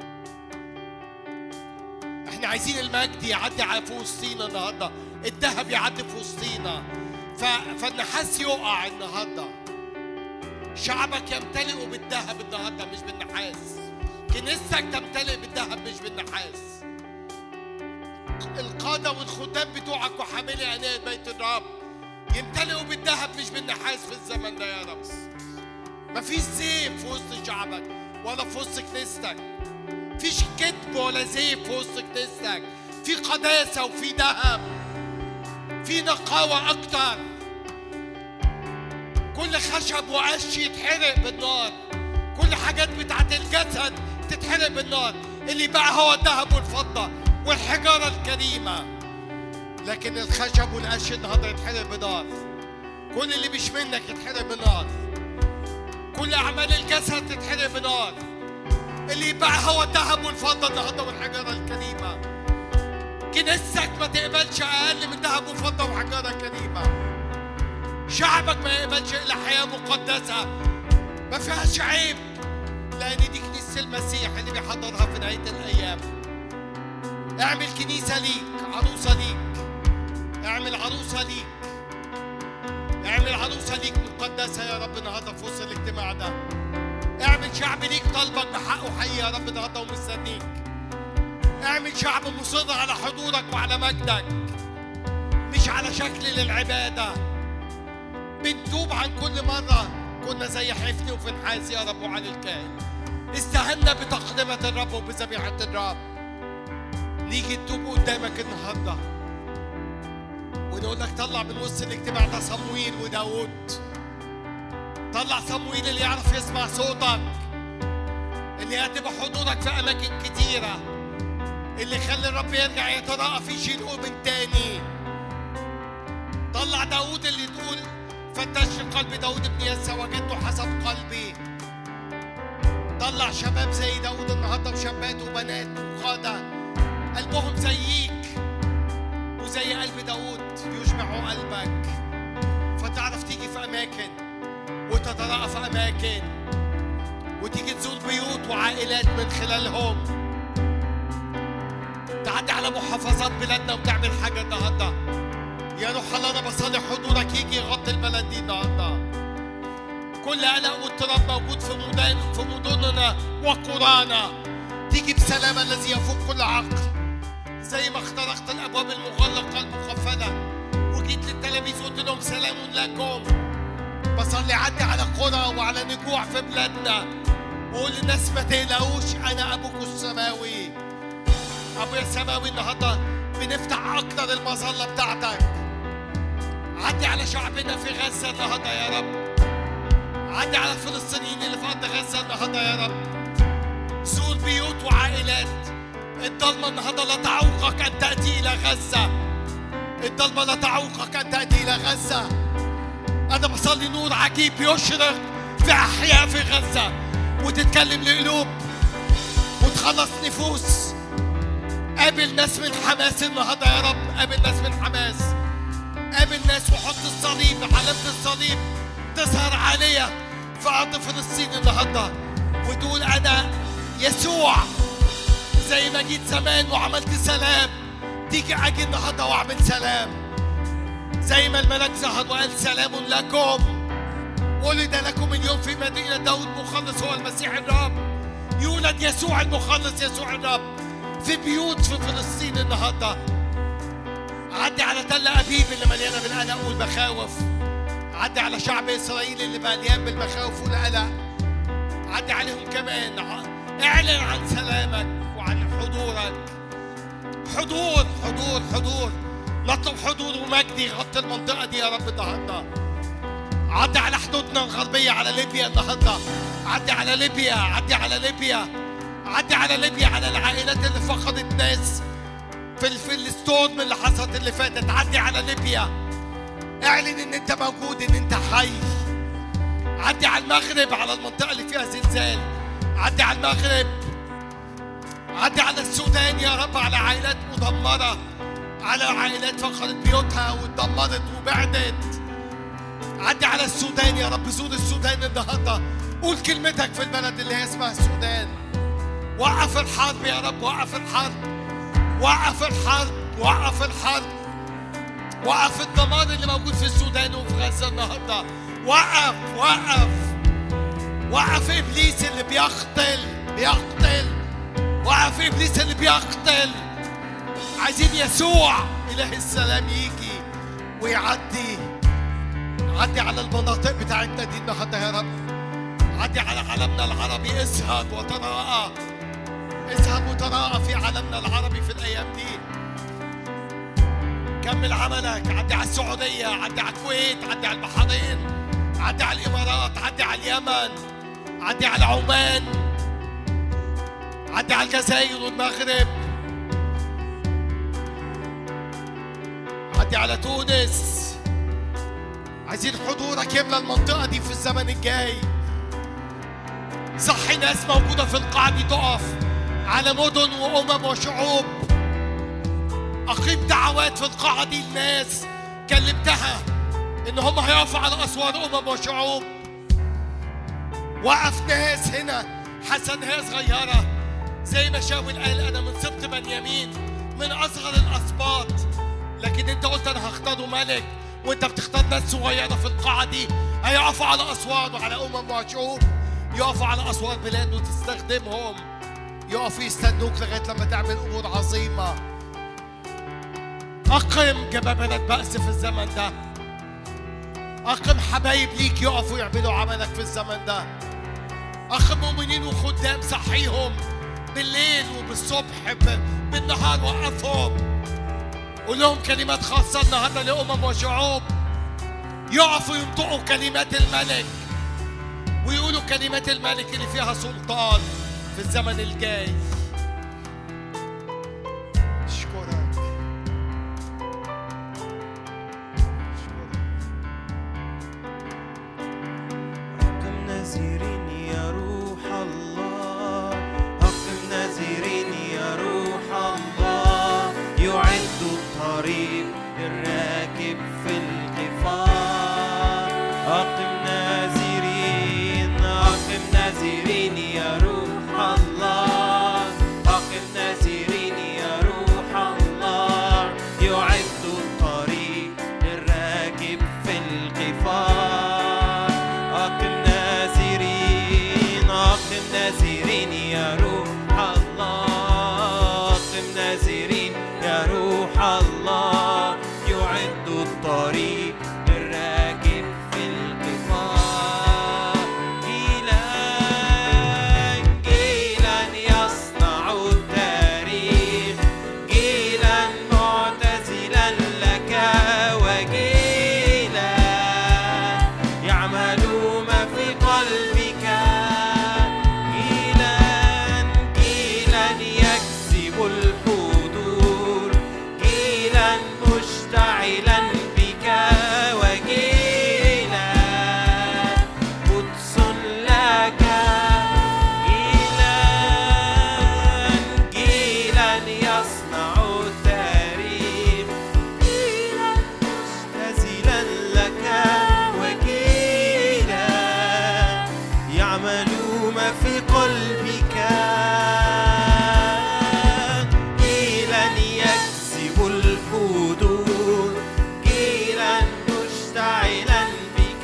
Speaker 2: احنا عايزين المجد يعدي على في وسطينا النهارده، الذهب يعدي في وسطينا، فالنحاس يقع النهارده. شعبك يمتلئ بالذهب النهارده مش بالنحاس، كنيستك تمتلئ بالذهب مش بالنحاس. القادة والخدام بتوعك وحاملي أنية بيت الرب يمتلئوا بالذهب مش بالنحاس في الزمن ده يا رب. مفيش زيف في وسط شعبك ولا في وسط كنيستك، مفيش كذب ولا زيف في وسط كنيستك، في قداسة وفي ذهب، في نقاوة أكتر. كل خشب وقش يتحرق بالنار، كل حاجات بتاعت الجسد تتحرق بالنار. اللي بقى هو الذهب والفضة والحجارة الكريمة، لكن الخشب والقش النهارده يتحرق بنار. كل اللي مش منك يتحرق بنار، كل أعمال الجسد تتحرق بنار. اللي بقى هو الذهب والفضة النهارده والحجارة الكريمة. كنيستك ما تقبلش أقل من ذهب وفضة وحجارة كريمة. شعبك ما يقبلش إلا حياة مقدسة ما فيهاش عيب، لأن دي كنيسة المسيح اللي بيحضرها في نهاية الأيام. اعمل كنيسة ليك، عروسة ليك، اعمل عروسة ليك، اعمل عروسة ليك مقدسة يا رب النهارده في وسط الاجتماع ده. اعمل شعب ليك طلبك بحقه حي يا رب النهارده ومستنيك. اعمل شعب مصر على حضورك وعلى مجدك مش على شكل للعبادة. بنتوب عن كل مرة كنا زي حفني وفنحاس يا رب وعن الكاهن، استهنا بتقدمة الرب وبذبيحة الرب. نيجي نتوب قدامك النهارده ونقول لك طلع من وسط الاجتماع ده صمويل وداود. طلع صمويل اللي يعرف يسمع صوتك، اللي يأتي بحضورك في أماكن كتيرة، اللي يخلي الرب يرجع يتراءى في شيء من تاني. طلع داود اللي تقول فتشت قلب داود ابن يسى وجدته حسب قلبي. طلع شباب زي داود النهارده وشابات وبنات وقادة قلبهم زيك وزي قلب داود يشبعوا قلبك، فتعرف تيجي في أماكن وتتراءى في أماكن وتيجي تزور بيوت وعائلات من خلالهم، تعدي على محافظات بلادنا وتعمل حاجة النهارده. يا روح الله أنا بصلي حضورك يجي يغطي البلد دي النهارده. كل قلق واضطراب موجود في مدننا وقرانا تيجي بسلام الذي يفوق كل عقل. زي ما اخترقت الأبواب المغلقة المقفلة وجيت للتلاميذ قلت لهم سلام لكم. بصلي عدي على قرى وعلى نجوع في بلادنا وقول للناس ما تقلقوش أنا أبوكم السماوي. أبويا السماوي النهارده بنفتح أكتر المظلة بتاعتك. عدي على شعبنا في غزة النهارده يا رب. عدي على الفلسطينيين اللي في أرض غزة النهارده يا رب. زور بيوت وعائلات. الضلمة النهارده لا تعوقك أن تأتي إلى غزة. الضلمة لا تعوقك أن تأتي إلى غزة. أنا بصلي نور عجيب يشرق في أحياء في غزة وتتكلم لقلوب وتخلص نفوس. قابل ناس من حماس النهارده يا رب. قابل ناس من حماس. قابل ناس وحط الصليب علامة الصليب تظهر عليا في أرض فلسطين النهارده وتقول أنا يسوع. زي ما جيت زمان وعملت سلام تيجي أجي النهارده وأعمل سلام. زي ما الملاك ظهر وقال سلام لكم. ولد لكم اليوم في مدينة داود مخلص هو المسيح الرب. يولد يسوع المخلص يسوع الرب في بيوت في فلسطين النهارده. عدي على تل أبيب اللي مليانة بالقلق والمخاوف. عدي على شعب إسرائيل اللي مليان بالمخاوف والقلق. عدي عليهم كمان. اعلن عن سلامك وعن حضورك. حضور حضور حضور. نطلب حضور ومجد يغطي المنطقة دي يا رب النهارده. عدي على حدودنا الغربية على ليبيا النهارده. عدي على ليبيا. عدي على ليبيا. عدي على ليبيا على العائلات اللي فقدت ناس في الستورم اللي حصلت اللي فاتت. عدي على ليبيا. اعلن ان انت موجود ان انت حي. عدي على المغرب على المنطقة اللي فيها زلزال. عدي على المغرب. عدي على السودان يا رب على عائلات مدمرة. على عائلات فقدت بيوتها واتدمرت وبعدت. عدي على السودان يا رب. زور السودان النهارده. قول كلمتك في البلد اللي هي اسمها السودان. وقف الحرب يا رب. وقف الحرب. وقف الحرب. وقف الحرب. وقف الدمار اللي موجود في السودان وفي غزة النهارده. وقف وقف وقف إبليس اللي بيقتل. وقف إبليس اللي بيقتل. عايزين يسوع إله السلام يجي ويعدي. عدي على المناطق بتاعتنا دي النهارده يا رب. عدي على عالمنا العربي. اذهب وتراءى. اذهب وتراءى في عالمنا العربي في الأيام دي. كمل عملك. عدي على السعودية. عدي على الكويت. عدي على البحرين. عدي على الإمارات. عدي على اليمن. عدي على عمان. عدي على الجزائر والمغرب. عدي على تونس. عايزين حضورك يملى المنطقة دي في الزمن الجاي. صحي ناس موجودة في القاعة دي تقف على مدن وأمم وشعوب. أقيم دعوات في القاعة دي. الناس كلمتها إن هم هيقفوا على أسوار أمم وشعوب. وقف ناس هنا حسن هي صغيرة زي ما شاول قال أنا من سبط بنيامين من أصغر الأسباط، لكن أنت قلت أنا هختاره ملك، وأنت بتختار ناس صغيرة في القاعة دي هيقفوا على أسوار وعلى أمم وشعوب. يقفوا على أسوار بلاد وتستخدمهم. يقفوا يستنوك لغاية لما تعمل أمور عظيمة. أقم جبابرة بأس في الزمن ده. أقم حبايب ليك يقفوا يعملوا عملك في الزمن ده. أقم مؤمنين وخدام صحيهم بالليل وبالصبح بالنهار. وقفهم. قول لهم كلمات خاصة النهارده لأمم وشعوب. يقفوا ينطقوا كلمات الملك ويقولوا كلمات الملك اللي فيها سلطان في الزمن الجاي. أشكرك.
Speaker 3: الطريق الراكب في القفار. أقم ناظرين أقم ناظرين يا روح الله، أقم ناظرين يا روح الله، يعد الطريق للراكب في القفار. أقم ناظرين أقم ناظرين يا روح الله، أقم ناظرين يا روح الله، يعد الطريق للراكب في القفار. جيلا جيلا يصنع التاريخ، جيلا معتزلا لك، وجيلا يعمل ما في قلبك. جيلا جيلا يكسب الحضور، جيلا مشتعلا بك، وجيلا قدس لك. جيلا جيلا يصنع التاريخ، جيلا مشتعلا لك، وجيلا يعمل ما في قلبك. جيلا يكسب الحضور، جيلا مشتعلا بك،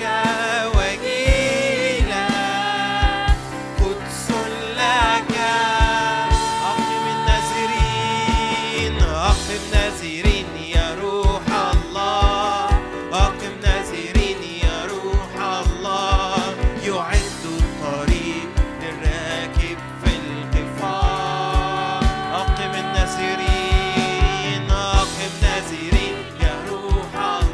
Speaker 3: وجيلا قدس لك. أقم الناظرين أقم ناظرين يا روح الله، أقم ناظرين يا روح الله، يعد الطريق للراكب في القفار. أقم الناظرين أقم ناظرين يا روح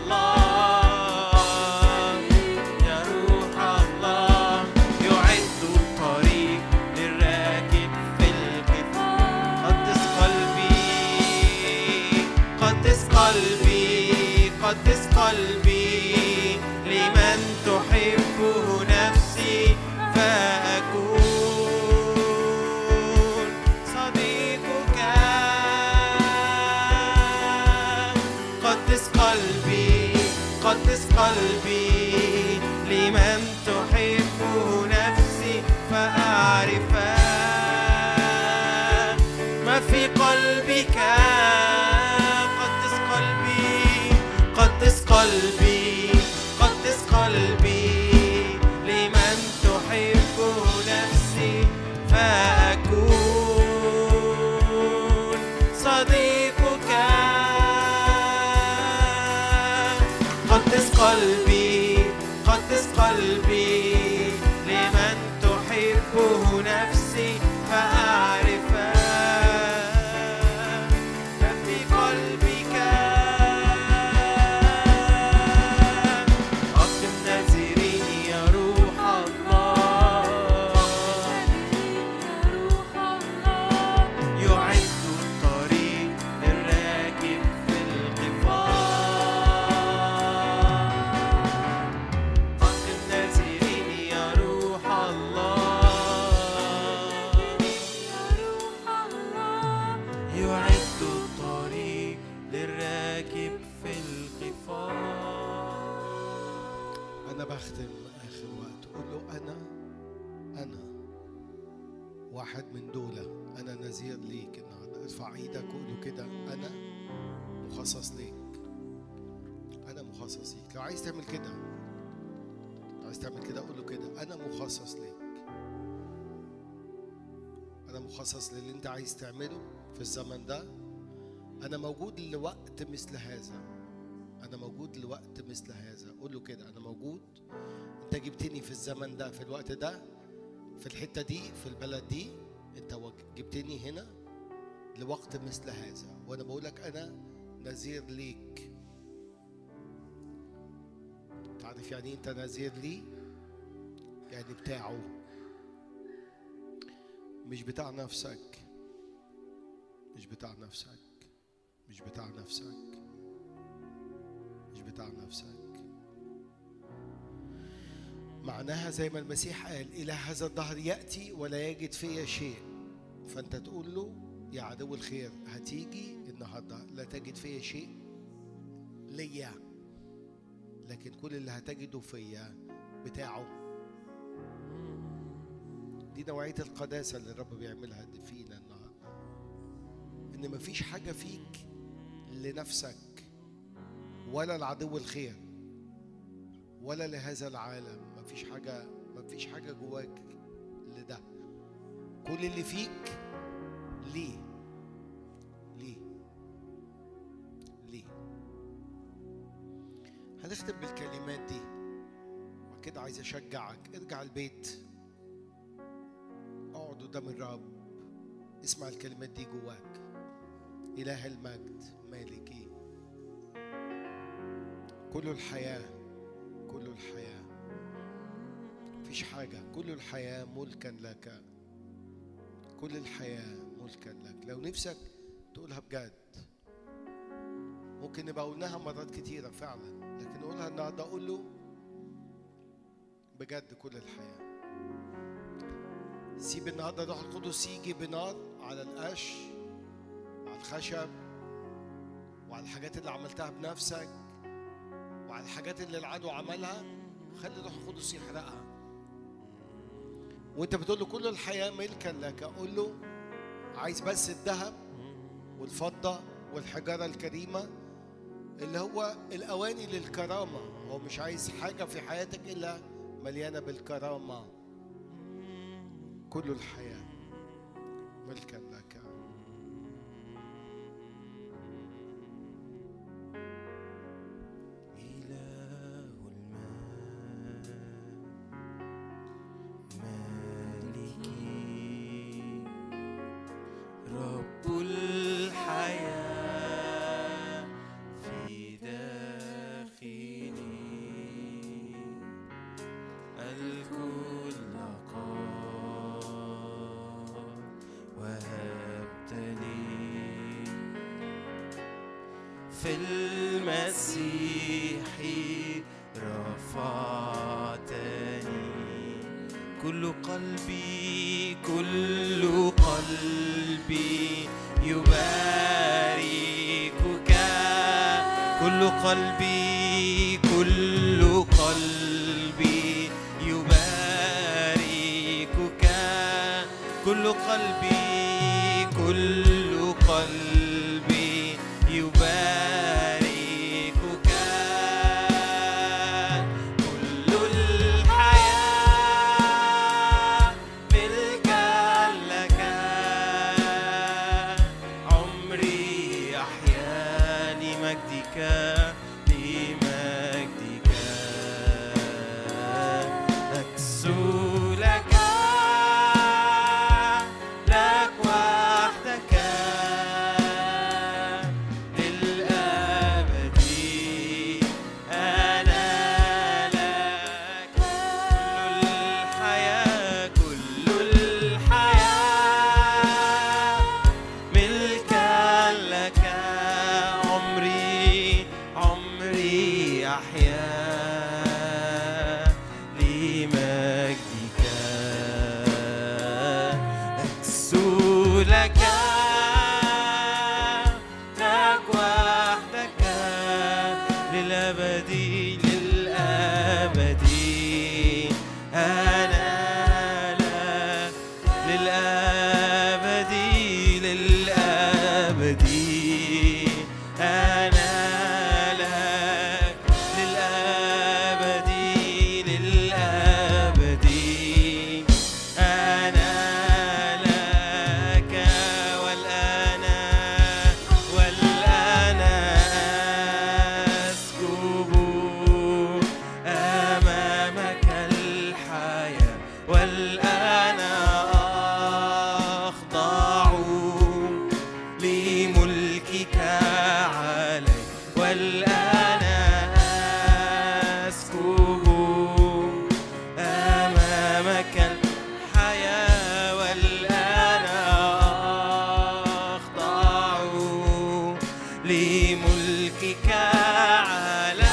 Speaker 3: الله، يا روح الله، يعد الطريق للراكب في القفار. قدس قلبي قدس قلبي قدس قلبي، لمن تحبه نفسي فأكون صديقك. قدس قلبي قدس قلبي، لمن تحبه نفسي فأعرف ما في قلبك. قدس قلبي قدس قلبي قدس قلبي، لمن تحبه نفسي فأكون صديقك. قدس قلبي قدس قلبي، لمن تحبه نفسي فأعرف ما في قلبك. أقم ناظرين يا روح الله، يعد الطريق للراكب في القفار. أقم ناظرين يا روح الله، يعد الطريق للراكب في القفار.
Speaker 2: أنا بختم آخر وقت، قول له أنا واحد من دول، أنا نذير ليك النهارده. ارفع إيدك وقول له كده، أنا مخصص ليك، أنا مخصص ليك. لو عايز تعمل كده، قول له كده، أنا مخصص ليك، أنا مخصص للي أنت عايز تعمله في الزمن ده. أنا موجود لوقت مثل هذا، أنا موجود لوقت مثل هذا. قول له كده، أنا موجود، أنت جبتني في الزمن ده، في الوقت ده، في الحتة دي، في البلد دي، أنت جبتني هنا لوقت مثل هذا، وأنا بقولك أنا نذير ليك. تعرف يعني إيه أنت نذير لي؟ يعني بتاعه، مش بتاع نفسك، مش بتاع نفسك، مش بتاع نفسك، مش بتاع نفسك. معناها زي ما المسيح قال، إلى هذا الدهر يأتي ولا يجد فيا شيء. فأنت تقول له يا عدو الخير، هتيجي النهارده لا تجد فيا شيء، ليا، لكن كل اللي هتجده فيا بتاعه. دي نوعية القداسة اللي الرب بيعملها فينا النهاردة، إن مفيش حاجة فيك لنفسك ولا العدو الخير ولا لهذا العالم. مفيش حاجة جواك لده. كل اللي فيك ليه. هنختم بالكلمات دي، وكده عايز أشجعك ارجع البيت، اقعد قدام الرب، اسمع الكلمات دي جواك. إله المجد مالكي، كل الحياة مفيش حاجة، كل الحياة ملكا لك، كل الحياة ملكا لك. لو نفسك تقولها بجد، ممكن نبقى قلناها مرات كتيرة فعلا، لكن قولها النهارده. أقول له بجد كل الحياة. سيب النهارده الروح القدس يجي بنار على القش، على الخشب، وعلى الحاجات اللي عملتها بنفسك، وعلى الحاجات اللي العدو عملها. خلي الروح القدس يحرقها. وانت بتقول له كل الحياة ملكا لك، اقول له عايز بس الذهب والفضة والحجارة الكريمة اللي هو الأواني للكرامة. هو مش عايز حاجة في حياتك إلا مليانة بالكرامة. كل الحياة ملكا لك.
Speaker 3: في المسيح رفعتني. كل قلبي يباركك، كل قلبي يباركك، كل قلبي يباركك. كل الحياة ملكا لك، عمري أحيا لمجدك، أكسو لك وحدك للأبد. أنا لك كل الحياة ملكا لك، عمري أحيا لمجدك، أكسو لك وحدك للأبد. أنا لك للأبد، أنا لك للأبد، أنا لك والآن أسكب أمامك الحياة، والآن أخضع لملكك علي، والآن أسكب أمامك الحياة، والآن أخضع لملكك علي.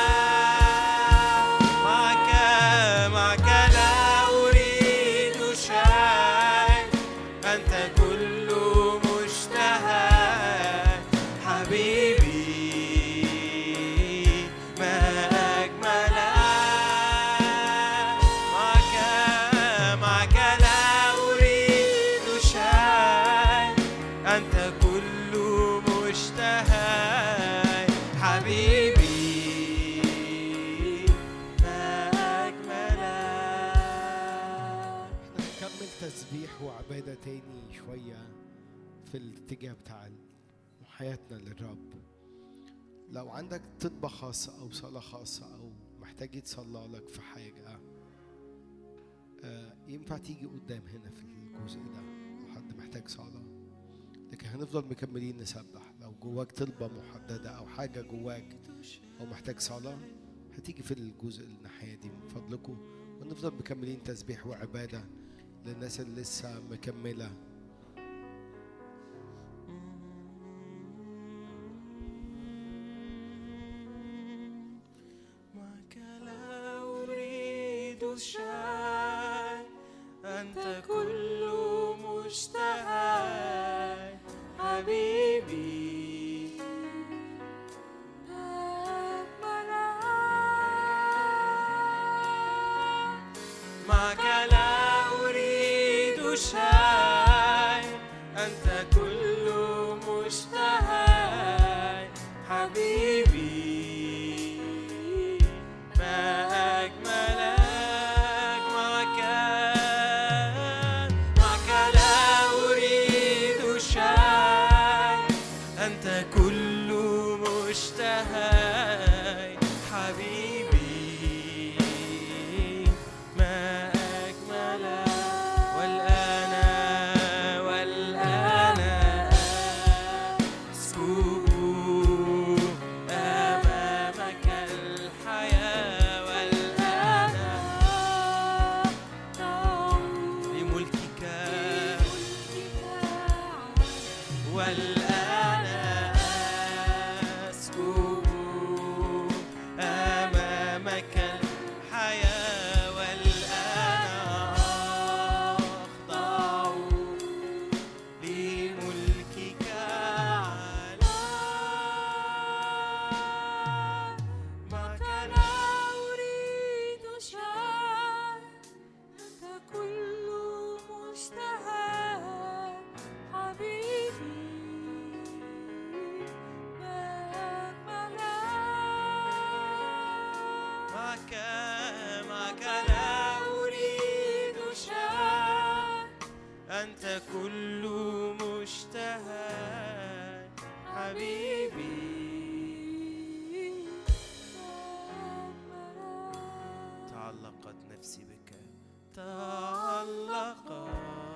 Speaker 3: معك لا أريد شيء، أنت كل مشتهى حبيبي، حبيبي ما أجملك.
Speaker 2: نكمل تسبيح وعبادة تاني شوية في الاتجاه بتاع حياتنا للرب. لو عندك طلبة خاصة أو صلاة خاصة أو محتاج يتصلى لك في حاجة، ينفع تيجي قدام هنا في الجزء ده لو حد محتاج صلاة. لكن هنفضل مكملين نسبح. لو جواك طلبة محددة أو حاجة جواك أو محتاج صلاة، هتيجي في الجزء الناحية دي من فضلكم، ونفضل مكملين تسبيح وعبادة للناس اللي لسه مكملة.
Speaker 3: معك لا أريد شيء، أنت كل مشتهى حبيبي معك لا أريد شيء، أنت كل مشتهى حبيبي ما أجملك. معك لا أريد شيء، أنت كل مشتهى حبيبي ما أجملك. والآن أسكب أمامك الحياة، والآن لملكك، والآن أسكب أمامك الحياة، والآن أخضع لملكك على. معك لا أريد شيء، أنت كل مشتهى حبيبي ما أجملك. معك لا أريد شيء، أنت كل مشتهى حبيبي. تعلقت نفسي بك، تعلقت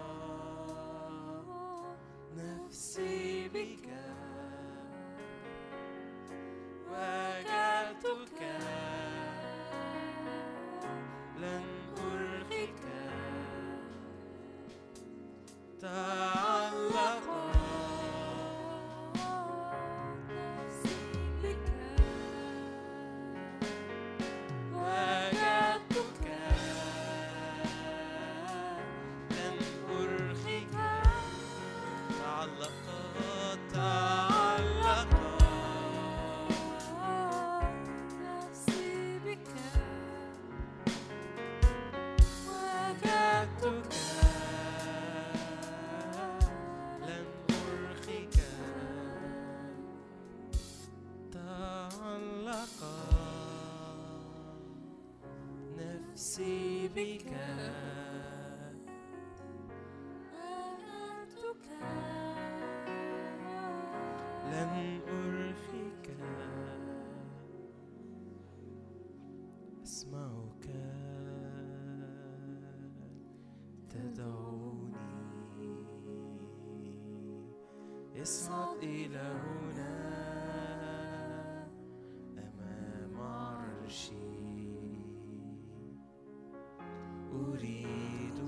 Speaker 3: نفسي بك، وجدتك لن أرخيك. تعلقت نفسي بك، وجدتك لن أرخيك. تعلقت نفسي بك، وجدتك لن أرخيك. تعلقت نفسي بك، وجدتك لن أرخيك. أسمعك تدعوني، اصعد إلى هنا أمام عرشي. أريد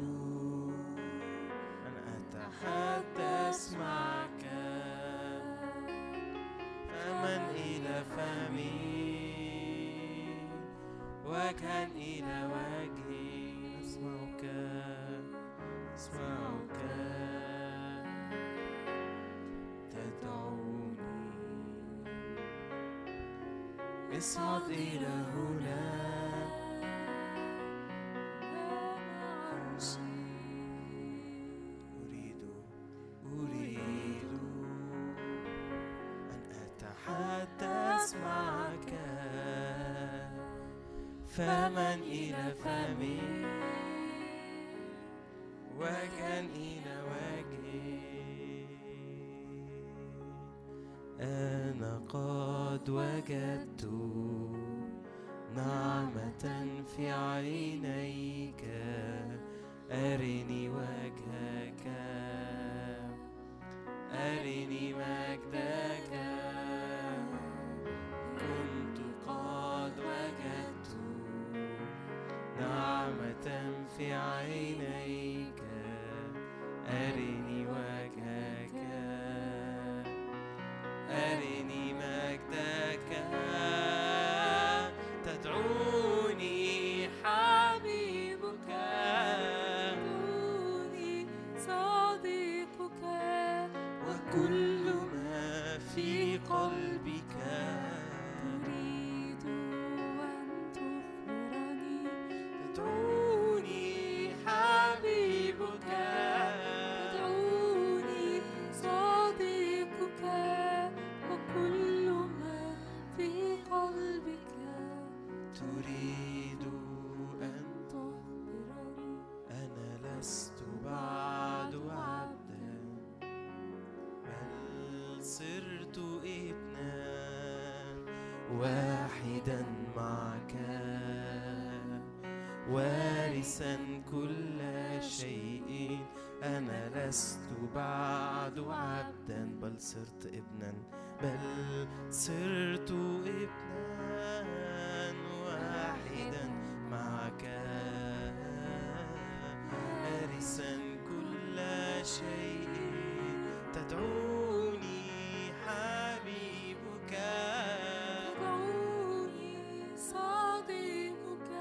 Speaker 3: أن أتحدث معك، فمن إلى فمي وجها إلى وجهي. أسمعك تدعوني، اصعد إلى هنا. أريد أن أتحدث معك،
Speaker 1: فمن إلى فمي وجها إلى وجهي. أنا قد وجدت نعمة في عينيك، أرني وجهك، أرني مجدك. كنت قد وجدت نعمة في عينيك، أرني وجهك، أرني مجدك. تدعوني حبيبك،
Speaker 4: تدعوني صديقك،
Speaker 1: وكل ما في قلبك
Speaker 4: تريد أن تخبرني.
Speaker 1: تدعوني حبيبك،
Speaker 4: تدعوني صديقك، وكل ما في قلبك
Speaker 1: تريد أن
Speaker 4: تخبرني.
Speaker 1: أنا لست بعد عبدا، بل صرت ابنا واحدا معك، وارثا كل شيء. أنا لست بعد عبدا، بل صرت ابنا، بل صرت ابنا واحدا معك، وارثا كل شيء. تدعوني حبيبك،
Speaker 4: تدعوني صديقك،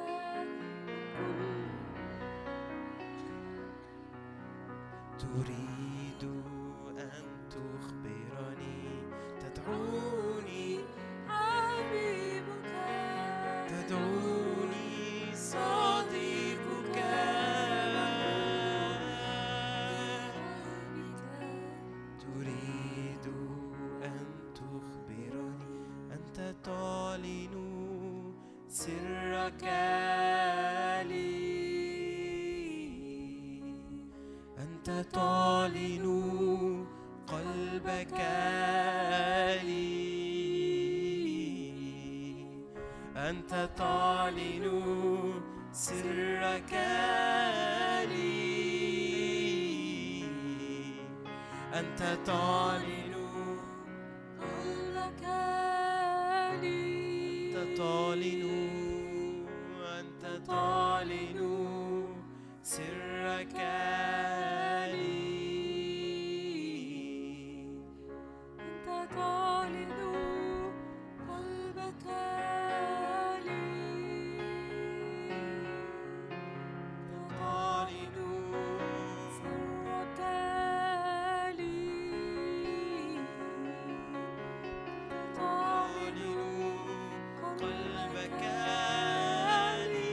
Speaker 1: تريد أن تخبرني. تدعوني
Speaker 4: حبيبك،
Speaker 1: تدعوني صديقك، تريد أن تخبرني. أنت تعلن سرك لي، أنت تعلن قلبك لي، أنت تعلن سرك لي، أنت تعلن
Speaker 4: قلبك لي.
Speaker 1: أنت تعلن، أنت تعلن سرك لي،
Speaker 4: أنت تعلن قلبك لي،
Speaker 1: تعلن
Speaker 4: سرك لي، تعلن
Speaker 1: قلبك لي.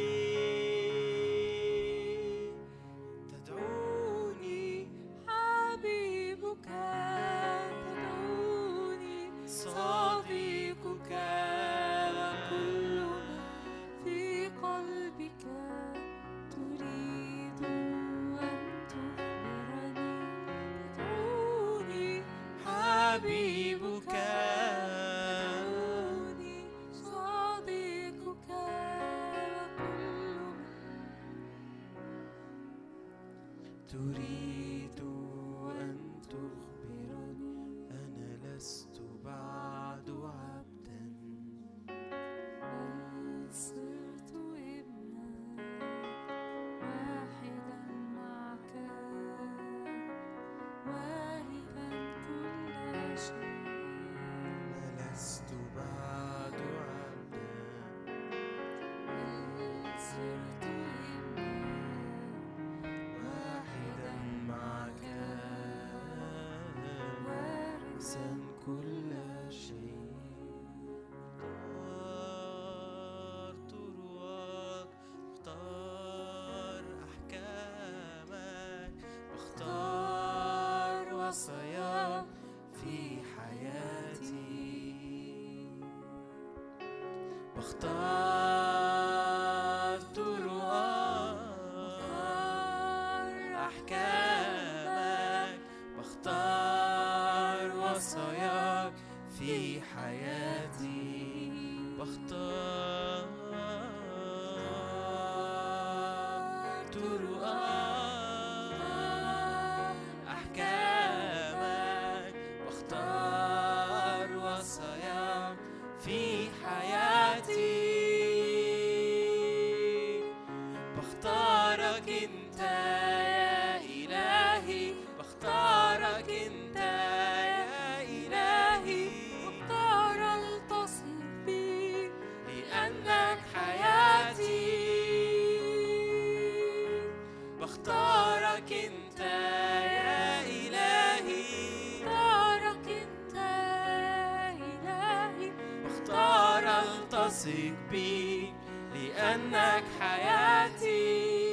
Speaker 1: تدعوني
Speaker 4: حبيبك، تدعوني
Speaker 1: صديقك،
Speaker 4: وكل ما في قلبك تريد أن تخبرني. تدعوني
Speaker 1: حبيبك،
Speaker 4: تدعوني صديقك، وكل ما
Speaker 1: تريد أن تخبرني. أنا لست بعد عبدا،
Speaker 4: بل صرت ابنا واحدا معك، واهبا كل شيء.
Speaker 1: أنا لست بعد عبدا،
Speaker 4: بل صرت ابنا
Speaker 1: واحدا معك، وارثا كل شيء. اختار طرقك، اختار أحكامك، اختار وصاياك في حياتي، بختار
Speaker 3: بختار طرقك أحكامك، بختار وصاياك في حياتي. بختارك انت يا إلهي، بختارك انت يا إلهي،
Speaker 4: بختار التصق بيك
Speaker 3: لأنك حياتي. بختارك انت يا إلهي،
Speaker 4: بختارك انت يا إلهي،
Speaker 3: بختار التصق بيك لأنك حياتي.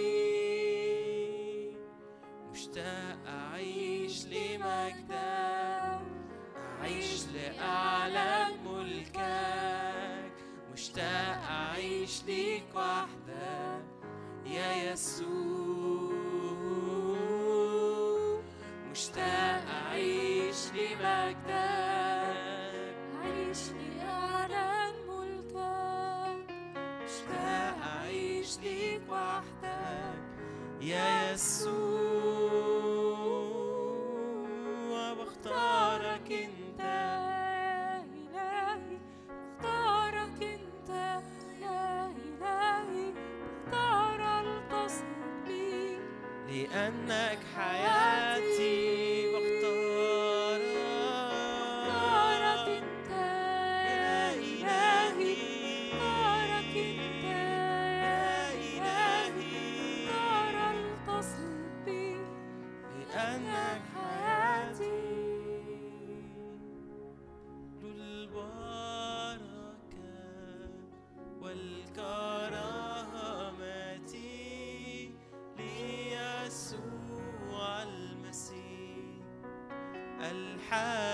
Speaker 3: مشتاق أعيش لمجدك، أعيش لأعلن ملكك، مشتاق أعيش ليك وحدك يا يسوع. مشتاق أعيش لمجدك،
Speaker 4: عيش لأعلن ملكك،
Speaker 3: مشتاق أعيش ليك وحدك يا يسوع. بختارك انت
Speaker 4: يا إلهي، بختارك انت يا إلهي، بختار التصق بيك
Speaker 3: لأنك حياتي.
Speaker 4: بختارك انت يا إلهي، بختارك انت يا إلهي، بختار التصق بيك
Speaker 3: لأنك حياتي. البركة والكرامة ليسوع المسيح الحي